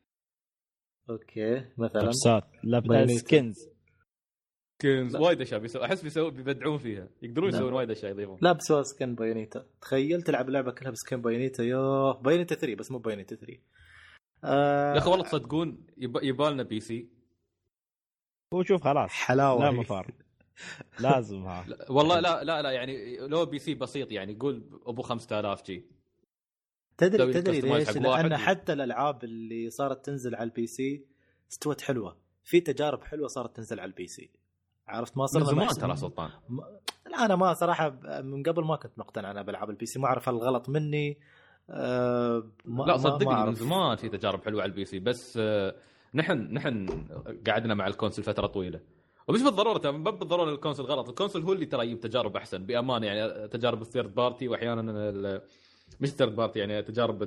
Speaker 1: اوكي مثلا
Speaker 2: سكنز
Speaker 3: وايد اشياء احس بيبدعون فيها، يقدرون يسوون وايد اشياء يضيفون.
Speaker 1: لا بس سكن بايونيتا، تخيل تلعب اللعبه كلها بسكن بايونيتا. يا بايونيتا 3 بس مو بايونيتا 3.
Speaker 3: يا اخي والله تصدقون يبالنا بي سي.
Speaker 2: وشوف خلاص
Speaker 1: حلاوه
Speaker 2: لا مفار لازم ها
Speaker 3: والله لا يعني لو بي سي بسيط يعني قول ابو 5000 جي.
Speaker 1: تدري ليش؟ لان حتى الالعاب اللي صارت تنزل على البي سي استوت حلوه، في تجارب حلوه صارت تنزل على البي سي. عرفت ما صرنا
Speaker 3: زمان ترى سلطان.
Speaker 1: لا انا ما صراحه من قبل ما كنت مقتنع انا بالعاب البي سي، ما اعرف الغلط مني.
Speaker 3: لا صدقني من زمان في تجارب حلوه على البي سي، بس نحن قعدنا مع الكونسول فتره طويله، ومش بالضروره ما بالضروره الكونسول غلط. الكونسول هو اللي ترى يجيب تجارب احسن بامانه، يعني تجارب الثيرد بارتي واحيانا مش ثيرد بارتي، يعني تجارب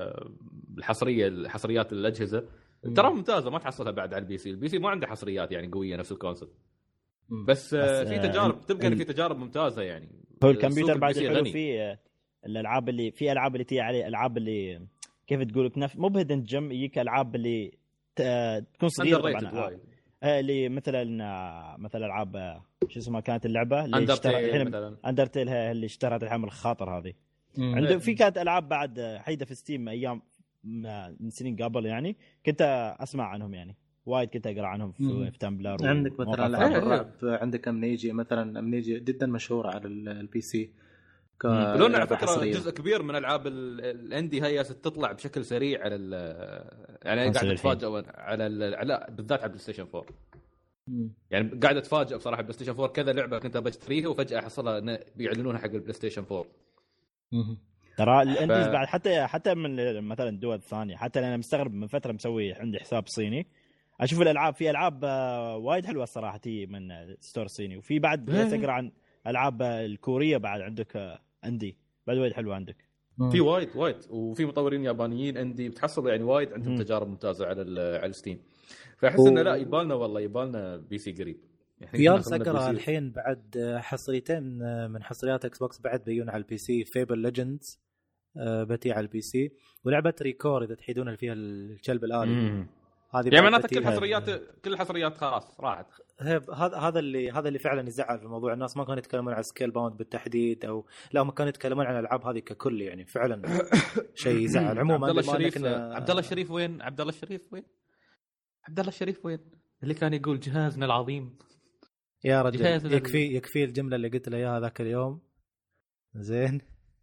Speaker 3: حصريات الاجهزه ترى ممتازه ما تحصلها بعد على البي سي. البي سي ما عنده حصريات يعني قويه نفس الكونسول، بس في تجارب تبقى في تجارب ممتازه. يعني
Speaker 2: هو الكمبيوتر بعد حلو فيه الالعاب اللي في العاب اللي تيجي عليه، العاب اللي كيف تقول لك مو بهدن جم، يجيك العاب اللي تكون صغيره طبعا، اللي مثلا العاب شو اسمها كانت اللعبه اللي اندرتيل اللي اشترت الحمل الخاطر هذه. عنده في كانت العاب بعد حيده في ستيم ايام من سنين قبل، يعني كنت اسمع عنهم، يعني وايد كنت اقرا عنهم في تمبلر.
Speaker 1: عندك مثلا العاب الرعب، عندك امنيجي مثلا. امنيجي جدا مشهوره على البي سي.
Speaker 3: لون على فكره جزء كبير من العاب الاندي هي تطلع بشكل سريع على يعني قاعد اتفاجئ على بالذات على البلاي ستيشن 4. يعني قاعد اتفاجئ بصراحه بلاي ستيشن 4 كذا لعبه كنت بشتريها وفجاه حصلها بيعلنونها حق البلاي ستيشن 4.
Speaker 2: ترى الانديز بعد حتى من مثلا الدول الثانيه، حتى انا مستغرب من فتره مسوي عندي حساب صيني اشوف الالعاب، في العاب وايد حلوه الصراحه تي من ستور صيني، وفي بعد تقرا عن العاب الكوريه بعد عندك اندي بعد وايد حلوه عندك.
Speaker 3: في وايد وفي مطورين يابانيين اندي بتحصل يعني وايد عندهم تجارب ممتازه على الستيم. فاحس انه لا يبالنا بي سي قريب.
Speaker 1: ريال سكر الحين بعد حصريتين من حصريات اكس بوكس بعد بيون على البي سي، فيبل ليجندز بتي على البي سي، ولعبه ريكور اذا تحيدون اللي فيها الكلب الآلي
Speaker 3: هذه يعني معناته كل الحصريات خلاص راحت.
Speaker 1: هذا اللي فعلا يزعل في الموضوع. الناس ما كانوا يتكلمون عن سكيل باوند بالتحديد او لا، ما كانوا يتكلمون عن الالعاب هذه ككل، يعني فعلا شيء يزعل. عموما
Speaker 3: عبد الله الشريف وين؟ عبد الله الشريف وين اللي كان يقول جهازنا العظيم
Speaker 1: يا رجل؟ يكفي الجمله اللي قلت له اياها ذاك اليوم. زين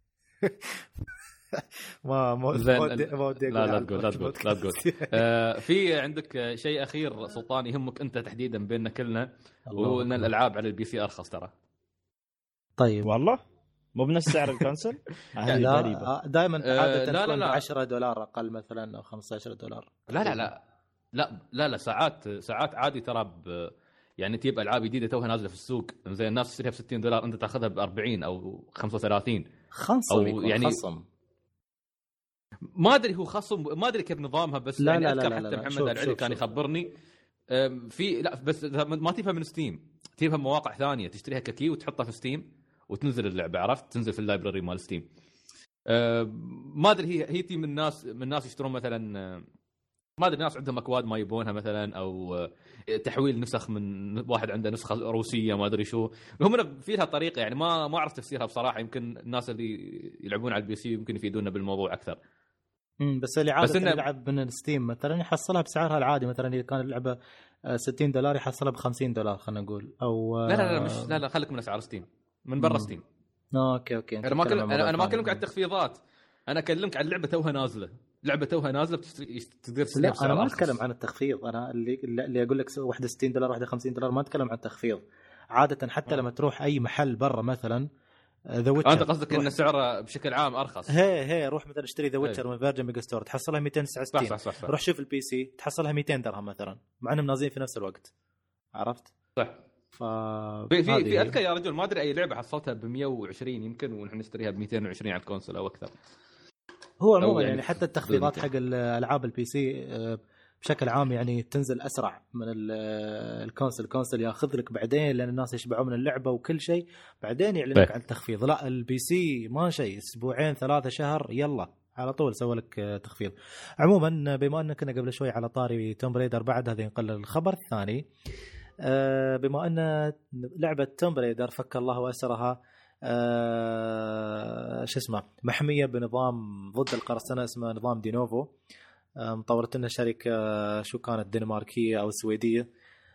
Speaker 1: ما
Speaker 3: لا تقول في عندك شيء اخير سلطان يهمك انت تحديدا بيننا كلنا، وان الالعاب على البي سي ارخص ترى.
Speaker 2: طيب والله مو بنفس سعر الكونسول؟
Speaker 1: دائما عاده تكون $10 اقل مثلا او $15.
Speaker 3: لا ساعات عادي ترى يعني تجيب العاب جديده توها نازله في السوق، زي الناس تشتريها $60 انت تاخذها ب40 او 35
Speaker 1: خصم. يعني خصم
Speaker 3: ما ادري هو خصم، ما ادري كيف نظامها، بس
Speaker 1: لا
Speaker 3: يعني
Speaker 1: لا
Speaker 3: اذكر حتى محمد العلي كان يخبرني في لا بس ما تجيبها من ستيم، تجيبها من مواقع ثانيه تشتريها ككي وتحطها في ستيم وتنزل اللعبه، عرفت؟ تنزل في اللايبراري مال ستيم. ما ادري هي تي من الناس يشترون مثلا، ما ادري ناس عندهم اكواد ما يبونها مثلا، او تحويل نسخ من واحد عنده نسخه روسيه ما ادري شو، هم في لها طريقه يعني ما اعرف تفسيرها بصراحه. يمكن الناس اللي يلعبون على البي سي يمكن يفيدونا بالموضوع اكثر.
Speaker 1: بس اللي عاده يلعب من الستيم مثلا يحصلها بسعرها العادي، مثلا اذا كان اللعبه $60 يحصلها ب$50 خلينا نقول، او
Speaker 3: لا خليك من اسعار ستيم، من برا ستيم.
Speaker 1: اوكي
Speaker 3: انا ما اكلمك عن التخفيضات، انا اكلمك عن لعبه توها نازله تقدر تشتريها.
Speaker 1: لا انا ما اتكلم عن التخفيض، انا اللي اقول لك واحده $60 واحده $50، ما اتكلم عن التخفيض. عاده حتى لما تروح اي محل برا مثلا ذا ويتشر،
Speaker 3: انت قصدك ان سعره بشكل عام ارخص.
Speaker 1: هي روح مثلا اشتري ذا ويتشر من فيرجن ميجا ستور تحصلها 269.
Speaker 3: صح.
Speaker 1: روح شوف البي سي تحصلها $200 مثلا، مع انهم نازلين في نفس الوقت، عرفت؟
Speaker 3: صح. في اذكر يا رجل ما ادري اي لعبه حصلتها ب120 يمكن، ونحن نشتريها ب220 على الكونسول او اكثر.
Speaker 1: هو عموما يعني حتى التخفيضات حق الالعاب البي سي بشكل عام يعني تنزل اسرع من الكونسول ياخذ لك بعدين، لان الناس يشبعوا من اللعبه وكل شيء بعدين يعلن لك عن التخفيض. لا البي سي ما شيء، اسبوعين 3 شهر يلا على طول سوى لك تخفيض. عموما بما ان كنا قبل شوي على طاري توم بريدر، بعد هذا ينقل الخبر الثاني. بما ان لعبه توم بريدر فك الله واسرها شو اسمه محميه بنظام ضد القرصنه اسمه نظام دينوفو، مطورت لنا شركه شو كانت دنماركيه او سويديه.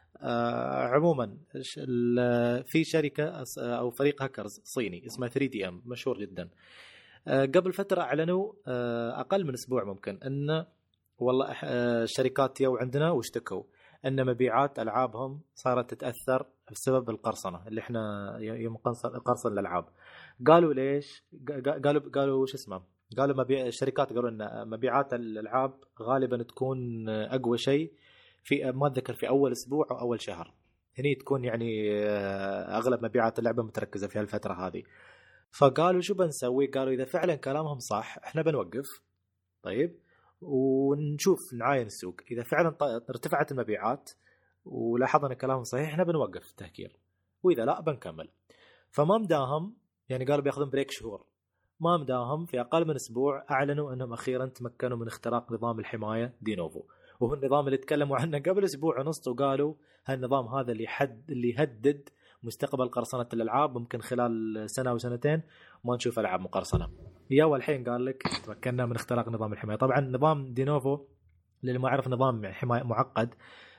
Speaker 1: عموما في شركه او فريق هاكرز صيني اسمه 3DM مشهور جدا. قبل فتره اعلنوا اقل من اسبوع ممكن ان والله الشركات يو عندنا واشتكوا ان مبيعات العابهم صارت تتاثر بسبب القرصنه اللي احنا يوم قرصن الالعاب. قالوا ليش؟ قالوا شو اسمه، قالوا الشركات قالوا ان مبيعات الالعاب غالبا تكون اقوى شيء في ما اتذكر في اول اسبوع او اول شهر، هني تكون يعني اغلب مبيعات اللعبه متركزه في هالفتره هذه. فقالوا شو بنسوي؟ قالوا اذا فعلا كلامهم صح احنا بنوقف طيب ونشوف نعاين السوق، اذا فعلا ارتفعت المبيعات ولاحظنا كلامهم صحيح احنا بنوقف التهكير، واذا لا بنكمل. فما مداهم يعني قالوا بياخذون بريك شهور، ما مداهم في اقل من اسبوع اعلنوا انهم اخيرا تمكنوا من اختراق نظام الحمايه دينوفو، وهو النظام اللي تكلموا عنه قبل اسبوع ونص، وقالوا هالنظام هذا اللي يهدد مستقبل قرصنه الالعاب، ممكن خلال سنه او سنتين ما نشوف العاب مقرصنه. يا والحين قال لك تمكنا من اختراق نظام الحمايه. طبعا نظام دينوفو اللي ما يعرف نظام حمايه معقد،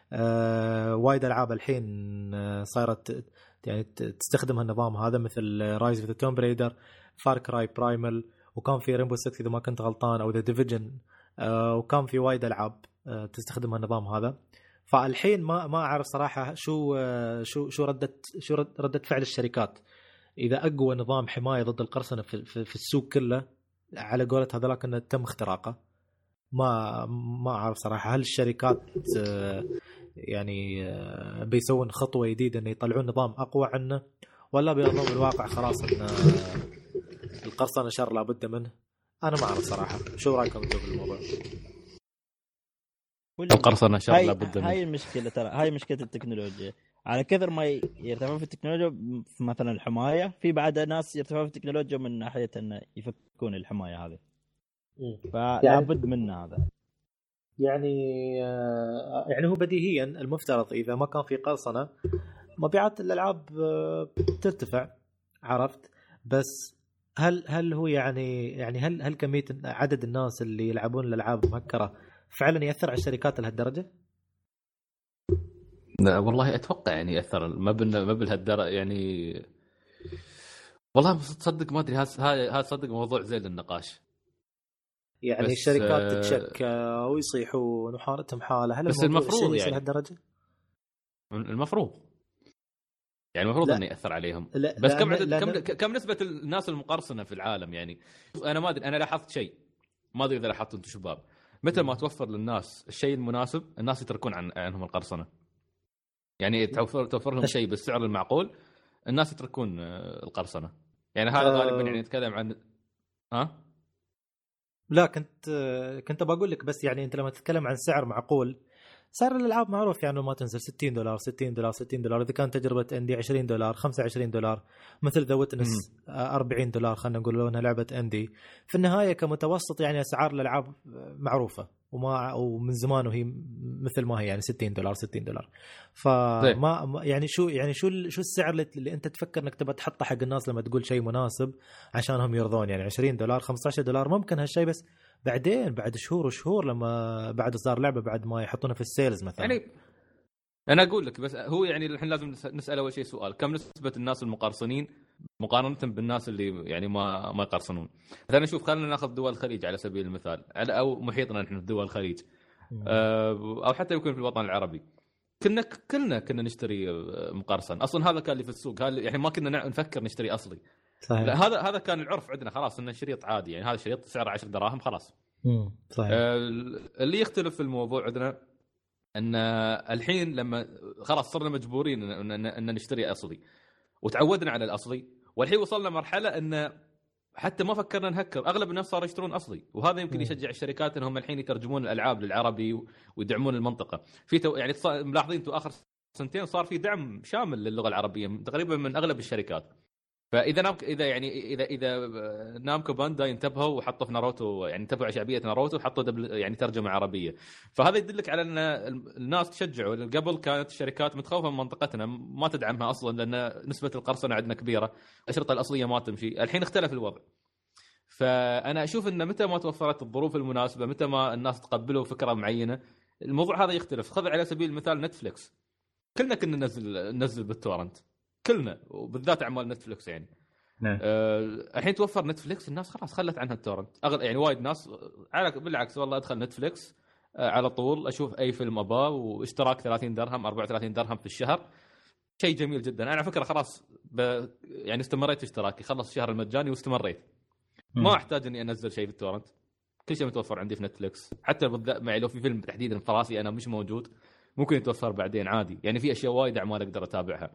Speaker 1: وايد العاب الحين صارت يعني تستخدم هالنظام هذا، مثل رايز اوف ذا توم بريدر، فار كراي برايمال، وكان في ريمبو 6 اذا ما كنت غلطان، او ذا ديفيجن، وكان في وايد العاب تستخدم هالنظام هذا. فالحين ما اعرف صراحه شو ردة فعل الشركات اذا اقوى نظام حمايه ضد القرصنه في السوق كله على قولة هذاك انه تم اختراقه. ما اعرف صراحه هل الشركات يعني بيسوون خطوه جديده انه يطلعون نظام اقوى عنه، ولا بيرضون بالواقع خلاص ان القرصنه شر لابد منه. انا ما اعرف صراحه، شو رايكم انتم بالموضوع؟
Speaker 3: القرصنه شر لابد منه.
Speaker 2: هاي المشكله، ترى هاي مشكله التكنولوجيا. على كثر ما يرتفعون في التكنولوجيا في مثلا الحمايه، في بعد ناس يرتفعون في التكنولوجيا من ناحيه انه يفكون الحمايه هذه. فلا بد منه هذا.
Speaker 1: يعني هو بديهيا المفترض اذا ما كان في قرصنه مبيعات الالعاب ترتفع، عرفت؟ بس هل هو يعني هل كميه عدد الناس اللي يلعبون الالعاب مهكره فعلا ياثر على الشركات لهالدرجه؟
Speaker 3: لا والله اتوقع يعني ياثر، ما بالهالدرجه يعني. والله تصدق ما ادري، هذا صدق موضوع زين للنقاش.
Speaker 1: يعني الشركات تتشك ويصيحوا وحالتهم حاله، هل
Speaker 3: بس المفروض
Speaker 1: يعني لهالدرجه؟
Speaker 3: المفروض يعني انه ياثر عليهم.
Speaker 1: لا
Speaker 3: بس كم نسبه الناس المقرصنه في العالم يعني؟ انا ما ادري، انا لاحظت شيء ما ادري اذا لاحظتوا انتم شباب، متى ما توفر للناس الشيء المناسب الناس يتركون عنهم القرصنه. يعني توفر لهم شيء بالسعر المعقول الناس يتركون القرصنه. يعني هذا غالبا يعني نتكلم عن
Speaker 1: لا كنت بقول لك، بس يعني انت لما تتكلم عن سعر معقول، سعر الالعاب معروف يعني ما تنزل $60 اذا كانت تجربه اندي $20 $25 مثل ذا ويتنس $40 خلينا نقول انها لعبه اندي. في النهايه كمتوسط يعني اسعار الالعاب معروفه ومن زمان وهي مثل ما هي يعني $60. فما يعني شو السعر اللي انت تفكر انك تبغى تحطه حق الناس لما تقول شيء مناسب عشانهم يرضون؟ يعني $20 $15 ممكن هالشيء، بس بعدين بعد شهور وشهور لما بعد إصدار لعبة بعد ما يحطونها في السيلز مثلا.
Speaker 3: يعني أنا أقول لك، بس هو يعني الحين لازم نسأل أول شيء سؤال: كم نسبة الناس المقرصنين مقارنة بالناس اللي يعني ما يقرصنون؟ مثلا نشوف، خلينا ناخذ دول الخليج على سبيل المثال، أو محيطنا نحن في دول الخليج، أو حتى يكون في الوطن العربي. كنا نشتري مقرصن أصلا. هذا كان اللي في السوق، يعني ما كنا نفكر نشتري أصلي. صحيح. لا هذا كان العرف عندنا خلاص، انه شريط عادي يعني، هذا شريط سعره 10 دراهم خلاص.
Speaker 1: صحيح.
Speaker 3: اللي يختلف في الموضوع عندنا ان الحين لما خلاص صرنا مجبورين ان نشتري اصلي وتعودنا على الاصلي، والحين وصلنا مرحله ان حتى ما فكرنا نهكر، اغلب الناس صاروا يشترون اصلي. وهذا يمكن يشجع الشركات انهم الحين يترجمون الالعاب للعربي ويدعمون المنطقه. يعني ملاحظين انتم اخر سنتين صار في دعم شامل للغه العربيه تقريبا من اغلب الشركات. فاذا اذا نامكو بانداي انتبهوا وحطوا في ناروتو، يعني انتبهوا على شعبيه ناروتو وحطوا يعني ترجمه عربيه، فهذا يدلك على ان الناس تشجعوا. قبل كانت الشركات متخوفه من منطقتنا ما تدعمها اصلا لان نسبه القرصنه عندنا كبيره، الاشرطه الاصليه ما تمشي. الحين اختلف الوضع. فانا اشوف ان متى ما توفرت الظروف المناسبه، متى ما الناس تقبلوا فكره معينه، الموضوع هذا يختلف. خذ على سبيل المثال نتفليكس، كلنا كنا ننزل بالتورنت كلنا، وبالذات اعمال نتفليكس يعني. الحين توفر نتفليكس، الناس خلاص خلت عنها التورنت. يعني وايد ناس بالعكس والله ادخل نتفليكس على طول اشوف اي فيلم اباه، واشتراك 30 درهم 34 درهم في الشهر، شيء جميل جدا. انا على فكره خلاص يعني استمريت في اشتراكي، خلص الشهر المجاني واستمريت. ما احتاج اني انزل شيء في التورنت، كل شيء متوفر عندي في نتفليكس. حتى بالذات معي لو في فيلم تحديدا فراسي انا مش موجود ممكن يتوفر بعدين عادي. يعني في اشياء وايد اعمال اقدر اتابعها.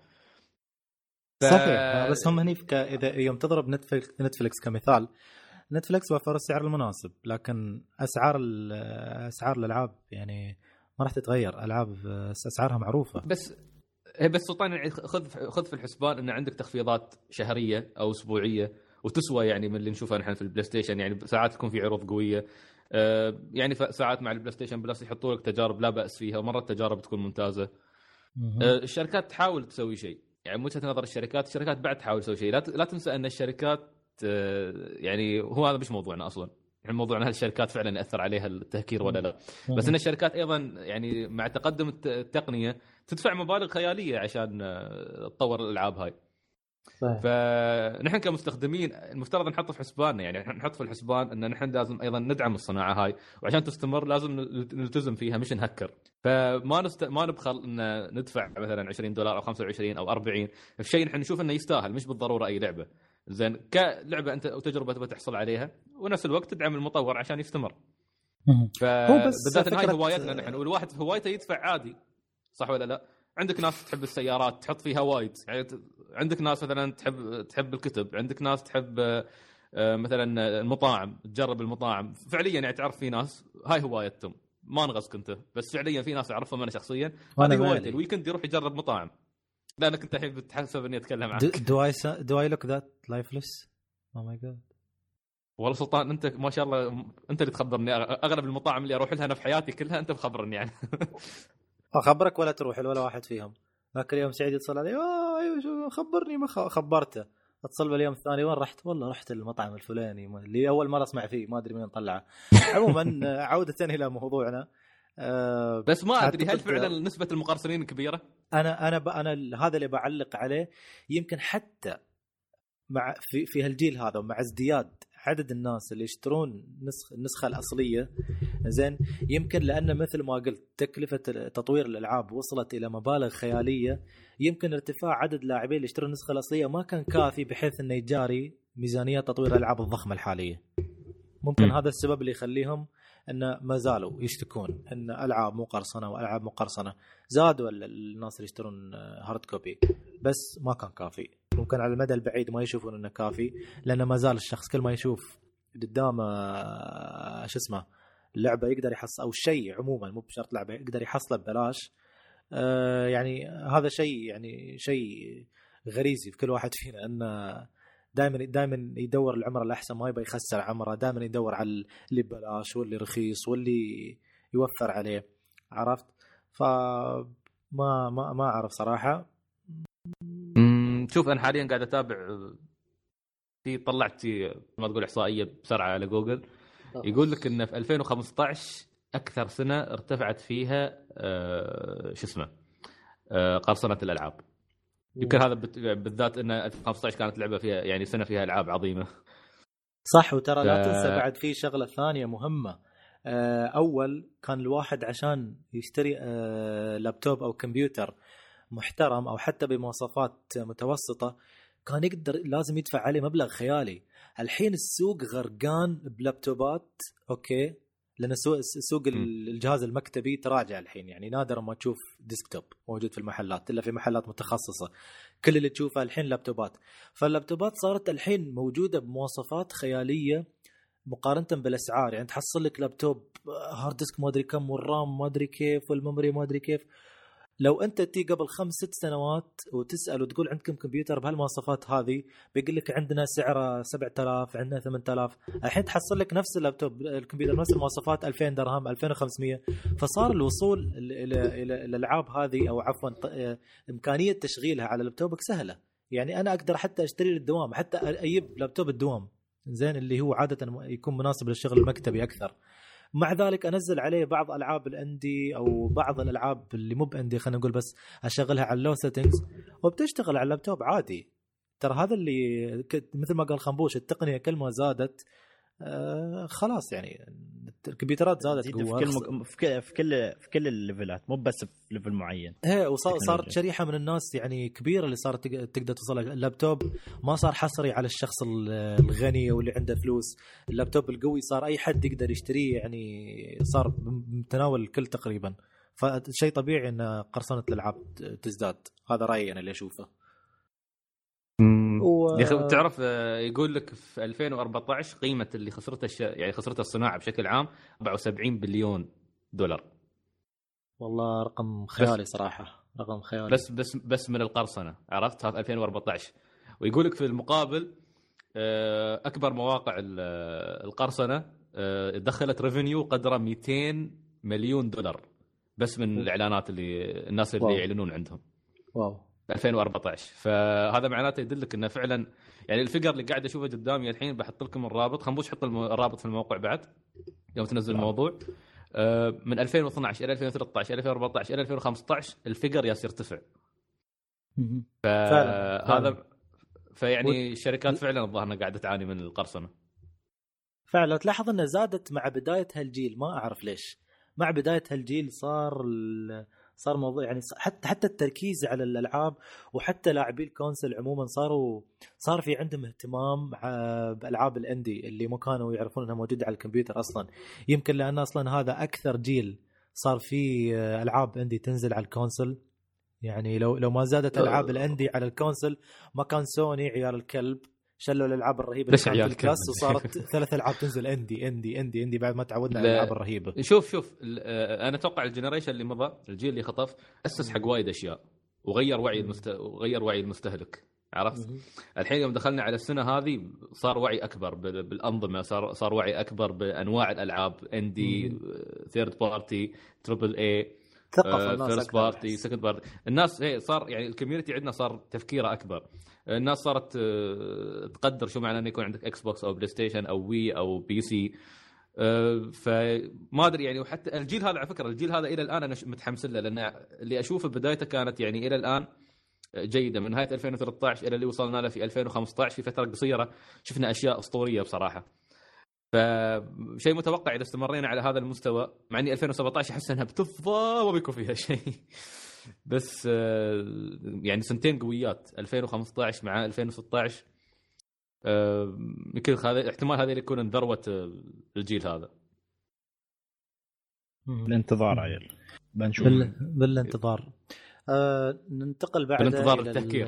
Speaker 1: صحيح. بس هم هني اذا يوم تضرب نتفليكس كمثال، نتفليكس وفر السعر المناسب، لكن اسعار الالعاب يعني ما راح تتغير. العاب اسعارها معروفه.
Speaker 3: بس سلطان يعني خذ في الحسبان ان عندك تخفيضات شهريه او اسبوعيه وتسوى، يعني من اللي نشوفها نحن في البلاي ستيشن. يعني ساعات تكون في عروض قويه، يعني ساعات مع البلاي ستيشن بلس يحطوا لك تجارب لا باس فيها، ومرات تجارب تكون ممتازه. الشركات تحاول تسوي شيء، يعني من وجهة نظر الشركات بعد تحاول تسوي شيء. لا تنسى ان الشركات يعني هو هذا مش موضوعنا اصلا، يعني موضوعنا هل الشركات فعلا ياثر عليها التهكير ولا لا. بس ان الشركات ايضا يعني مع تقدم التقنيه تدفع مبالغ خياليه عشان تطور الالعاب هاي. فنحن كمستخدمين المفترض نحط في حسباننا، يعني نحط في الحسبان ان نحن لازم ايضا ندعم الصناعه هاي، وعشان تستمر لازم نلتزم فيها مش نهكر. ما نبخل ان ندفع مثلا $20 او 25 او 40 في شيء نحن نشوف انه يستاهل، مش بالضروره اي لعبه. زين كلعبه انت وتجربه تبغى تحصل عليها، ونفس الوقت تدعم المطور عشان يستمر. فبالذات ان هاي هوايتنا نحن، والواحد في هوايته يدفع عادي، صح ولا لا؟ عندك ناس تحب السيارات تحط فيها وايد، يعني عندك ناس مثلا تحب الكتب، عندك ناس تحب مثلا المطاعم، تجرب المطاعم فعليا. يعني تعرف في ناس هاي هوايتهم، ما نغصك انت، بس فعليا في ناس اعرفهم انا شخصيا هذه هوايته، الويكند يروح يجرب مطاعم. لا انا كنت الحين بتحسب اني اتكلم عنك.
Speaker 1: do I look that lifeless oh my god.
Speaker 3: والله سلطان انت ما شاء الله انت اللي تخبرني اغلب المطاعم اللي اروح لها انا في حياتي كلها انت مخبرني يعني.
Speaker 1: اخبرك ولا تروح ولا واحد فيهم. ذاك اليوم سعيد يتصل علي ايوه شو خبرني ما خبرته. اتصل باليوم الثاني وين رحت؟ والله رحت المطعم الفلاني اللي اول مره اسمع فيه ما ادري من طلعه. عموما عوده الى موضوعنا.
Speaker 3: بس ما ادري هل فعلا نسبه المقرصنين كبيره؟
Speaker 1: انا هذا اللي بعلق عليه. يمكن حتى مع في هالجيل هذا ومع ازدياد عدد الناس اللي يشترون النسخه الاصليه زين، يمكن لان مثل ما قلت تكلفه تطوير الالعاب وصلت الى مبالغ خياليه، يمكن ارتفاع عدد اللاعبين اللي يشترون النسخه الاصليه ما كان كافي بحيث انه يجاري ميزانيه تطوير الالعاب الضخمه الحاليه. ممكن هذا السبب اللي يخليهم ان ما زالوا يشتكون ان العاب مقرصنه والعاب مقرصنه. زادوا الناس اللي يشترون هارد كوبي بس ما كان كافي. ممكن على المدى البعيد ما يشوفون انه كافي، لان ما زال الشخص كل ما يشوف قدامه شو اسمه اللعبه يقدر يحصل او شيء عموما مو بشرط لعبه يقدر يحصله ببلاش. يعني هذا شيء يعني شيء غريزي في كل واحد فينا، انه دائما يدور العمر الاحسن، ما يبي يخسر عمره، دائما يدور على اللي ببلاش واللي رخيص واللي يوفر عليه. عرفت؟ ما اعرف صراحه.
Speaker 3: شوف انا حاليا قاعد اتابع طلعت ما تقول احصائيه بسرعه على جوجل، يقول لك ان في 2015 اكثر سنه ارتفعت فيها شو اسمه قرصنه الالعاب. يمكن هذا بالذات ان 2015 كانت لعبه فيها يعني سنه فيها العاب عظيمه.
Speaker 1: صح. وترى لا تنسى بعد في شغله ثانيه مهمه. اول كان الواحد عشان يشتري لابتوب او كمبيوتر محترم او حتى بمواصفات متوسطه كان يقدر لازم يدفع عليه مبلغ خيالي. الحين السوق غرقان بلابتوبات اوكي، لان سوق الجهاز المكتبي تراجع الحين، يعني نادر ما تشوف ديسكتوب موجود في المحلات الا في محلات متخصصه. كل اللي تشوفه الحين لابتوبات. فاللابتوبات صارت الحين موجوده بمواصفات خياليه مقارنه بالاسعار. يعني تحصل لك لابتوب هارد ديسك ما ادري كم والرام ما ادري كيف والميموري ما ادري كيف. لو انت تي قبل 5-6 سنوات وتسال وتقول عندكم كمبيوتر بهالمواصفات هذه بيقول لك عندنا سعره 7000 عندنا 8000. الحين تحصل لك نفس اللابتوب الكمبيوتر نفس المواصفات 2000 درهم 2500. فصار الوصول الى الالعاب هذه او عفوا امكانيه تشغيلها على لابتوبك سهله. يعني انا اقدر حتى اشتري للدوام، حتى اجيب لابتوب الدوام زين اللي هو عاده يكون مناسب للشغل المكتبي اكثر. مع ذلك انزل عليه بعض العاب الاندي او بعض الالعاب اللي مو باندي خلينا نقول بس اشغلها على اللو سيتنجز وبتشتغل على اللابتوب عادي. ترى هذا اللي مثل ما قال خنبوش التقنيه كل ما زادت خلاص يعني الكمبيوترات زادت قوه
Speaker 2: في كل الليفلات مو بس في ليفل معين.
Speaker 1: ايه وصارت شريحه من الناس يعني كبيره اللي صارت تقدر توصل. اللابتوب ما صار حصري على الشخص الغني واللي عنده فلوس. اللابتوب القوي صار اي حد يقدر يشتريه، يعني صار بمتناول الكل تقريبا. فشيء طبيعي ان قرصنه الالعاب تزداد. هذا رايي انا اللي اشوفه.
Speaker 3: تعرف يقول لك في 2014 قيمة اللي خسرته يعني خسرته الصناعة بشكل عام 74 بليون دولار.
Speaker 1: والله رقم خيالي صراحة، رقم خيالي.
Speaker 3: بس من القرصنة، عرفت؟ هذا 2014. ويقول لك في المقابل أكبر مواقع القرصنة دخلت ريفينيو قدره 200 مليون دولار بس من الإعلانات اللي الناس اللي يعلنون عندهم.
Speaker 1: واو
Speaker 3: 2014. فهذا معناته يدلك انه فعلا يعني الفيجر اللي قاعد اشوفه قدامي الحين بحط لكم الرابط. خنبوش حط الرابط في الموقع بعد يوم تنزل الموضوع. من 2012 الى 2013 الى 2014 الى 2015 الفيجر يرتفع. فهذا فيعني الشركات فعلا الظاهر قاعده تعاني من القرصنه.
Speaker 1: فعلا تلاحظ انه زادت مع بدايه هالجيل، ما اعرف ليش. مع بدايه هالجيل صار موضوع يعني حتى التركيز على الالعاب وحتى لاعبي الكونسل عموما صار في عندهم اهتمام بالالعاب الاندي اللي ما كانوا يعرفون انها موجوده على الكمبيوتر اصلا. يمكن لان اصلا هذا اكثر جيل صار في العاب اندي تنزل على الكونسل. يعني لو ما زادت العاب الاندي على الكونسل ما كان سوني عيال الكلب شلوا الالعاب الرهيبه اللي كانت في الكلاس وصارت 3 العاب تنزل اندي بعد ما تعودنا على الالعاب الرهيبه.
Speaker 3: شوف انا اتوقع الجنريشن اللي مضى الجيل اللي خطف اسس حق وايد اشياء. وغير وعي المستهلك. عرفت؟ الحين يوم دخلنا على السنه هذه صار وعي اكبر بالانظمه، صار وعي اكبر بانواع الالعاب، اندي، ثيرد بارتي، تريبل اي، فيرست بارتي، سكند بارتي. الناس صار يعني الكوميونتي عندنا صار تفكيره اكبر. الناس صارت تقدر شو معنى انه يكون عندك اكس بوكس او بلاي ستيشن او وي او بي سي. فما ادري يعني. وحتى الجيل هذا على فكره الجيل هذا الى الان انا متحمس له، لان اللي اشوفه بدايته كانت يعني الى الان جيده. من نهايه 2013 الى اللي وصلنا له في 2015 في فتره قصيره شفنا اشياء اسطوريه بصراحه. فشيء متوقع اذا استمرينا على هذا المستوى، مع اني 2017 احس انها بتفضى وما بيكون فيها شيء. بس يعني سنتين قويات 2015 مع 2016. يمكن هذا احتمال هذا يكون ذروه الجيل هذا.
Speaker 2: الانتظار عيل بنشوف
Speaker 1: بالانتظار. ننتقل بعد
Speaker 3: بالانتظار التفكير.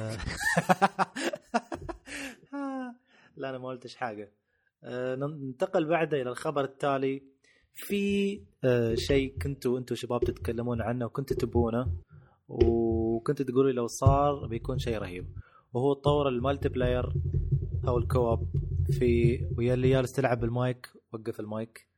Speaker 1: لا انا ما قلتش حاجه. ننتقل بعد الى الخبر التالي. في شيء كنتوا انتم شباب تتكلمون عنه وكنتوا تبونه وكنتوا تقولوا لو صار بيكون شيء رهيب، وهو تطور المالتي بلاير او الكواب في ويا اللي جالس تلعب بالمايك. وقف المايك.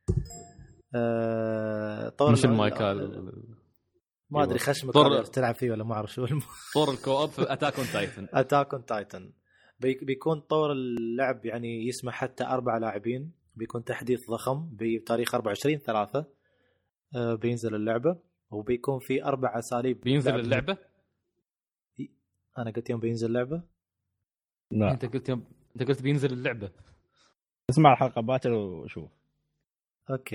Speaker 3: طور مش المايك
Speaker 1: ما ادري خشمك قادر تلعب فيه ولا ما اعرف شو
Speaker 3: طور الكواب في اتاك اون تايتن.
Speaker 1: اتاك اون تايتن بيكون طور اللعب يعني يسمح حتى 4 لاعبين. بيكون تحديث ضخم بتاريخ 24/3 بينزل اللعبه، وبيكون في 4 اساليب.
Speaker 3: بينزل اللعبه؟
Speaker 1: انا قلت يوم بينزل اللعبه؟
Speaker 2: لا
Speaker 3: انت قلت بينزل اللعبه.
Speaker 2: اسمع الحلقه باكر وشوف.
Speaker 1: اوكي.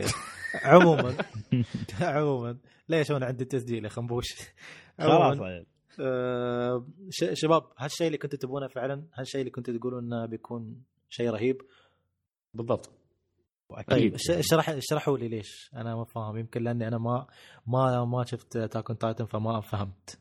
Speaker 1: عموما ليش انا عندي تسجيل يا خنبوش؟
Speaker 2: خلاص
Speaker 1: شباب، هالشيء اللي كنتوا تبونه فعلا؟ هالشيء اللي كنتوا تقولون انه بيكون شيء رهيب
Speaker 3: بالضبط؟
Speaker 1: طيب اشرحوا لي ليش. انا ما فاهم، يمكن لاني انا ما شفت أتاك أون تايتن فما فهمت.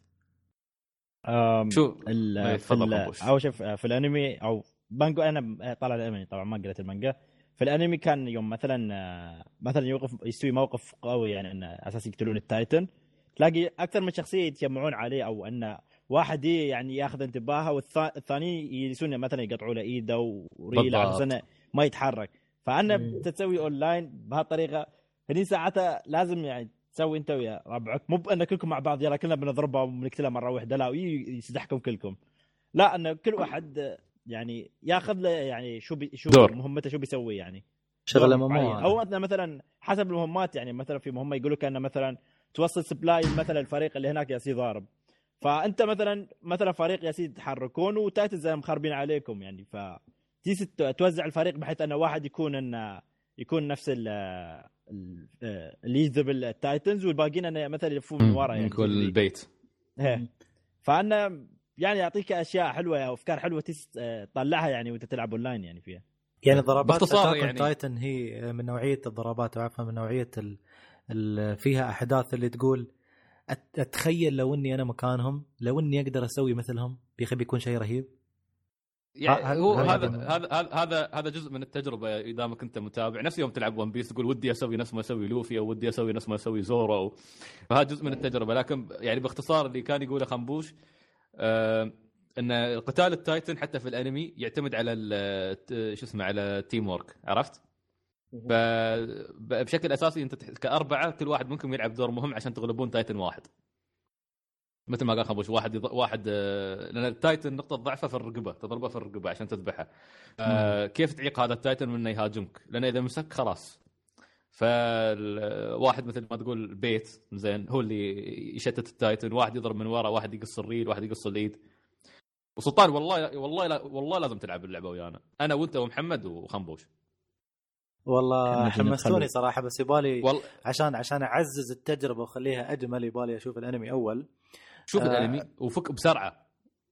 Speaker 3: شو
Speaker 2: او شوف في الانمي او بانجو، انا طالع الانمي طبعا ما قريت المانجا. في الانمي كان يوم مثلا يستوي موقف قوي يعني ان اساس يقتلون التايتن، تلاقي اكثر من شخصيه يتجمعون عليه، او ان واحد يعني ياخذ انتباهه والثاني يجلسون مثلا يقطعوا له ايده وريله عشان ما يتحرك. فانا تسوي اونلاين بهالطريقه هني ساعتها لازم يعني تسوي انت ويا ربعك، مو بان كلكم مع بعض يلا كلنا بنضربها وبنقتلها مره واحده، لا يسدحكم كلكم. لا ان كل واحد يعني ياخذ له يعني شو مهمته، شو بيسوي يعني
Speaker 1: شغله مهمه.
Speaker 2: او مثلا حسب المهمات، يعني مثلا في مهمه يقولوا كأنه مثلا توصل سبلاي مثلا الفريق اللي هناك ياسي ضارب، فانت مثلا فريق ياسي يتحركون وتايتن زي مخربين عليكم يعني، فتيجي توزع الفريق بحيث ان واحد يكون نفس اللي يجذب التايتنز، والباقيين انه مثلا يلفون من ورا يعني
Speaker 3: يكون البيت.
Speaker 2: فانا يعني يعطيك اشياء حلوه او افكار حلوه تطلعها يعني وانت تلعب اونلاين يعني فيها.
Speaker 1: يعني ضربات أتاك أون تايتن هي من نوعيه الضربات، وعارفه من نوعيه فيها احداث اللي تقول اتخيل لو اني انا مكانهم، لو اني اقدر اسوي مثلهم، بيكون شيء رهيب.
Speaker 3: يعني هو هذا جزء من التجربه اذا ما كنت متابع. نفس يوم تلعب ون بيس تقول ودي اسوي نفس ما اسوي لوفي، او ودي اسوي نفس ما اسوي زورو، فهذا جزء من التجربه. لكن يعني باختصار اللي كان يقوله خنبوش ان قتال التايتن حتى في الانمي يعتمد على شو اسمه على التيم وورك، عرفت؟ بشكل اساسي انت كاربعه كل واحد منكم يلعب دور مهم عشان تغلبون تايتن واحد. مثل ما قال خنبوش واحد لان التايتن نقطه ضعفه في الرقبه، تضربه في الرقبه عشان تذبحه. كيف تعيق هذا التايتن من انه يهاجمك؟ لانه اذا مسك خلاص. فالواحد مثل ما تقول بيت زين هو اللي يشتت التايتن، واحد يضرب من ورا، واحد يقص الريل، واحد يقص الايد. وسلطان والله لازم تلعب اللعبه ويانا، انا وانت ومحمد وخنبوش.
Speaker 1: والله حمستوني صراحه، بس يبالي عشان اعزز التجربه واخليها اجمل يبالي اشوف الانمي اول.
Speaker 3: شوف الانمي وفك بسرعه.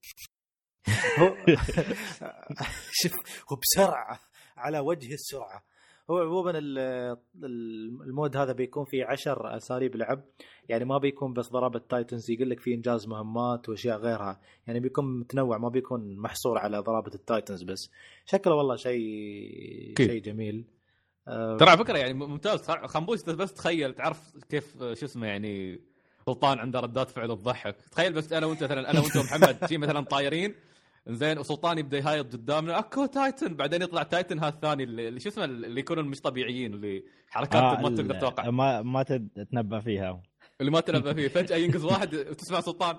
Speaker 1: شوف وبسرعه على وجه السرعه. هو عموما المود هذا بيكون فيه 10 اساليب لعب، يعني ما بيكون بس ضربة تايتنز، يقول لك فيه انجاز مهمات واشياء غيرها، يعني بيكون متنوع، ما بيكون محصور على ضربة التايتنز بس. شكله والله شيء جميل.
Speaker 3: ترى فكره يعني ممتاز. خنبوش بس تخيل تعرف كيف شو اسمه يعني سلطان عنده ردات فعل تضحك. تخيل بس انا وانت مثلا، انا وانت ومحمد شي مثلا طايرين زين، وسلطان يبدا يهايط قدامنا اكو تايتن، بعدين يطلع تايتن هذا الثاني اللي شو اسمه اللي يكونوا مش طبيعيين، اللي حركات ما تقدر تتوقع،
Speaker 2: ما تتنبأ فيها،
Speaker 3: اللي ما تنبأ فيه. فجأة ينقز واحد وتسمع سلطان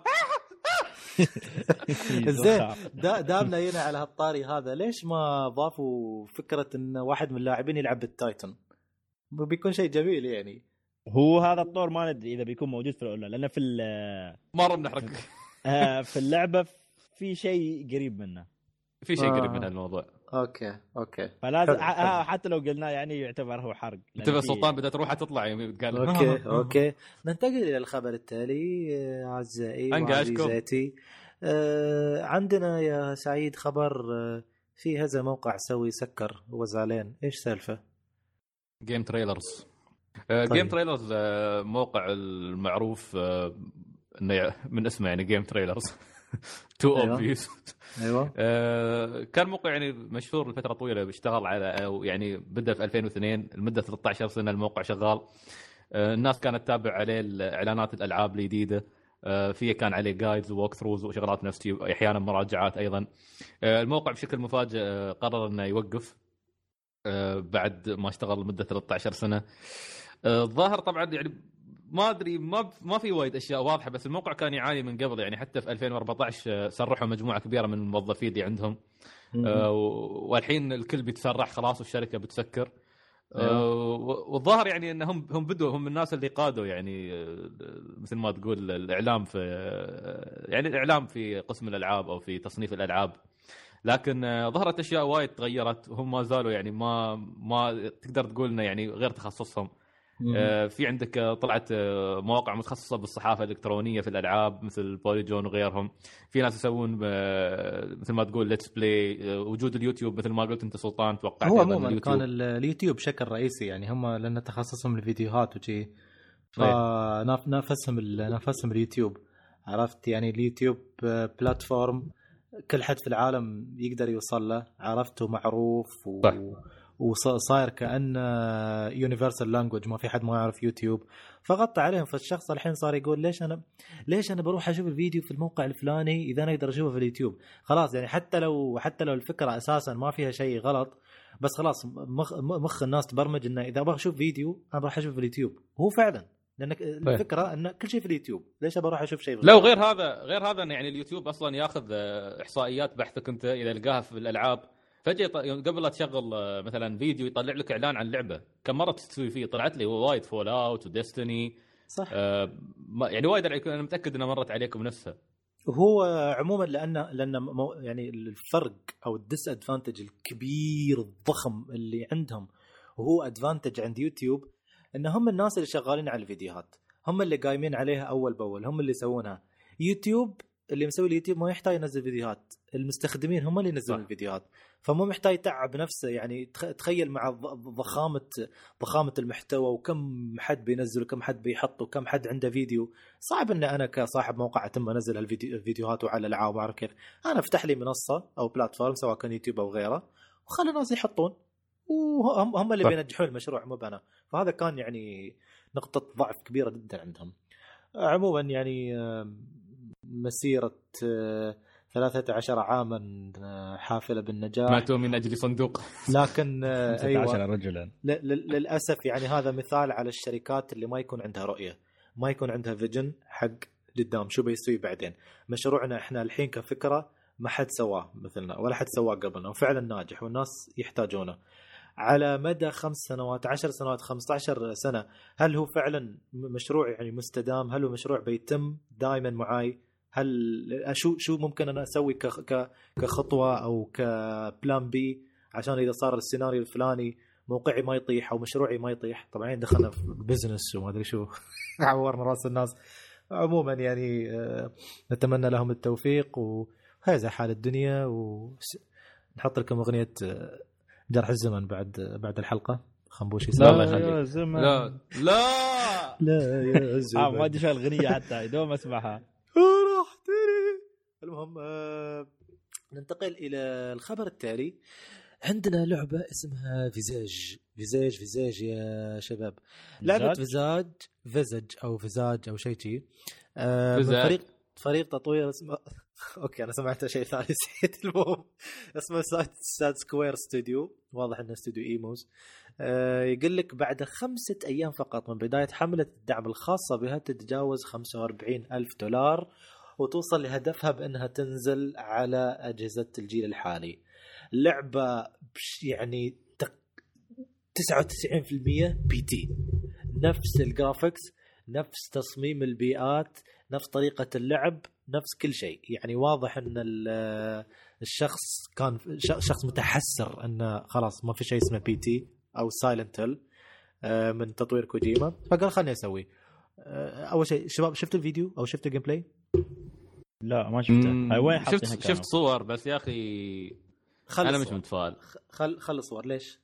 Speaker 1: زين دامنا هنا على هالطاري هذا، ليش ما ضافوا فكرة ان واحد من اللاعبين يلعب بالتايتن؟ بيكون شيء جميل يعني.
Speaker 2: هو هذا الطور ما ندري اذا بيكون موجود في الاولى، لان في
Speaker 3: مرة بنحرق
Speaker 2: في اللعبة في شيء قريب منه،
Speaker 3: في شيء قريب من هالموضوع.
Speaker 4: اوكي
Speaker 2: فلازم حتى لو قلنا يعني يعتبر هو حرق.
Speaker 3: انتبه سلطان بدأت روحها تطلع يوم قال
Speaker 1: اوكي ننتقل الى الخبر التالي اعزائي وعزيزاتي. عندنا يا سعيد خبر في هذا موقع سوي سكر وزعلان. ايش سالفه؟
Speaker 3: جيم تريلرز.
Speaker 1: طيب.
Speaker 3: جيم تريلرز موقع المعروف انه من اسمه يعني جيم تريلرز تو اوبفيس.
Speaker 1: ايوه
Speaker 3: كان موقع يعني مشهور لفتره طويله، بيشتغل على أو يعني بدا في 2002 لمده 13 سنه الموقع شغال. الناس كانت تتابع عليه اعلانات الالعاب الجديده، فيه كان عليه جايدز ووك ثروز وشغلات نفسي، احيانا مراجعات ايضا. الموقع بشكل مفاجئ قرر انه يوقف بعد ما اشتغل لمده 13 سنه. الظاهر طبعا يعني ما ادري، ما في وايد اشياء واضحه، بس الموقع كان يعاني من قبل يعني. حتى في 2014 سرحوا مجموعه كبيره من الموظفين اللي عندهم، والحين الكل بيتسرح خلاص والشركه بتسكر. والظاهر يعني انهم هم الناس اللي قادوا يعني مثل ما تقول الاعلام في يعني الاعلام في قسم الالعاب او في تصنيف الالعاب. لكن ظهرت اشياء وايد تغيرت، وهم ما زالوا يعني ما تقدر تقول انه يعني غير تخصصهم. في عندك طلعت مواقع متخصصه بالصحافه الالكترونيه في الالعاب مثل بوليجون وغيرهم. في ناس يسوون مثل ما تقول ليتس بلاي. وجود اليوتيوب مثل ما قلت انت سلطان، توقعت
Speaker 1: هو عموما كان اليوتيوب بشكل رئيسي يعني، هم لان تخصصهم الفيديوهات وشي، فنافسهم اليوتيوب. عرفت يعني اليوتيوب بلاتفورم كل حد في العالم يقدر يوصل له، عرفته معروف وصاير كأنه يونيفرسال لانجويج، ما في حد ما يعرف يوتيوب، فغطى عليهم. فالشخص الحين صار يقول ليش انا بروح اشوف الفيديو في الموقع الفلاني اذا انا اقدر اشوفه في اليوتيوب؟ خلاص يعني حتى لو الفكره اساسا ما فيها شيء غلط، بس خلاص مخ الناس تبرمج انه اذا ابغى اشوف فيديو انا بروح اشوفه في اليوتيوب. هو فعلا لان الفكره ان كل شيء في اليوتيوب، ليش بروح اشوف شيء؟
Speaker 3: لا، وغير هذا يعني اليوتيوب اصلا ياخذ احصائيات بحثك انت اذا لقاها في الالعاب. فجأة قبل لا تشغل مثلا فيديو يطلع لك اعلان عن لعبه. كم مره تستوي فيه؟ طلعت لي وايد فول اوت وديستني،
Speaker 1: صح.
Speaker 3: يعني وايد انا متاكد انها مرت عليكم نفسها.
Speaker 1: هو عموما لان يعني الفرق او الديس ادفانتج الكبير الضخم اللي عندهم، وهو ادفانتج عند يوتيوب، ان هم الناس اللي شغالين على الفيديوهات، هم اللي قايمين عليها اول باول، هم اللي يسوونها. يوتيوب اللي مسوي اليوتيوب ما يحتاج ينزل فيديوهات، المستخدمين هم اللي ينزلون الفيديوهات، فمو محتاج يتعب نفسه. يعني تخيل مع ضخامة المحتوى وكم حد بينزل وكم حد بيحط وكم حد عنده فيديو، صعب ان انا كصاحب موقع اتم انزل الفيديوهات وعلى الالعاب وعارف كيف. انا افتح لي منصة او بلاتفورم سواء كان يوتيوب او غيره، وخلي الناس يحطون، وهم اللي بينجحون المشروع مو انا. فهذا كان يعني نقطة ضعف كبيرة جدا عندهم. عموما يعني مسيرة 13 عاما حافلة بالنجاح،
Speaker 3: ماتوا من أجل صندوق.
Speaker 1: لكن
Speaker 2: 16 رجلا
Speaker 1: للأسف يعني هذا مثال على الشركات اللي ما يكون عندها رؤية، ما يكون عندها فيجن حق قدام شو بيسوي بعدين. مشروعنا احنا الحين كفكرة ما حد سواه مثلنا ولا حد سواه قبلنا وفعلا ناجح والناس يحتاجونه. على مدى 5 سنوات 10 سنوات 15 سنة هل هو فعلا مشروع يعني مستدام؟ هل هو مشروع بيتم دائما معاي؟ هل شو ممكن أنا أسوي كخطوة أو كبلان بي عشان إذا صار السيناريو الفلاني موقعي ما يطيح أو مشروعي ما يطيح؟ طبعا دخلنا في بزنس وما أدري شو عورنا راس الناس. عموما يعني نتمنى لهم التوفيق، وهذا حال الدنيا. ونحط لكم أغنية جرح الزمن بعد الحلقة. خنبوشي
Speaker 2: لا يا زمن
Speaker 3: لا
Speaker 1: يا زمن
Speaker 2: ما ادري شو الأغنية حتى دوم اسمعها.
Speaker 1: المهم ننتقل إلى الخبر التالي. عندنا لعبة اسمها فيزاج يا شباب. لعبة فيزاج أو شيء من فريق تطوير اسمه اوكي انا سمعت شيء ثاني نسيت. المهم اسمه ساد سكوير ستوديو، واضح انه استوديو ايموز. يقول لك بعد 5 أيام فقط من بداية حملة الدعم الخاصة بها تتجاوز $45,000 وتوصل لهدفها بأنها تنزل على أجهزة الجيل الحالي. لعبة يعني 99% بي تي، نفس الجرافيكس، نفس تصميم البيئات، نفس طريقة اللعب، نفس كل شيء. يعني واضح ان الشخص كان شخص متحسر انه خلاص ما في شيء اسمه بي تي او سايلنت هيل من تطوير كوجيما، فقال خلني اسوي. اول شيء شباب شفتوا الفيديو او شفتوا الجيم بلاي؟
Speaker 2: لا ما شفته. وين
Speaker 3: شفت صور بس يا اخي انا مش متفائل.
Speaker 1: خل الصور ليش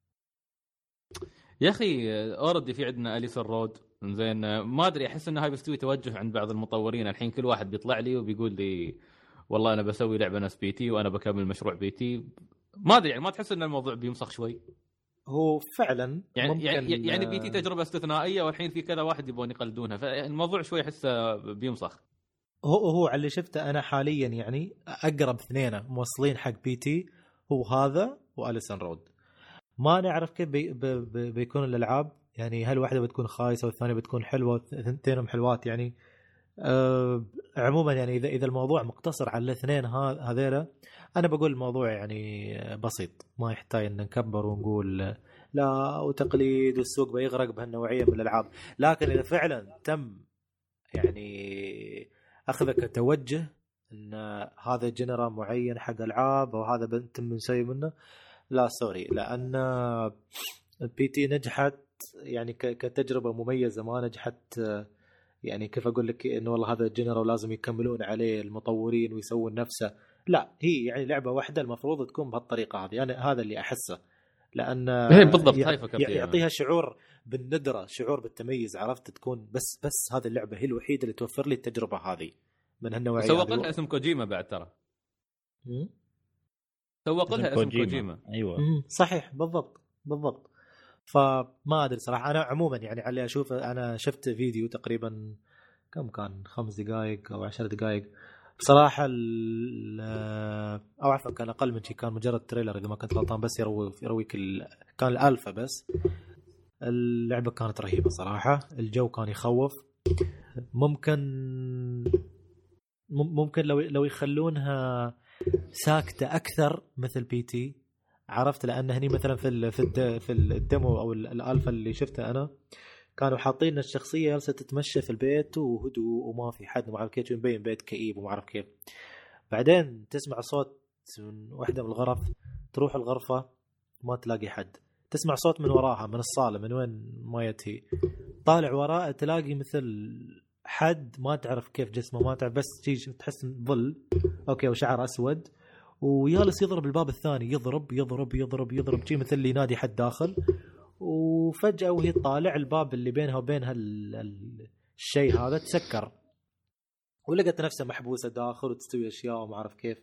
Speaker 3: يا اخي؟ اوردي في عندنا اليسون رود، زين ما ادري، احس ان هاي بيستوي توجه عند بعض المطورين الحين. كل واحد بيطلع لي وبيقول لي والله انا بسوي لعبه ناس بي تي وانا بكمل مشروع بي تي. ما ادري يعني ما تحس ان الموضوع بيمسخ شوي؟
Speaker 1: هو فعلا
Speaker 3: يعني بي تي تجربه استثنائيه والحين في كذا واحد يبون يقلدونها، فالموضوع شوي احسه بيمسخ.
Speaker 1: هو على اللي شفته انا حاليا يعني اقرب اثنين موصلين حق بي تي هو هذا واليسون رود. ما نعرف كيف بيكون الالعاب، يعني هل واحده بتكون خايسه والثانيه بتكون حلوه، اثنتينهم حلوات يعني. عموما يعني اذا الموضوع مقتصر على الاثنين هذيلا، انا بقول الموضوع يعني بسيط، ما يحتاج ان نكبر ونقول لا وتقليد والسوق بيغرق بهالنوعيه من الالعاب. لكن اذا فعلا تم يعني اخذك توجه ان هذا جنرا معين حق العاب او هذا بنتم نسوي منه، لا سوري، لان بي تي نجحت يعني كتجربه مميزه، ما نجحت يعني كيف اقول لك انه والله هذا جنرا ولازم يكملون عليه المطورين ويسوون نفسه. لا، هي يعني لعبه واحده المفروض تكون بهالطريقه هذه. انا هذا اللي احسه، لان
Speaker 3: بالضبط
Speaker 1: يعطيها شعور بالندره، شعور بالتميز، عرفت؟ تكون بس هذه اللعبه هي الوحيده اللي توفر لي التجربه هذه من هالنوعيه.
Speaker 3: سوق لها اسم كوجيما بعد، ترى سوق لها اسم كوجيما.
Speaker 2: ايوه
Speaker 1: صحيح، بالضبط. فما ادري صراحه. انا عموما يعني على اشوف، انا شفت فيديو تقريبا كم كان 5 دقائق او 10 دقائق بصراحه، او عفوا كان اقل من شيء، كان مجرد تريلر اذا ما كنت غلطان، بس يرويك كان الالفا بس. اللعبه كانت رهيبه صراحه، الجو كان يخوف. ممكن لو يخلونها ساكته اكثر مثل بي تي، عرفت؟ لان هني مثلا في الديمو او الالفا اللي شفته انا، كانوا حاطين الشخصيه جالسه تتمشى في البيت وهدوء وما في حد، وما اعرف كيف، مبين بيت كئيب وما اعرف كيف. بعدين تسمع صوت من واحده من الغرف، تروح الغرفه ما تلاقي حد، تسمع صوت من وراها من الصاله، من وين ما يتهي، طالع وراء تلاقي مثل حد ما تعرف كيف جسمه، ما تعرف، بس تحس ظل اوكي وشعر اسود، ويالس يضرب الباب الثاني، يضرب شيء مثل اللي ينادي حد داخل. وفجأة وهي طالع الباب اللي بينها وبين الشيء هذا تسكر، ولقت نفسها محبوسة داخل وتستوي أشياء وما أعرف كيف.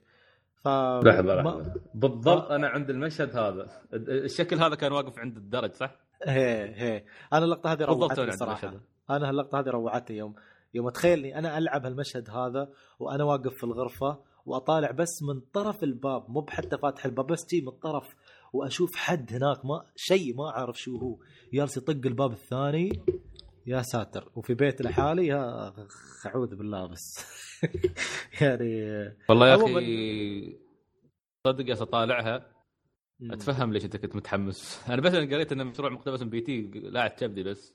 Speaker 3: لحظة بالضبط أنا عند المشهد هذا، الشكل هذا كان واقف عند الدرج صح؟
Speaker 1: هي أنا اللقطة هذه روعتني صراحة. أنا اللقطة هذه روعتني يوم أتخيلني أنا ألعب هالمشهد هذا وأنا واقف في الغرفة وأطالع بس من طرف الباب، مو بحتى فاتح الباب، بس جي من الطرف، وأشوف حد هناك ما أعرف شو هو، جالس يطق الباب الثاني. يا ساتر، وفي بيت لحالي، يا أعوذ بالله بس. يعني
Speaker 3: والله يا أخي صدق يا أطالعها أتفهم ليش أنت كنت متحمس. أنا بس قريت إنه مشروع مقتبس من بي تي لاعب كبدي بس،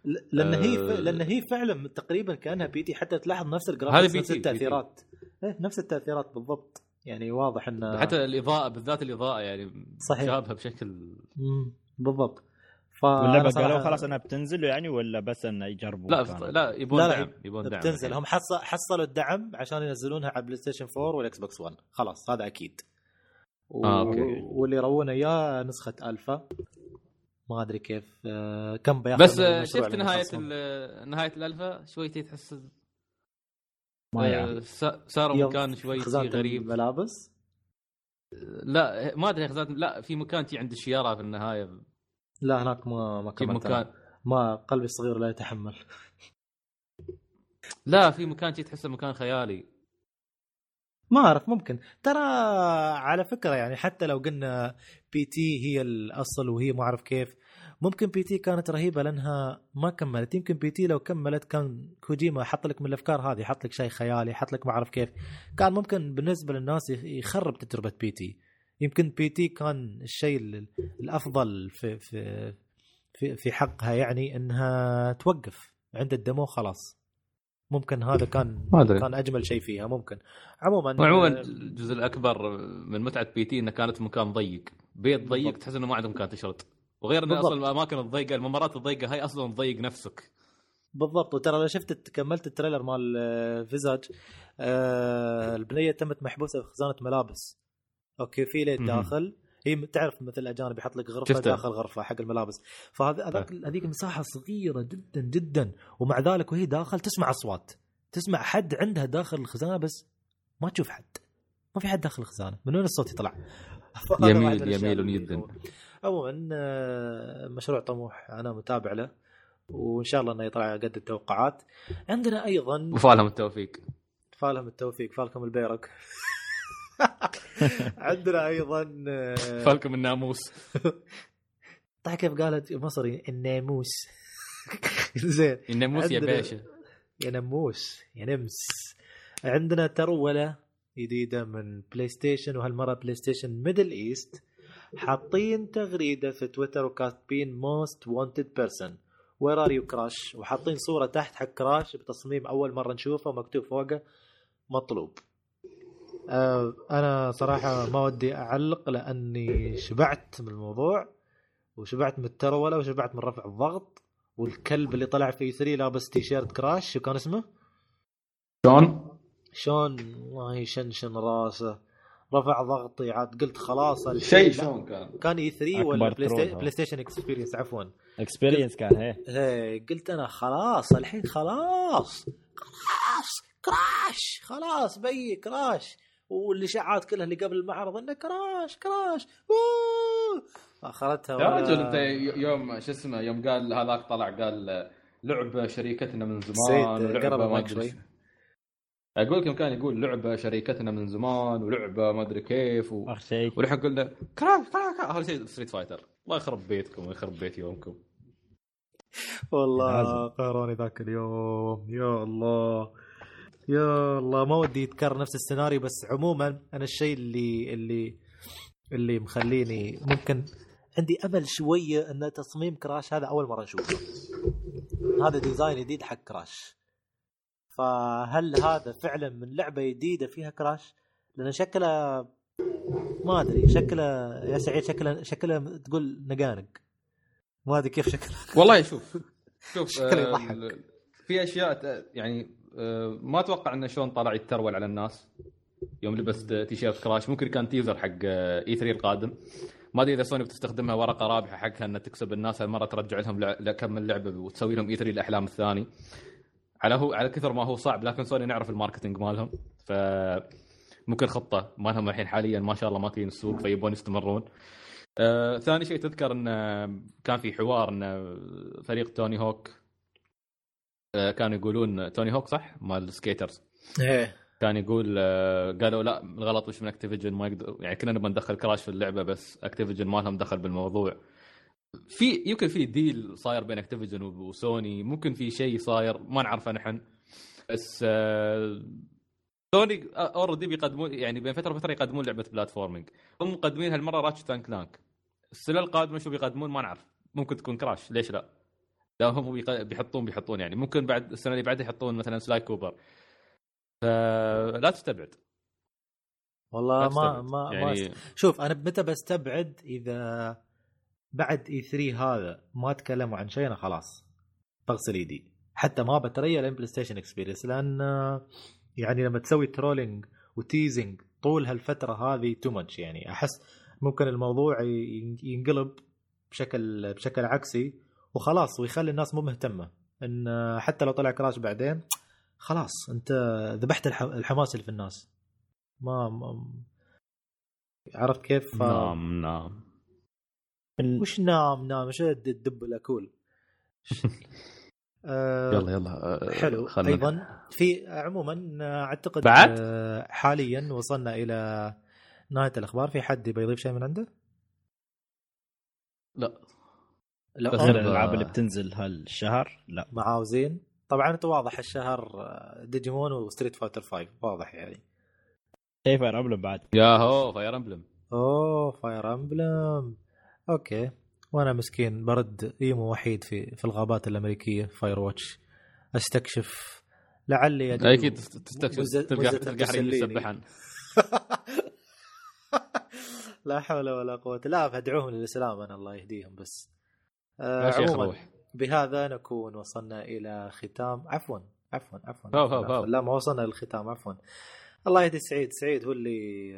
Speaker 1: لأن هي فعلا تقريبا كأنها بي تي، حتى تلاحظ نفس الجرافيكس، نفس التأثيرات، نفس التأثيرات بالضبط. يعني واضح ان
Speaker 3: حتى الاضاءه، بالذات الاضاءه يعني شابهه بشكل
Speaker 1: بالضبط.
Speaker 2: واللعبه قالوا خلاص انها بتنزل يعني، ولا بس انه يجربوا؟
Speaker 3: لا يبون دعم، يبون دعم
Speaker 1: بتنزل. هم حصلوا الدعم عشان ينزلونها على بلاي ستيشن 4 والاكس بوكس 1، خلاص هذا اكيد. واللي يرونا اياه نسخه الفا، ما ادري كيف كم بياخذ.
Speaker 3: بس شفت نهايه الالفا شوي تحس
Speaker 2: ما يعني
Speaker 3: صار مكان شوي غريب،
Speaker 1: ملابس
Speaker 3: لا ما ادري خزانه، لا في مكان تي عند الشياره في النهايه.
Speaker 1: لا هناك ما
Speaker 3: في
Speaker 1: كملت
Speaker 3: مكان،
Speaker 1: ما قلبي الصغير لا يتحمل.
Speaker 3: لا في مكان تي تحسه مكان خيالي.
Speaker 1: ما أعرف، ممكن ترى على فكرة يعني حتى لو قلنا بي تي هي الأصل وهي ما أعرف كيف، ممكن بي تي كانت رهيبة لأنها ما كملت. يمكن بي تي لو كملت كان كوجيما حط لك من الأفكار هذه، حط لك شيء خيالي، حط لك ما أعرف كيف، كان ممكن بالنسبة للناس يخرب تجربة بي تي. يمكن بي تي كان الشيء الأفضل في حقها، يعني أنها توقف عند الدمو خلاص. ممكن هذا كان اجمل شيء فيها. ممكن عموما
Speaker 3: الجزء الاكبر من متعه بي تي انه كانت مكان ضيق، بيت ضيق، تحس انه ما عندهم مكان تشرد. وغير انه اصلا الاماكن الضيقه، الممرات الضيقه هاي اصلا تضيق نفسك.
Speaker 1: بالضبط. وترى لو شفت كملت التريلر مال فيزاج، البنيه تمت محبوسه في خزانه ملابس. اوكي في ليت داخل، هي تعرف مثل الاجانب يحط لك غرفه داخل غرفه حق الملابس، هذيك مساحه صغيره جدا جدا، ومع ذلك وهي داخل تسمع اصوات، تسمع حد عندها داخل الخزانه بس ما تشوف حد، ما في حد داخل الخزانه، من وين الصوت يطلع؟
Speaker 3: يميل جدا.
Speaker 1: عموما مشروع طموح، انا متابع له وان شاء الله انه يطلع قد التوقعات. عندنا ايضا
Speaker 3: وفالهم التوفيق،
Speaker 1: فالكم البيرق. عندنا ايضا
Speaker 3: فالكم الناموس.
Speaker 1: طيب كيف قالت مصري الناموس؟ زين
Speaker 3: الناموس يا باشا،
Speaker 1: يا ناموس يا نمس. عندنا ترولة جديدة من بلاي ستيشن، وهالمرة بلاي ستيشن ميدل ايست، حاطين تغريدة في تويتر وكاتبين most wanted person where are you crash، وحاطين صورة تحت حق كراش بتصميم أول مرة نشوفه ومكتوب فوقه مطلوب. أنا صراحة ما ودي أعلق لأني شبعت من الموضوع، وشبعت من الترولة، وشبعت من رفع الضغط، والكلب اللي طلع في 3 لابس تيشيرت كراش شو كان اسمه؟ شون الله يشنشن راسه، رفع ضغطي عاد. قلت خلاص
Speaker 3: الشيء شلون
Speaker 1: كان اي 3 ولا بلاي ستيشن اكسبيرينس، عفوا
Speaker 2: اكسبيرينس كان
Speaker 1: هي قلت انا خلاص الحين خلاص كراش، خلاص بي كراش، والاشاعات كلها اللي قبل المعرض انه كراش اخرتها.
Speaker 3: يا رجل انت يوم شو اسمه، يوم قال هذاك طلع قال لعبه شركتنا من زمان، ولعبه ما ادري، اقول لكم كان يقول لعبه شركتنا من زمان ولعبه ما ادري كيف ولحق قلنا كراش هذا شيء ستريت فايتر. الله يخرب بيتكم ويخرب بيت يومكم
Speaker 1: والله. قهروني ذاك اليوم، يا الله يا الله، ما ودي يتكرر نفس السيناريو. بس عموما انا الشيء اللي مخليني ممكن عندي امل شويه ان تصميم كراش هذا اول مره نشوفه، هذا ديزاين جديد حق كراش. فهل هذا فعلا من لعبه جديده فيها كراش؟ لان شكله ما ادري، شكله يا سعيد شكله تقول نقانق، ما ادري كيف شكله.
Speaker 3: والله شوف
Speaker 1: شكله يضحك.
Speaker 3: في اشياء يعني ما اتوقع انه شلون طلع يترول على الناس يوم لبس تيشيرت كراش. ممكن كان تيزر حق اي 3 القادم. ما ادري اذا سوني بتستخدمها ورقه رابحه حقها ان تكسب الناس هالمره، ترجع لهم كم من لعبه وتسوي لهم اي 3 الاحلام الثاني. على كثر ما هو صعب، لكن سوني نعرف الماركتينج مالهم، فممكن خطه مالهم الحين حاليا ما شاء الله ماكلين السوق فيبون يستمرون. ثاني شيء تذكر ان كان في حوار ان فريق توني هوك كانوا يقولون توني هوك صح مال السكيترز، كان يقول قالوا لا الغلط مش من اكتيفيجن، ما يقدر يعني كنا نبغى ندخل كراش في اللعبه بس اكتيفيجن ما لهم دخل بالموضوع. في يمكن في ديل صاير بين اكتيفيجن وسوني، ممكن في شيء صاير ما نعرفه نحن. بس سوني اوريدي بيقدمون يعني بين فتره وفتره يقدمون لعبه بلاتفورمينج. هم مقدمين هالمره راتشت اند كلانك، السنه القادمه شو بيقدمون ما نعرف. ممكن تكون كراش، ليش لا؟ لا هم بيحطون يعني ممكن بعد السنه اللي بعدها يحطون مثلا سلاي كوبر. فلا تستبعد
Speaker 1: والله. ما يعني شوف انا متى بستبعد؟ اذا بعد اي 3 هذا ما تكلموا عن شيء انا خلاص بغسل ايدي، حتى ما بتريا البلاي ستيشن اكسبيرينس. لان يعني لما تسوي ترولينج وتيزنج طول هالفتره هذه تو ماتش، يعني احس ممكن الموضوع ينقلب بشكل عكسي وخلاص، ويخلي الناس مو مهتمه. ان حتى لو طلع كراش بعدين خلاص انت ذبحت الحماس اللي في الناس. ما عرفت كيف؟
Speaker 3: نعم
Speaker 1: وش نام مش الدب الاكول.
Speaker 3: يلا
Speaker 1: حلو. ايضا في عموما اعتقد
Speaker 3: بعد
Speaker 1: حاليا وصلنا الى نهايه الاخبار. في حد يبي يضيف شيء من عنده؟
Speaker 3: لا
Speaker 2: بس الالعاب اللي بتنزل هالشهر لا
Speaker 1: معاوزين طبعا. انت واضح الشهر ديجيمون وستريت فايتر 5 واضح يعني.
Speaker 2: اي فاير امبلم بعد.
Speaker 3: يا هو فاير امبلم.
Speaker 1: فاير امبلم اوكي. وانا مسكين برد ايمو وحيد في الغابات الامريكيه فاير واتش استكشف لعلي
Speaker 3: اكيد تستكشف تلقى حريم يسبحن.
Speaker 1: لا حول ولا قوه. لا فادعوهم للاسلام انا الله يهديهم بس. عموما بهذا نكون وصلنا الى ختام. عفوا لا ما وصلنا للختام عفوا. الله يهدي سعيد هو اللي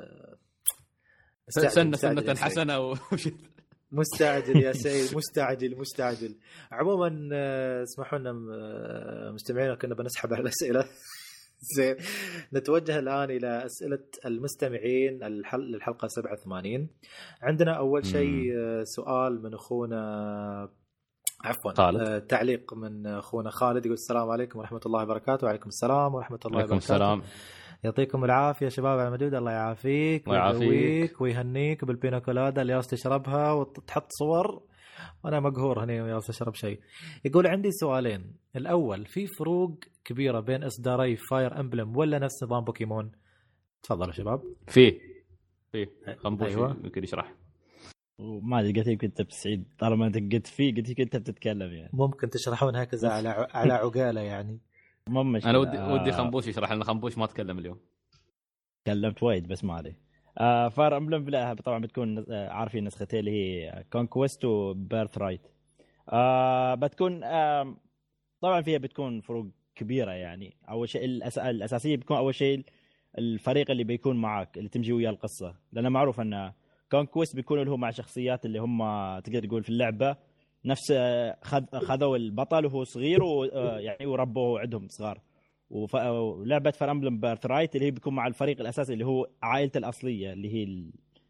Speaker 3: سنة حسنة
Speaker 1: مستعجل يا سعيد مستعجل. عموما اسمحوا لنا مستمعينا كنا بنسحب على الأسئلة. زين نتوجه الآن إلى أسئلة المستمعين للحلقة 87. عندنا أول شيء سؤال من أخونا عفوا تعليق من أخونا خالد يقول السلام عليكم ورحمة الله وبركاته. وعليكم السلام ورحمة الله وبركاته. يعطيكم العافية شباب على المدود. الله يعافيك ويقويك ويهنيك بالبينا كولادا اللي تشربها وتحط صور. وأنا مقهور هنا يا أشرب شيء. يقول عندي سؤالين. الأول في فروق كبيرة بين إصداري فاير أمبلم ولا نفس نظام بوكيمون؟ تفضلوا شباب.
Speaker 3: في خنبوش يمكن يشرح.
Speaker 2: وما قلت لك انت بسعيد طالما انت قلت فيه قلت لك انت بتتكلم يعني
Speaker 1: ممكن تشرحون هكذا على عقاله يعني.
Speaker 3: انا ودي خنبوش يشرح لنا. خنبوش ما تكلم اليوم.
Speaker 2: تكلمت وايد بس ما عليه. فاير امبلم طبعا بتكون عارفين نسختين اللي هي كونكويست وبيرث رايت. بتكون طبعا فيها بتكون فروق كبيره يعني. اول شيء الاساسيه بتكون اول شيء الفريق اللي بيكون معك اللي تمشي ويا القصه. لأنه معروف ان كونكويست بيكون له مع شخصيات اللي هم تقدر تقول في اللعبه نفس خذوا البطل وهو صغير ويعني وربوه عندهم صغار. ولعبه فاير امبلم بيرث رايت اللي هي بيكون مع الفريق الاساسي اللي هو عائلته الاصليه اللي هي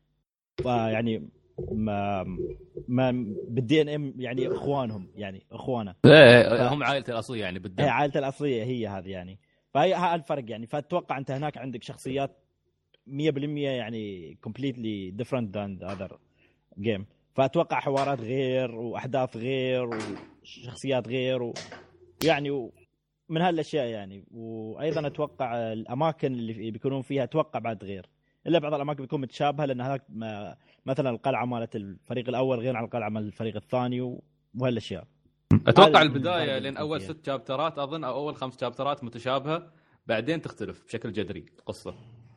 Speaker 2: يعني ما بالدي ان ام يعني اخوانهم يعني اخوانه
Speaker 3: هم عائلته الاصليه يعني
Speaker 2: بالدم. عائلته الاصليه هي هذه يعني. فهي الفرق يعني. فتوقع انت هناك عندك شخصيات 100% يعني completely different than the other game. فأتوقع حوارات غير وأحداث غير وشخصيات غير يعني من هالأشياء يعني. وأيضا أتوقع الأماكن اللي بيكونون فيها أتوقع بعد غير. إلا بعض الأماكن بتكون متشابهة لأن هناك مثلا القلعة مالت الفريق الأول غير عن القلعة مال الفريق الثاني وهالأشياء.
Speaker 3: أتوقع البداية لأن أول 6 شابترات أظن أو أول 5 شابترات متشابهة بعدين تختلف بشكل جذري القصة.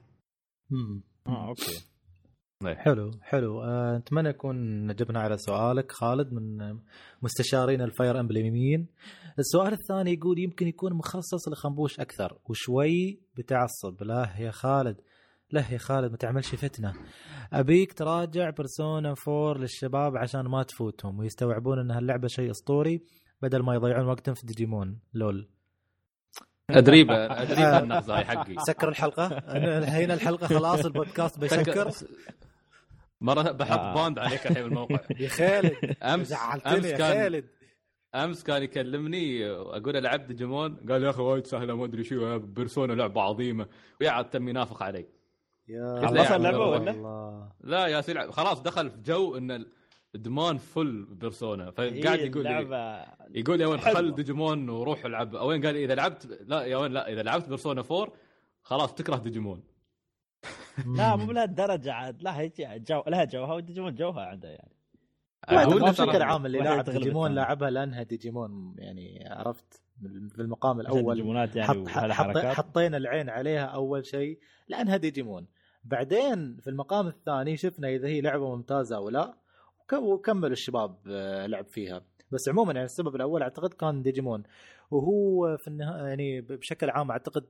Speaker 2: اوكي
Speaker 1: حلو. اتمنى يكون جبنا على سؤالك خالد من مستشارين الفاير امبلميين. السؤال الثاني يقول يمكن يكون مخصص لخنبوش اكثر وشوي بتعصب. لا يا خالد ما تعملش فتنه. ابيك تراجع بيرسونا 4 للشباب عشان ما تفوتهم ويستوعبون ان هاللعبه شيء اسطوري بدل ما يضيعون وقتهم في ديجيمون لول.
Speaker 3: أدريبه النقص هاي حقي.
Speaker 1: سكر الحلقة. هنا الحلقة خلاص البودكاست بيسكر.
Speaker 3: مرة بحط باند عليك الحين بالموقع.
Speaker 1: يا خالد زعلتني يا خالد.
Speaker 3: أمس كان يكلمني أقول لعبت ديجيمون قال يا أخي وايد سهلة ما أدري شو بيرسونا لعبة عظيمة ويقعد تم ينافق علي.
Speaker 2: خلص اللعبة ولا؟
Speaker 3: لا يا سيل خلاص دخل في جو إن الدمان فل بيرسونا فقاعد يقول يا وين خل ديجيمون وروح العب او وين قال اذا لعبت لا يا وين لا اذا لعبت بيرسونا 4 خلاص تكره ديجيمون.
Speaker 2: لا مو بهالدرجه عاد. لا هي لها جوها وديجيمون جوها عنده يعني.
Speaker 1: اقول بشكل عام اللي لاعب ديجيمون لعبها لانها ديجيمون يعني عرفت في المقام الاول يعني حطينا العين عليها اول شيء لانها ديجيمون. بعدين في المقام الثاني شفنا اذا هي لعبه ممتازه او لا وكمل الشباب لعب فيها. بس عموما يعني السبب الاول اعتقد كان ديجيمون. وهو في النهايه يعني بشكل عام اعتقد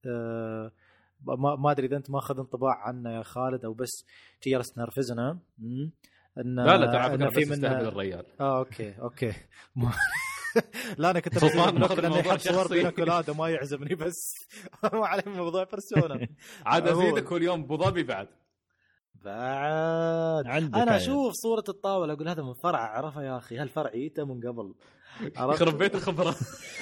Speaker 1: ما ادري اذا انت ما اخذ انطباع عنه يا خالد او بس جالس نرفزنا ان
Speaker 3: لا تعرف في منه الريال.
Speaker 1: اوكي لا انا كنت لاني حط صور بينكولاد وما يعزمني بس ما عليه موضوع بيرسونا.
Speaker 3: عاد ازيدك كل يوم ابو ظبي بعد
Speaker 1: بعد انا اشوف صوره الطاوله اقول هذا من فرع اعرفه يا اخي، هالفرع جيته من قبل.
Speaker 3: يخرب بيت الخبره.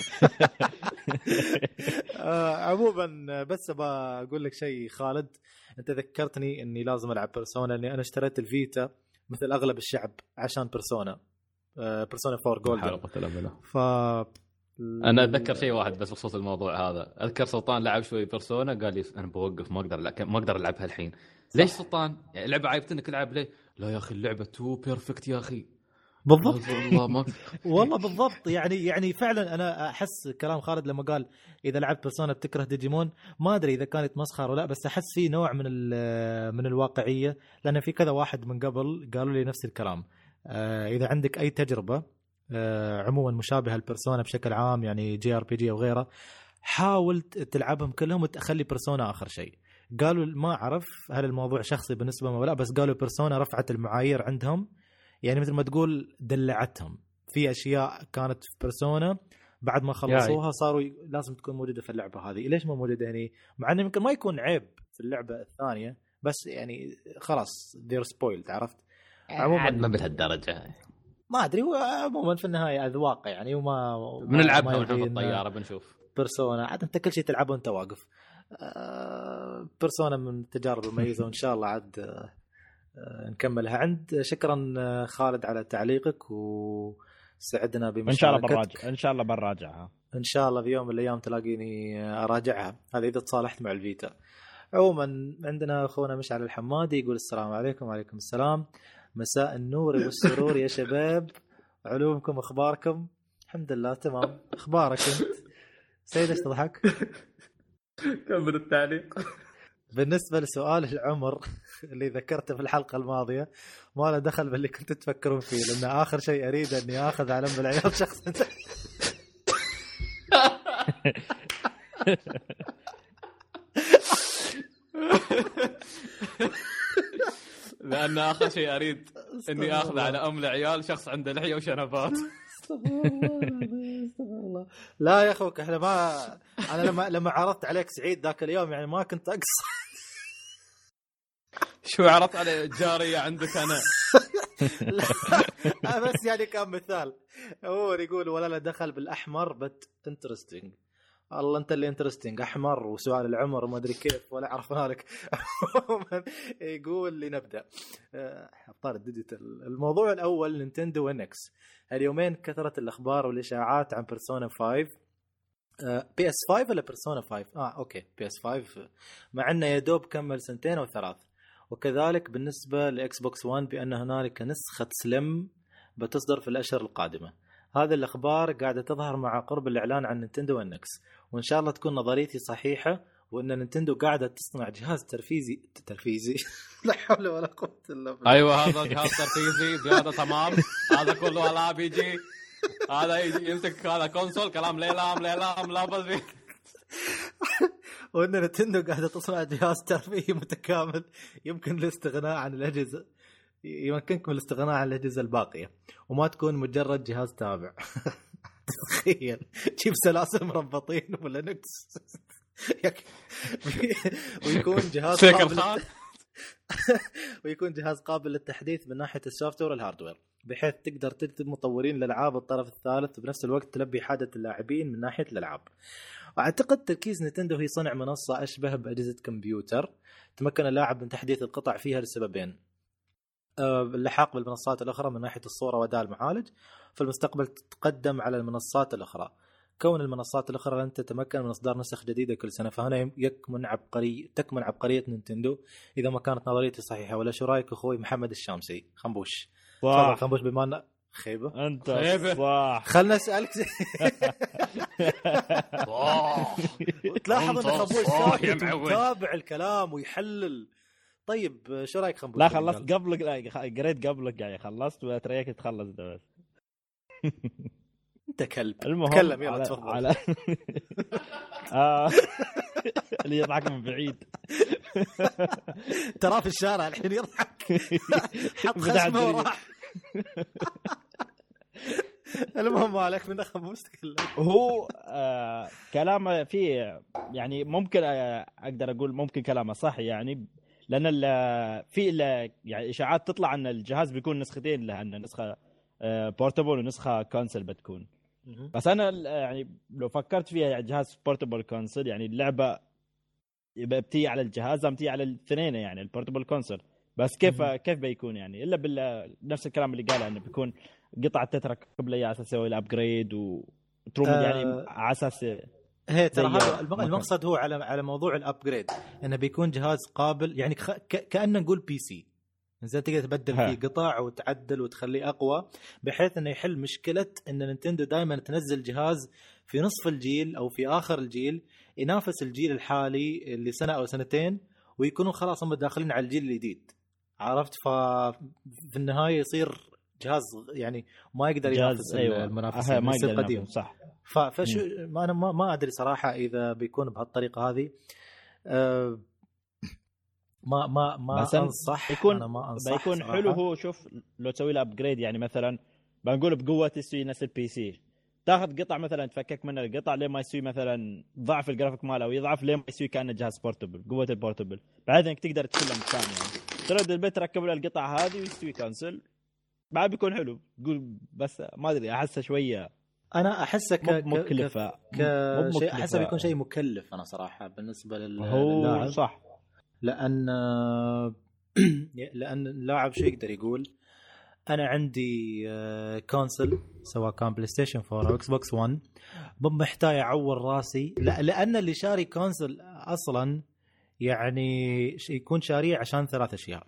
Speaker 1: عموما بس بقول لك شيء خالد، انت ذكرتني اني لازم العب بيرسونا، لاني انا اشتريت الفيتا مثل اغلب الشعب عشان بيرسونا 4 جولد.
Speaker 3: انا اتذكر شيء واحد بس بخصوص الموضوع هذا. اذكر سلطان لعب شوي بيرسونا قال لي انا بوقف، ما اقدر العبها الحين. ليش سلطان؟ يعني اللعبه عيبتنك العب ليه؟ لا يا اخي اللعبه تو بيرفكت يا اخي.
Speaker 1: بالضبط والله بالضبط. يعني فعلا انا احس كلام خالد لما قال اذا لعبت بيرسونا بتكره ديجيمون، ما ادري اذا كانت مسخره ولا، بس احس في نوع من الواقعيه، لان في كذا واحد من قبل قالوا لي نفس الكلام. اذا عندك اي تجربه عموما مشابهه للبيرسونا بشكل عام، يعني جي ار بي جي او غيره، حاول تلعبهم كلهم وتخلي بيرسونا اخر شيء. قالوا ما اعرف هل الموضوع شخصي بالنسبه لهم ولا، بس قالوا بيرسونا رفعت المعايير عندهم، يعني مثل ما تقول دلعتهم في اشياء كانت في بيرسونا بعد ما خلصوها صاروا لازم تكون موجوده في اللعبه هذه. ليش ما موجوده هنا؟ مع انه يمكن ما يكون عيب في اللعبه الثانيه، بس يعني خلاص they're spoiled، عرفت؟
Speaker 3: عموما ما بهالدرجه،
Speaker 1: ما ادري. عموما في النهايه اذواق يعني، وما
Speaker 3: بنلعبها ونحن في الطياره بنشوف
Speaker 1: بيرسونا. عاد انت كل شيء تلعبه وانت واقف. بيرسونا من التجارب المميزه، وان شاء الله عاد نكملها. عند شكرا خالد على تعليقك، وسعدنا بمشاركتك.
Speaker 2: ان شاء الله بنراجعها
Speaker 1: ان شاء الله في يوم من الايام تلاقيني اراجعها، هذا اذا تصالحت مع الفيتا. عموما عندنا اخونا مشعل الحمادي يقول السلام عليكم. وعليكم السلام، مساء النور والسرور يا شباب، علومكم اخباركم؟ الحمد لله تمام. اخبارك انت سيد؟ ايش تضحك؟
Speaker 3: كمل التعليق.
Speaker 1: بالنسبه لسؤال العمر اللي ذكرته في الحلقه الماضيه، ما له دخل باللي كنت تفكرون فيه، لان اخر شيء اريد اني اخذ علم بالعيال شخصا.
Speaker 3: لأن آخر شيء أريد إني أخذ على أم العيال شخص عنده لحية وشنبات.
Speaker 1: الله. لا يا أخوك، إحنا ما أنا لما عرضت عليك سعيد ذاك اليوم يعني ما كنت أقصد.
Speaker 3: شو عرضت على جارية عندك أنا؟
Speaker 1: لا بس يعني كان مثال. هو يقول ولا له دخل بالأحمر بت انترستينج. الله انت اللي انترستينج، احمر وسؤال العمر وما ادري كيف ولا عرفنا لك. يقول لي نبدا ابطال الديجيتال. الموضوع الاول نينتندو انكس. اليومين كثرت الاخبار والاشاعات عن بيرسونا 5. بي اس 5 ولا بيرسونا 5؟ اوكي بي اس 5، مع انه يا دوب كمل 2 أو 3. وكذلك بالنسبه لاكس بوكس 1 بان هنالك نسخه سليم بتصدر في الاشهر القادمه. هذه الأخبار قاعدة تظهر مع قرب الإعلان عن نينتندو انكس، وإن شاء الله تكون نظريتي صحيحة، وإن نينتندو قاعدة تصنع جهاز ترفيزي لا حول ولا قوة إلا بالله.
Speaker 3: أيوة هذا جهاز ترفيزي زيادة تمام. هذا كله لا بيجي، هذا يمسك هذا كونسول كلام ليلام لا بس.
Speaker 1: وإن نينتندو قاعدة تصنع جهاز ترفيهي متكامل يمكنكم الاستغناء عن الأجهزة الباقية، وما تكون مجرد جهاز تابع. تخيل تجيب سلاسل مربطين ولا نكس ويكون جهاز قابل للتحديث من ناحية السوفت وير والهاردوير، بحيث تقدر تجذب مطورين للألعاب الطرف الثالث، وبنفس الوقت تلبي حاجة اللاعبين من ناحية الألعاب. وأعتقد تركيز نينتندو هي صنع منصة أشبه بأجهزة كمبيوتر تمكن اللاعب من تحديث القطع فيها لسببين: اللحاق بالمنصات الأخرى من ناحية الصورة وأداء المعالج، في المستقبل تتقدم على المنصات الأخرى. كون المنصات الأخرى لن تتمكن من إصدار نسخ جديدة كل سنة، فهنا تكمن عبقرية نينتندو إذا ما كانت نظريتي صحيحة. ولا شو رأيك أخوي محمد الشامسي خنبوش؟
Speaker 2: صح
Speaker 1: خنبوش بما خيبة
Speaker 2: أنت صح.
Speaker 1: خلنا أسألك وتلاحظ أن خنبوش ساكت ومتابع الكلام ويحلل. طيب شو رايك خنبوش؟
Speaker 2: لا خلصت قبلك، قريت قبلك يعني خلصت وتريك تخلص ده بس.
Speaker 1: انت كلب. تكلم يلا تفضل.
Speaker 2: اللي يضحك من بعيد
Speaker 1: ترى في الشارع الحين يضحك. حط خشمه وراح. المهم مالك من خنبوش تكلم.
Speaker 2: هو كلامه فيه يعني ممكن اقدر اقول ممكن كلامه صح يعني، لان يعني اشاعات تطلع ان الجهاز بيكون نسختين له، ان نسخه بورتبل ونسخه كونسل بتكون. بس انا يعني لو فكرت فيها يعني جهاز بورتبل كونسل، يعني اللعبه بتيجي على الجهاز بتيجي على الاثنين يعني البورتبل كونسل. بس كيف بيكون يعني الا نفس الكلام اللي قاله انه بيكون قطعه تتركب لي على اساس تسوي الابجريد وتروم يعني على اساس
Speaker 1: هي ترى هذا المقصد هو على موضوع الابجريد، انه بيكون جهاز قابل يعني كأنه نقول بي سي، زين تقدر تبدل فيه قطع وتعدل وتخليه اقوى، بحيث انه يحل مشكله ان نينتندو دائما تنزل جهاز في نصف الجيل او في اخر الجيل ينافس الجيل الحالي اللي سنه او سنتين، ويكونوا خلاص هم داخلين على الجيل الجديد، عرفت؟ ففي النهايه يصير جهاز يعني ما يقدر ينافس المنافسين،
Speaker 2: ما يقدر
Speaker 1: قديم
Speaker 2: صح.
Speaker 1: فشو انا ما ادري صراحه اذا بيكون بهالطريقه هذه. ما انصح،
Speaker 2: انا ما انصح بيكون صراحة. حلو هو شوف لو تسوي له ابجريد يعني مثلا بنقول بقوه تسوي نفس البي سي، تاخذ قطع مثلا تفكك من القطع لين ما يسوي مثلا ضعف الجرافيك ماله او يضعف لين ما يسوي كانه جهاز بورتبل قوه البورتبل، بعد انك تقدر تشيله مكان يعني ترد البيت تركب له القطع هذه ويستوي كونسل بعد بيكون حلو. تقول بس ما ادري احسه شويه،
Speaker 1: انا احسه
Speaker 2: مكلفه
Speaker 1: شيء، احسه بيكون شيء مكلف انا صراحه بالنسبه
Speaker 2: للاعب
Speaker 1: صح، لان اللاعب شو يقدر يقول انا عندي كونسل سواء كان بلاي ستيشن 4 او اكس بوكس 1 محتاج اعور راسي، لان اللي شاري كونسل اصلا يعني يكون شاريه عشان ثلاث اشياء،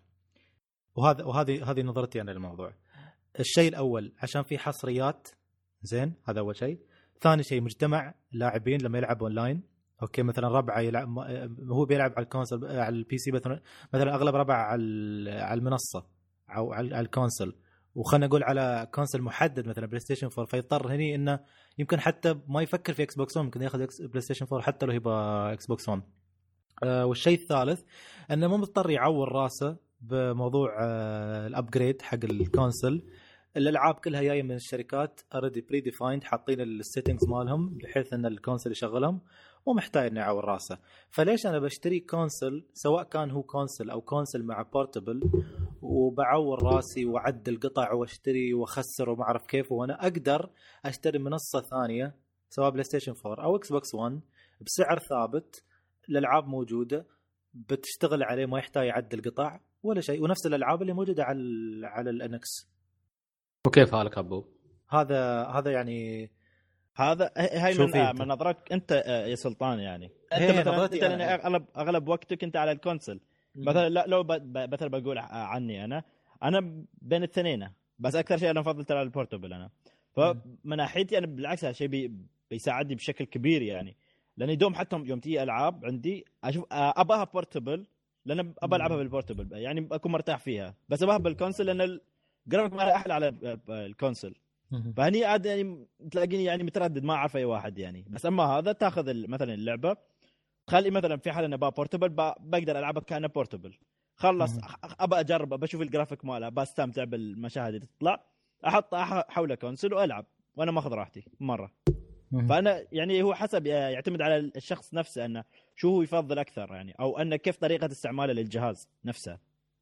Speaker 1: وهذه نظرتي انا للموضوع. الشيء الاول عشان في حصريات، زين هذا اول شيء. ثاني شيء مجتمع لاعبين لما يلعب اونلاين، اوكي مثلا ربعه يلعب هو بيلعب على الكونسل على البي سي مثلا اغلب ربعه على المنصه او على الكونسل، وخلنا نقول على كونسل محدد مثلا بلاي ستيشن 4، فيضطر هني انه يمكن حتى ما يفكر في اكس بوكس 1، ممكن ياخذ بلاي ستيشن 4 حتى لو يبغى اكس بوكس 1. والشيء الثالث انه مو مضطر يعور راسه بموضوع الابجريد حق الكونسل. الالعاب كلها جايه من الشركات اوريدي بري ديفايند، حاطين السيتنجز مالهم بحيث ان الكونسل يشغلهم، مو محتاج اني اعور راسه. فليش انا بشتري كونسل سواء كان هو كونسل او كونسل مع بورتبل وبعور راسي واعدل قطع واشتري واخسر وما اعرف كيف، وانا اقدر اشتري منصه ثانيه سواء بلاي ستيشن 4 او اكس بوكس 1 بسعر ثابت، الالعاب موجوده بتشتغل عليه ما يحتاج يعدل قطع ولا شيء، ونفس الالعاب اللي موجوده على الانكس.
Speaker 3: وكيف حالك ابو؟
Speaker 1: هذا يعني
Speaker 2: هذا هاي من نظرك انت يا سلطان، يعني انت مثلا اغلب وقتك انت على الكونسل مثلا. لا لو مثلا بقول عني انا بين الاثنين، بس اكثر شيء انا افضل ترى البورتبل انا. فمن ناحيتي انا بالعكس هذا شيء بيساعدني بشكل كبير يعني، لاني دوم حتى يوم تيجي العاب عندي اشوف اباها بورتبل لان ابى العبها بالبورتبل يعني اكون مرتاح فيها، بس اباها بالكونسل لان الجرافيك ماله احلى على الكونسل. فهني عاد يعني تلاقيني يعني متردد ما اعرف اي واحد يعني. بس اما هذا تاخذ مثلا اللعبه تخلي مثلا في حال انا بورتبل بقدر العبها كانها بورتبل، خلص ابى اجرب بشوف الجرافيك ماله بستمتع بالمشاهد اللي تطلع، احط حوله كونسل والعب وانا ماخذ راحتي مره. فانا يعني هو حسب يعتمد على الشخص نفسه انه شو هو يفضل اكثر يعني، او انه كيف طريقه استعماله للجهاز نفسه.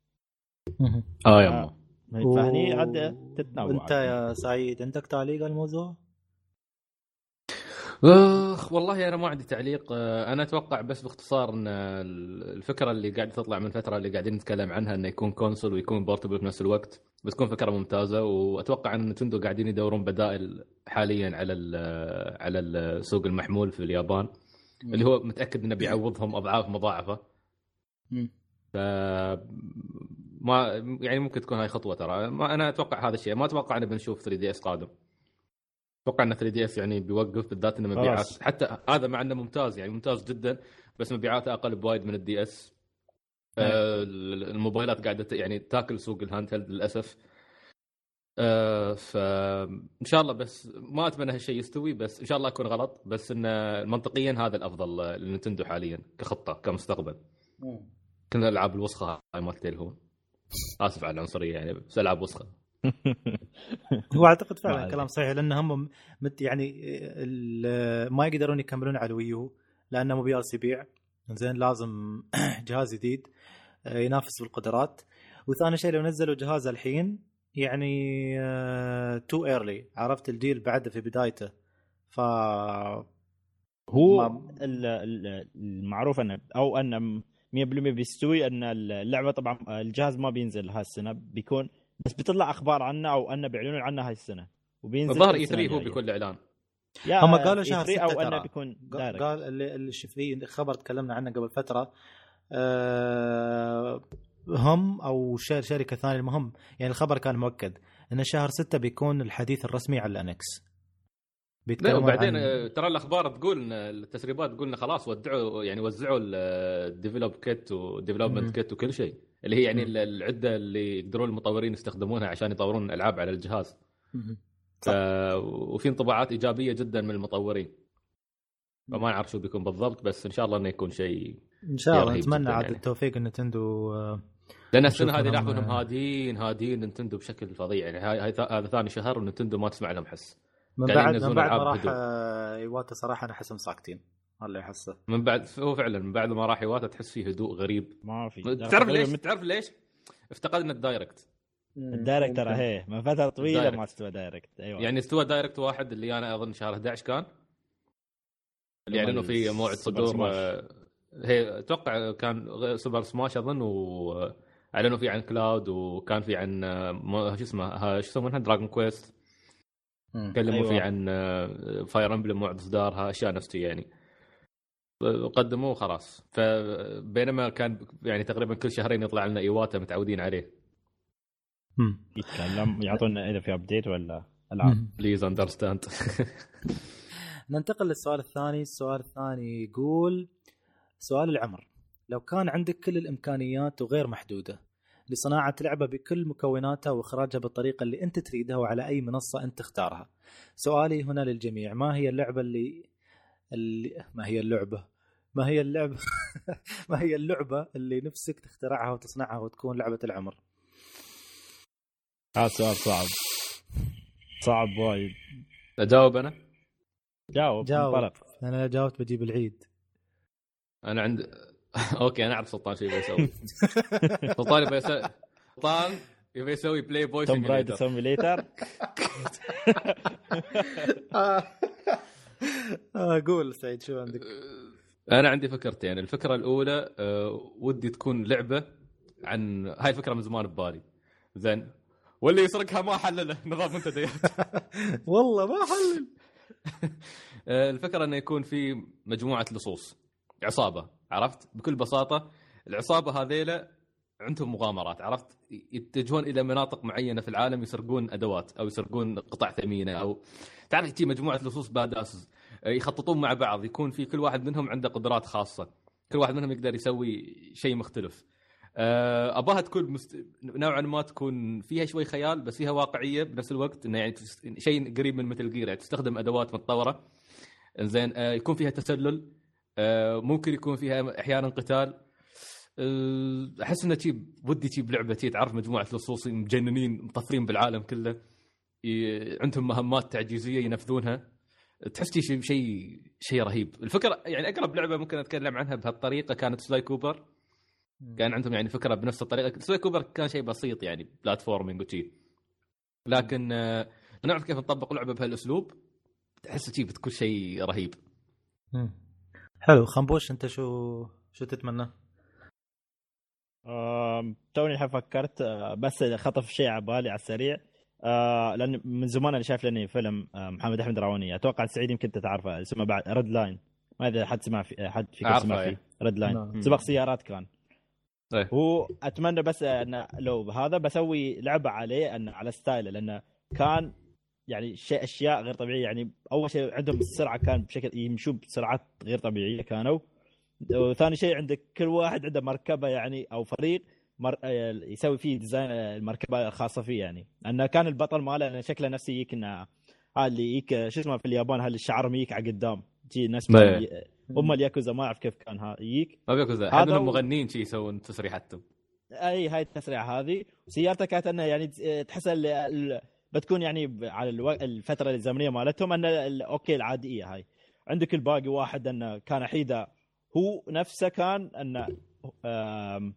Speaker 3: يا
Speaker 2: فهني عاد تتنوع.
Speaker 1: انت يا سعيد عندك تعليق على الموضوع؟
Speaker 3: والله انا ما عندي تعليق. انا اتوقع بس باختصار ان الفكره اللي قاعده تطلع من فتره اللي قاعدين نتكلم عنها انه يكون كونسول ويكون بورتبل في نفس الوقت بتكون فكره ممتازه، واتوقع ان نينتندو قاعدين يدورون بدائل حاليا على السوق المحمول في اليابان اللي هو متاكد انه بيعوضهم اضعاف مضاعفه. ف ما يعني ممكن تكون هاي خطوه ترى. انا اتوقع هذا الشيء، ما اتوقع ان بنشوف 3DS قادم. اتوقع ان 3DS يعني بيوقف، بالذات ان مبيعات حتى هذا مع انه ممتاز يعني ممتاز جدا، بس مبيعاته اقل بوايد من الدي اس. الموبايلات قاعده يعني تاكل سوق الهاند هيلد للاسف. فان شاء الله، بس ما اتمنى هالشيء يستوي، بس ان شاء الله اكون غلط، بس ان منطقيا هذا الافضل لنينتندو حاليا كخطه كمستقبل. كل الالعاب الوسخه هاي مالت الهون، اسف على العنصريه يعني، بس العاب وسخه.
Speaker 1: هو اعتقد فعلا كلام صحيح، لان هم يعني ما يقدرون يكملون على الويو لانه مو بياس يبيع، زين لازم جهاز جديد. ينافس بالقدرات. وثاني شيء لو نزلوا جهاز الحين يعني تو ايرلي، عرفت الجيل بعده في بدايته، ف
Speaker 2: هو المعروف انه او ان 100% بيستوي ان اللعبه طبعا الجهاز ما بينزل هالسنه، بيكون بس بيطلع اخبار عنه او انه بيعلنون عنه هاي السنه وبينزل
Speaker 3: الظاهر اي 3 هو بيكون الاعلان.
Speaker 1: هم قالوا شهر 6
Speaker 2: او
Speaker 1: ترى.
Speaker 2: انه بيكون دايركت.
Speaker 1: قال اللي في خبر تكلمنا عنه قبل فتره هم او شركه ثانيه، المهم يعني الخبر كان مؤكد ان شهر 6 بيكون الحديث الرسمي على الانكس.
Speaker 3: لا وبعدين ترى الاخبار تقول ان التسريبات تقول ان خلاص وزعوا الديفلوب كيت وديفلوبمنت كيت وكل شيء، اللي هي يعني العده اللي يقدرون المطورين يستخدمونها عشان يطورون الالعاب على الجهاز. وفي انطباعات ايجابيه جدا من المطورين، فما نعرف شو بيكون بالضبط، بس ان شاء الله انه يكون شيء
Speaker 1: ان شاء الله. نتمنى عاد
Speaker 3: يعني
Speaker 1: التوفيق نينتندو،
Speaker 3: لان السنه هذه لاحظوا انهم هادين نينتندو بشكل فظيع. يعني هذا ثاني شهر ونينتندو ما تسمع لهم حس
Speaker 1: من بعد ما راح ايواتا صراحه انا احسهم ساكتين. الله يحسه
Speaker 3: من بعد، هو فعلا من بعد ما راح ايواتا تحس فيه هدوء غريب.
Speaker 2: ما في
Speaker 3: تعرف ليش افتقدنا الدايركت.
Speaker 2: الدايركت ترى هي من فتره طويله ما استوى دايركت. ايوه
Speaker 3: يعني استوى دايركت واحد اللي انا اظن شهر 11 كان اللي اعلنوا فيه موعد صدور هي اتوقع كان سوبر سماش اظن، واعلنوا فيه عن كلاود، وكان فيه عن شو يسمونها دراجون كويست، تكلموا فيه عن فاير امبلم موعد اصدارها، اشياء نفسيه يعني قدموه خلاص. فبينما كان يعني تقريبا كل شهرين يطلع لنا ايواتا متعودين عليه
Speaker 2: يتكلم يعطونا اذا في ابديت ولا العاب.
Speaker 3: بليز اندرستاند.
Speaker 1: ننتقل للسؤال الثاني. السؤال الثاني يقول سؤال العمر: لو كان عندك كل الامكانيات وغير محدوده لصناعه لعبه بكل مكوناتها واخراجها بالطريقه اللي انت تريدها وعلى اي منصه انت تختارها، سؤالي هنا للجميع: ما هي اللعبه ما هي اللعبه اللي نفسك تخترعها وتصنعها وتكون لعبه العمر؟
Speaker 2: سؤال صعب وايد.
Speaker 3: اجاوب انا؟
Speaker 2: جاوب.
Speaker 1: انا جاوبت بجيب العيد.
Speaker 3: انا عند اوكي انا اعرف سلطان شو يبي يسوي. سلطان يبي يسوي بلاي بوي
Speaker 2: سيميليتر.
Speaker 1: قول سعيد شو عندك؟
Speaker 3: انا عندي فكرتين. الفكره الاولى ودي تكون لعبه عن هاي الفكره من زمان ببالي، زين، واللي يسرقها ما حلله نظام منتديات.
Speaker 1: والله ما حلل.
Speaker 3: الفكره انه يكون في مجموعه لصوص، عصابه، عرفت؟ بكل بساطه العصابه هذيله عندهم مغامرات، عرفت؟ يتجهون الى مناطق معينه في العالم يسرقون ادوات او يسرقون قطع ثمينه، او تعرف تجي مجموعه لصوص باداس يخططون مع بعض، يكون في كل واحد منهم عنده قدرات خاصه، كل واحد منهم يقدر يسوي شيء مختلف. اباها تكون نوعا ما تكون فيها شوي خيال بس فيها واقعيه بنفس الوقت، انه يعني شيء قريب من مثل جير، يعني تستخدم ادوات متطوره، زين، يكون فيها تسلل، ممكن يكون فيها احيانا قتال. احس انه ودي تجيب لعبه تعرف مجموعه لصوص مجننين مطفرين بالعالم كله، عندهم مهمات تعجيزيه ينفذونها، تحس شيء رهيب. الفكره يعني اقرب لعبه ممكن اتكلم عنها بهالطريقه كانت سلاي كوبر. كان عندهم يعني فكره بنفس الطريقه. سلاي كوبر كان شيء بسيط يعني بلاتفورمينج وشي، لكن نعرف كيف نطبق لعبه بهالاسلوب، تحس بتكون شيء رهيب.
Speaker 1: حلو. خنبوش انت شو تتمنى؟
Speaker 2: توني الحين فكرت بس خطف شيء على بالي على السريع، لان من زمان انا شايف لاني فيلم محمد احمد راوني، اتوقع سعيد يمكن تعرفه، اسمه بعد ريد لاين، ما ادري حد سمع فيه، حد فيكم سمع فيه ريد لاين؟ سباق سيارات كان. هو اتمنى بس ان لو هذا بسوي لعبه عليه ان على ستايله، لانه كان يعني اشياء غير طبيعيه. يعني اول شيء عندهم السرعه كان بشكل يمشوا بسرعات غير طبيعيه كانوا، وثاني شيء عندك كل واحد عنده مركبه يعني او فريق يسوي فيه ديزاين المركبه الخاصه فيه، يعني انه كان البطل ماله شكله نفسه يك انه اللي يك شو اسمه في اليابان الشعر ميك على قدام تجي ناس هم الياكوزا، ما اعرف كيف كان يك
Speaker 3: ما بياكوزا هذول مغنيين شيء يسوون تسريحاتهم.
Speaker 2: اي هاي التسريحه هذه، سيارته كانت انه يعني تحس بتكون يعني على الفتره الزمنيه مالتهم ان اوكي العاديه هاي. عندك الباقي واحد انه كان حيده هو نفسه كان انه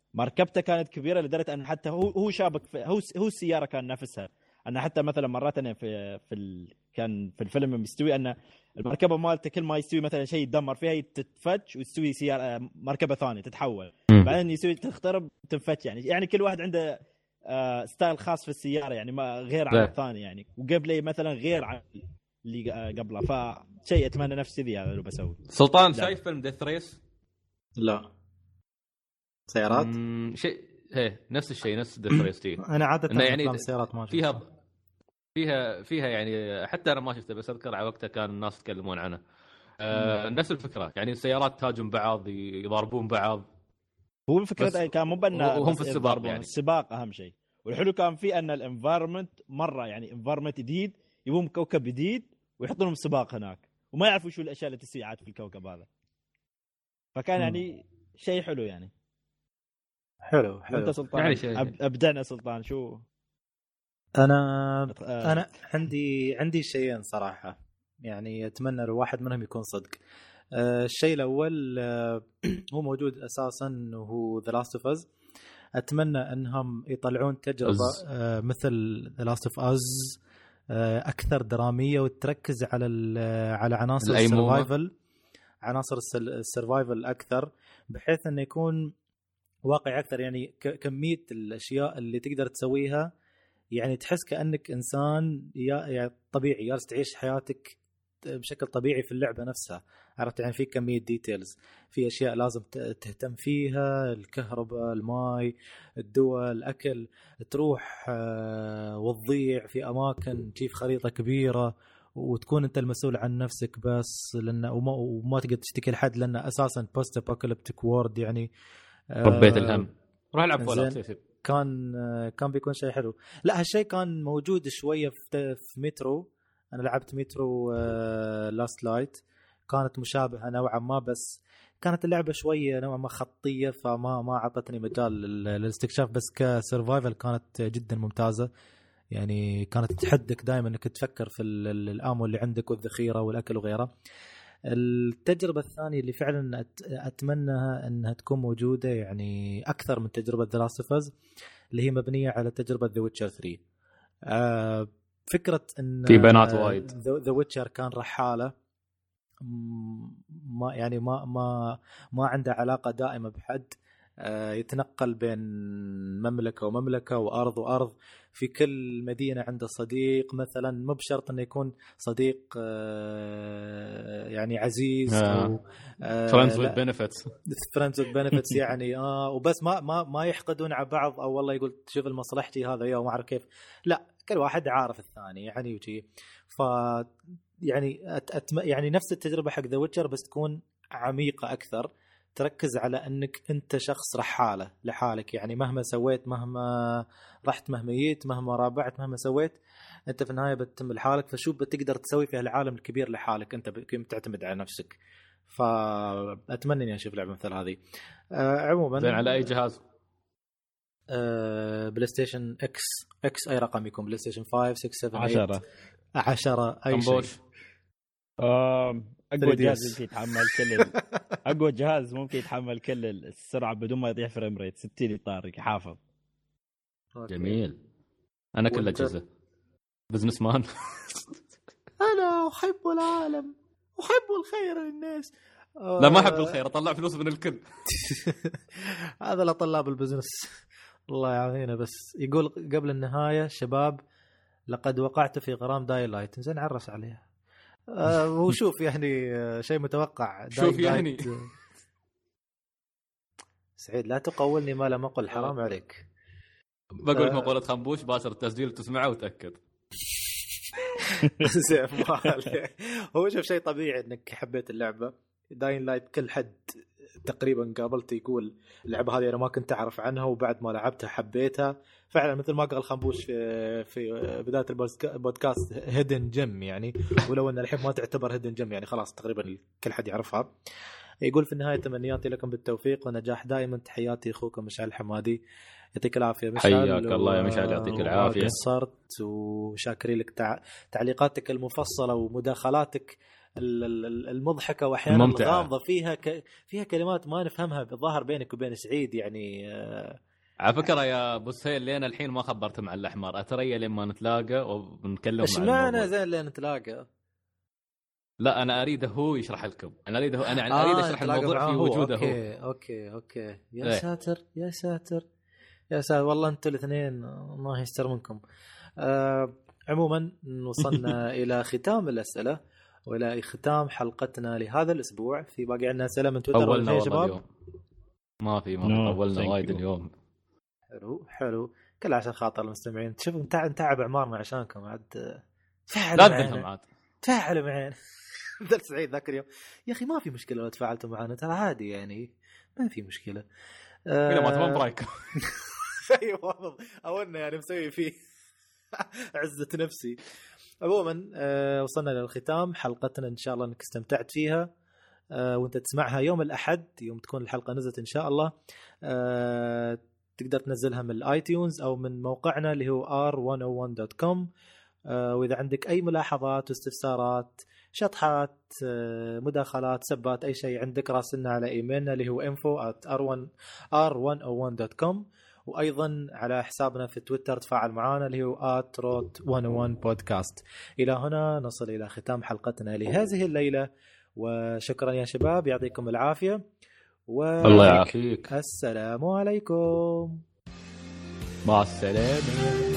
Speaker 2: مركبته كانت كبيره لدرجه ان حتى هو شابك هو السياره كان نفسها. انا حتى مثلا مرات انا كان في الفيلم مستوي ان المركبه مالته كل ما يستوي مثلا شيء يتدمر فيها تتفتش وتستوي سياره مركبه ثانيه تتحول، بعدين يسوي تخترب تنفتش. يعني كل واحد عنده ستايل خاص في السياره، يعني ما غير عن الثاني يعني، وقبله مثلا غير عن اللي قبله. فشيء اتمنى نفس ذي هذا لو بسوي.
Speaker 3: سلطان شايف فيلم ديث ريس؟
Speaker 4: لا سيارات
Speaker 3: شيء نفس الشيء نفس ديث ريس تي.
Speaker 1: انا عاده
Speaker 3: يعني
Speaker 1: السيارات ما
Speaker 3: فيها يعني حتى انا ما شفته بس اذكر على وقتها كان الناس يتكلمون عنه. نفس الفكره، يعني السيارات تهاجم بعض يضاربون بعض.
Speaker 2: هو الفكره كان مو بنا
Speaker 3: هم في السباق، يعني
Speaker 2: السباق اهم شيء. والحلو كان فيه ان الانفايرمنت مره يعني انفايرمنت جديد، يبون كوكب جديد ويحطونهم سباق هناك وما يعرفوا شو الاشياء اللي تسوي عاد في الكوكب هذا. فكان يعني شيء حلو يعني.
Speaker 1: حلو
Speaker 2: انت سلطان يعني ابدعنا سلطان. شو
Speaker 1: انا عندي شيئين صراحه، يعني اتمنى لو واحد منهم يكون صدق. الشيء الاول هو موجود اساسا وهو The Last of Us. اتمنى انهم يطلعون تجربه مثل The Last of Us اكثر دراميه وتركز على عناصر السرفايفل، عناصر السرفايفل اكثر، بحيث انه يكون واقعي اكثر. يعني كميه الاشياء اللي تقدر تسويها، يعني تحس كأنك إنسان يعني طبيعي جالس تعيش حياتك بشكل طبيعي في اللعبة نفسها. عرفت يعني في كمية ديتيلز، في أشياء لازم تهتم فيها، الكهرباء، الماء، الدواء، الأكل، تروح وتضيع في أماكن كيف خريطة كبيرة وتكون أنت المسؤول عن نفسك بس، لأنه وما تقدر تشتكي لحد، لأنه أساسا بوست أبوكاليبتيك وورد يعني.
Speaker 3: ربيت الهم. روح العب فولات.
Speaker 1: كان بيكون شيء حلو. لا هالشيء كان موجود شويه في مترو. انا لعبت مترو لاست لايت، كانت مشابهه نوعا ما، بس كانت اللعبه شويه نوعا ما خطيه، فما اعطتني مجال للاستكشاف. بس كسرفايفل كانت جدا ممتازه، يعني كانت تحدك دائما انك تفكر في الامو اللي عندك والذخيره والاكل وغيره. التجربة الثانية اللي فعلا أتمنىها أنها تكون موجودة، يعني أكثر من تجربة The Last of Us، اللي هي مبنية على تجربة The Witcher 3. فكرة أن
Speaker 3: في بنات وايد
Speaker 1: The Witcher كان رحالة، ما يعني ما عنده علاقة دائمة بحد، يتنقل بين مملكة ومملكة وأرض وأرض. في كل مدينة عنده صديق مثلا، مو بشرط أنه يكون صديق يعني عزيز أو
Speaker 3: friends with benefits
Speaker 1: يعني وبس ما يحقدون على بعض، أو والله يقول شوف المصلحتي هذا يا وما أعرف كيف. لا، كل واحد عارف الثاني يعني وشي. يعني يعني نفس التجربة حق The Witcher بس تكون عميقة أكثر، تركز على أنك أنت شخص رحالة لحالك، يعني مهما سويت، مهما رحت، مهما جيت، مهما رابعت، مهما سويت، أنت في النهاية بتتم لحالك. فشو بتقدر تسوي في العالم الكبير لحالك، أنت بتعتمد على نفسك. فأتمنى أني أشوف لعبة مثل هذه. عموما
Speaker 3: زين على أي جهاز؟
Speaker 1: بلاي ستيشن اكس أي رقم يكون، بلاي ستيشن 5 6 7 10 أي شيء.
Speaker 2: اقوى جهاز ممكن يتحمل اقوى جهاز ممكن يتحمل كل السرعه بدون ما يضيع فريم ريت 60 اطار حافظ.
Speaker 3: جميل. انا كل اجهزه بزنس مان.
Speaker 1: انا احب العالم، احب الخير للناس.
Speaker 3: لا ما احب الخير، اطلع فلوس من الكل.
Speaker 1: هذا لطلاب البزنس الله يعافينا. بس يقول قبل النهايه شباب لقد وقعت في غرام دايلايت. زين عرس عليها. وشوف يعني شيء متوقع.
Speaker 3: شوف يعني
Speaker 1: سعيد لا تقولني ما لم أقل، حرام عليك.
Speaker 3: بقول لك مقولة خنبوش، باسر التسجيل تسمعه وتأكد.
Speaker 1: هو شوف شيء طبيعي انك حبيت اللعبة داين لايت. كل حد تقريبا قابلته يقول اللعبة هذه انا ما كنت اعرف عنها وبعد ما لعبتها حبيتها فعلا، مثل ما قال خنبوش في بداية البودكاست هيدن جيم يعني، ولو ان الحين ما تعتبر هيدن جيم يعني خلاص تقريبا كل حد يعرفها. يقول في النهاية تمنياتي لكم بالتوفيق ونجاح دائما. تحياتي اخوكم مشعل الحمادي. يعطيك العافية مشعل.
Speaker 3: حياك الله يا مشعل، يعطيك العافية.
Speaker 1: قصرت وشاكري لك تعليقاتك المفصلة ومداخلاتك المضحكه واحيانا
Speaker 3: الممتعة.
Speaker 1: الغامضه فيها كلمات ما نفهمها بالظاهر بينك وبين سعيد يعني.
Speaker 3: على فكره يا ابو سهيل لين الحين ما خبرت مع الاحمر، اتريا لما نتلاقى وبنتكلم
Speaker 1: ايش
Speaker 3: مع
Speaker 1: معنى
Speaker 3: الموضوع.
Speaker 1: زين لين نتلاقى؟
Speaker 3: لا انا اريده هو يشرح لكم، انا اريده انا اريد اشرح الموضوع في وجوده هو.
Speaker 1: اوكي يا ساتر يا ساتر يا ساتر والله انتوا الاثنين الله يستر منكم. عموما وصلنا الى ختام الاسئله والى ختام حلقتنا لهذا الاسبوع. في باقي عندنا اسئله من تويتر
Speaker 3: طولنا
Speaker 1: ولا شيء
Speaker 3: والله
Speaker 1: شباب؟
Speaker 3: اليوم ما في طولنا وايد اليوم.
Speaker 1: حلو كل عشان خاطر المستمعين. شوفوا نتعب اعمارنا عشانكم عاد.
Speaker 3: لا تفهم عاد
Speaker 1: تفاعلوا معنا. بدل سعيد ذاك اليوم يا اخي ما في مشكله لو تفاعلتوا معنا ترى عادي يعني ما في مشكله.
Speaker 3: كذا ما تبون برايك.
Speaker 1: ايوه اولنا يعني مسوي فيه عزة نفسي. عموما وصلنا للختام حلقتنا، ان شاء الله انك استمتعت فيها وانت تسمعها يوم الاحد يوم تكون الحلقه نزلت ان شاء الله. تقدر تنزلها من الايتيونز او من موقعنا اللي هو r101.com. واذا عندك اي ملاحظات واستفسارات شطحات مداخلات سبات اي شيء عندك راسلنا على ايميلنا اللي هو info@r101.com. وايضا على حسابنا في تويتر تفاعل معنا اللي هو @rot101podcast. الى هنا نصل الى ختام حلقتنا لهذه الليله، وشكرا يا شباب يعطيكم العافيه
Speaker 3: الله يعافيك.
Speaker 1: السلام عليكم.
Speaker 3: مع السلامه.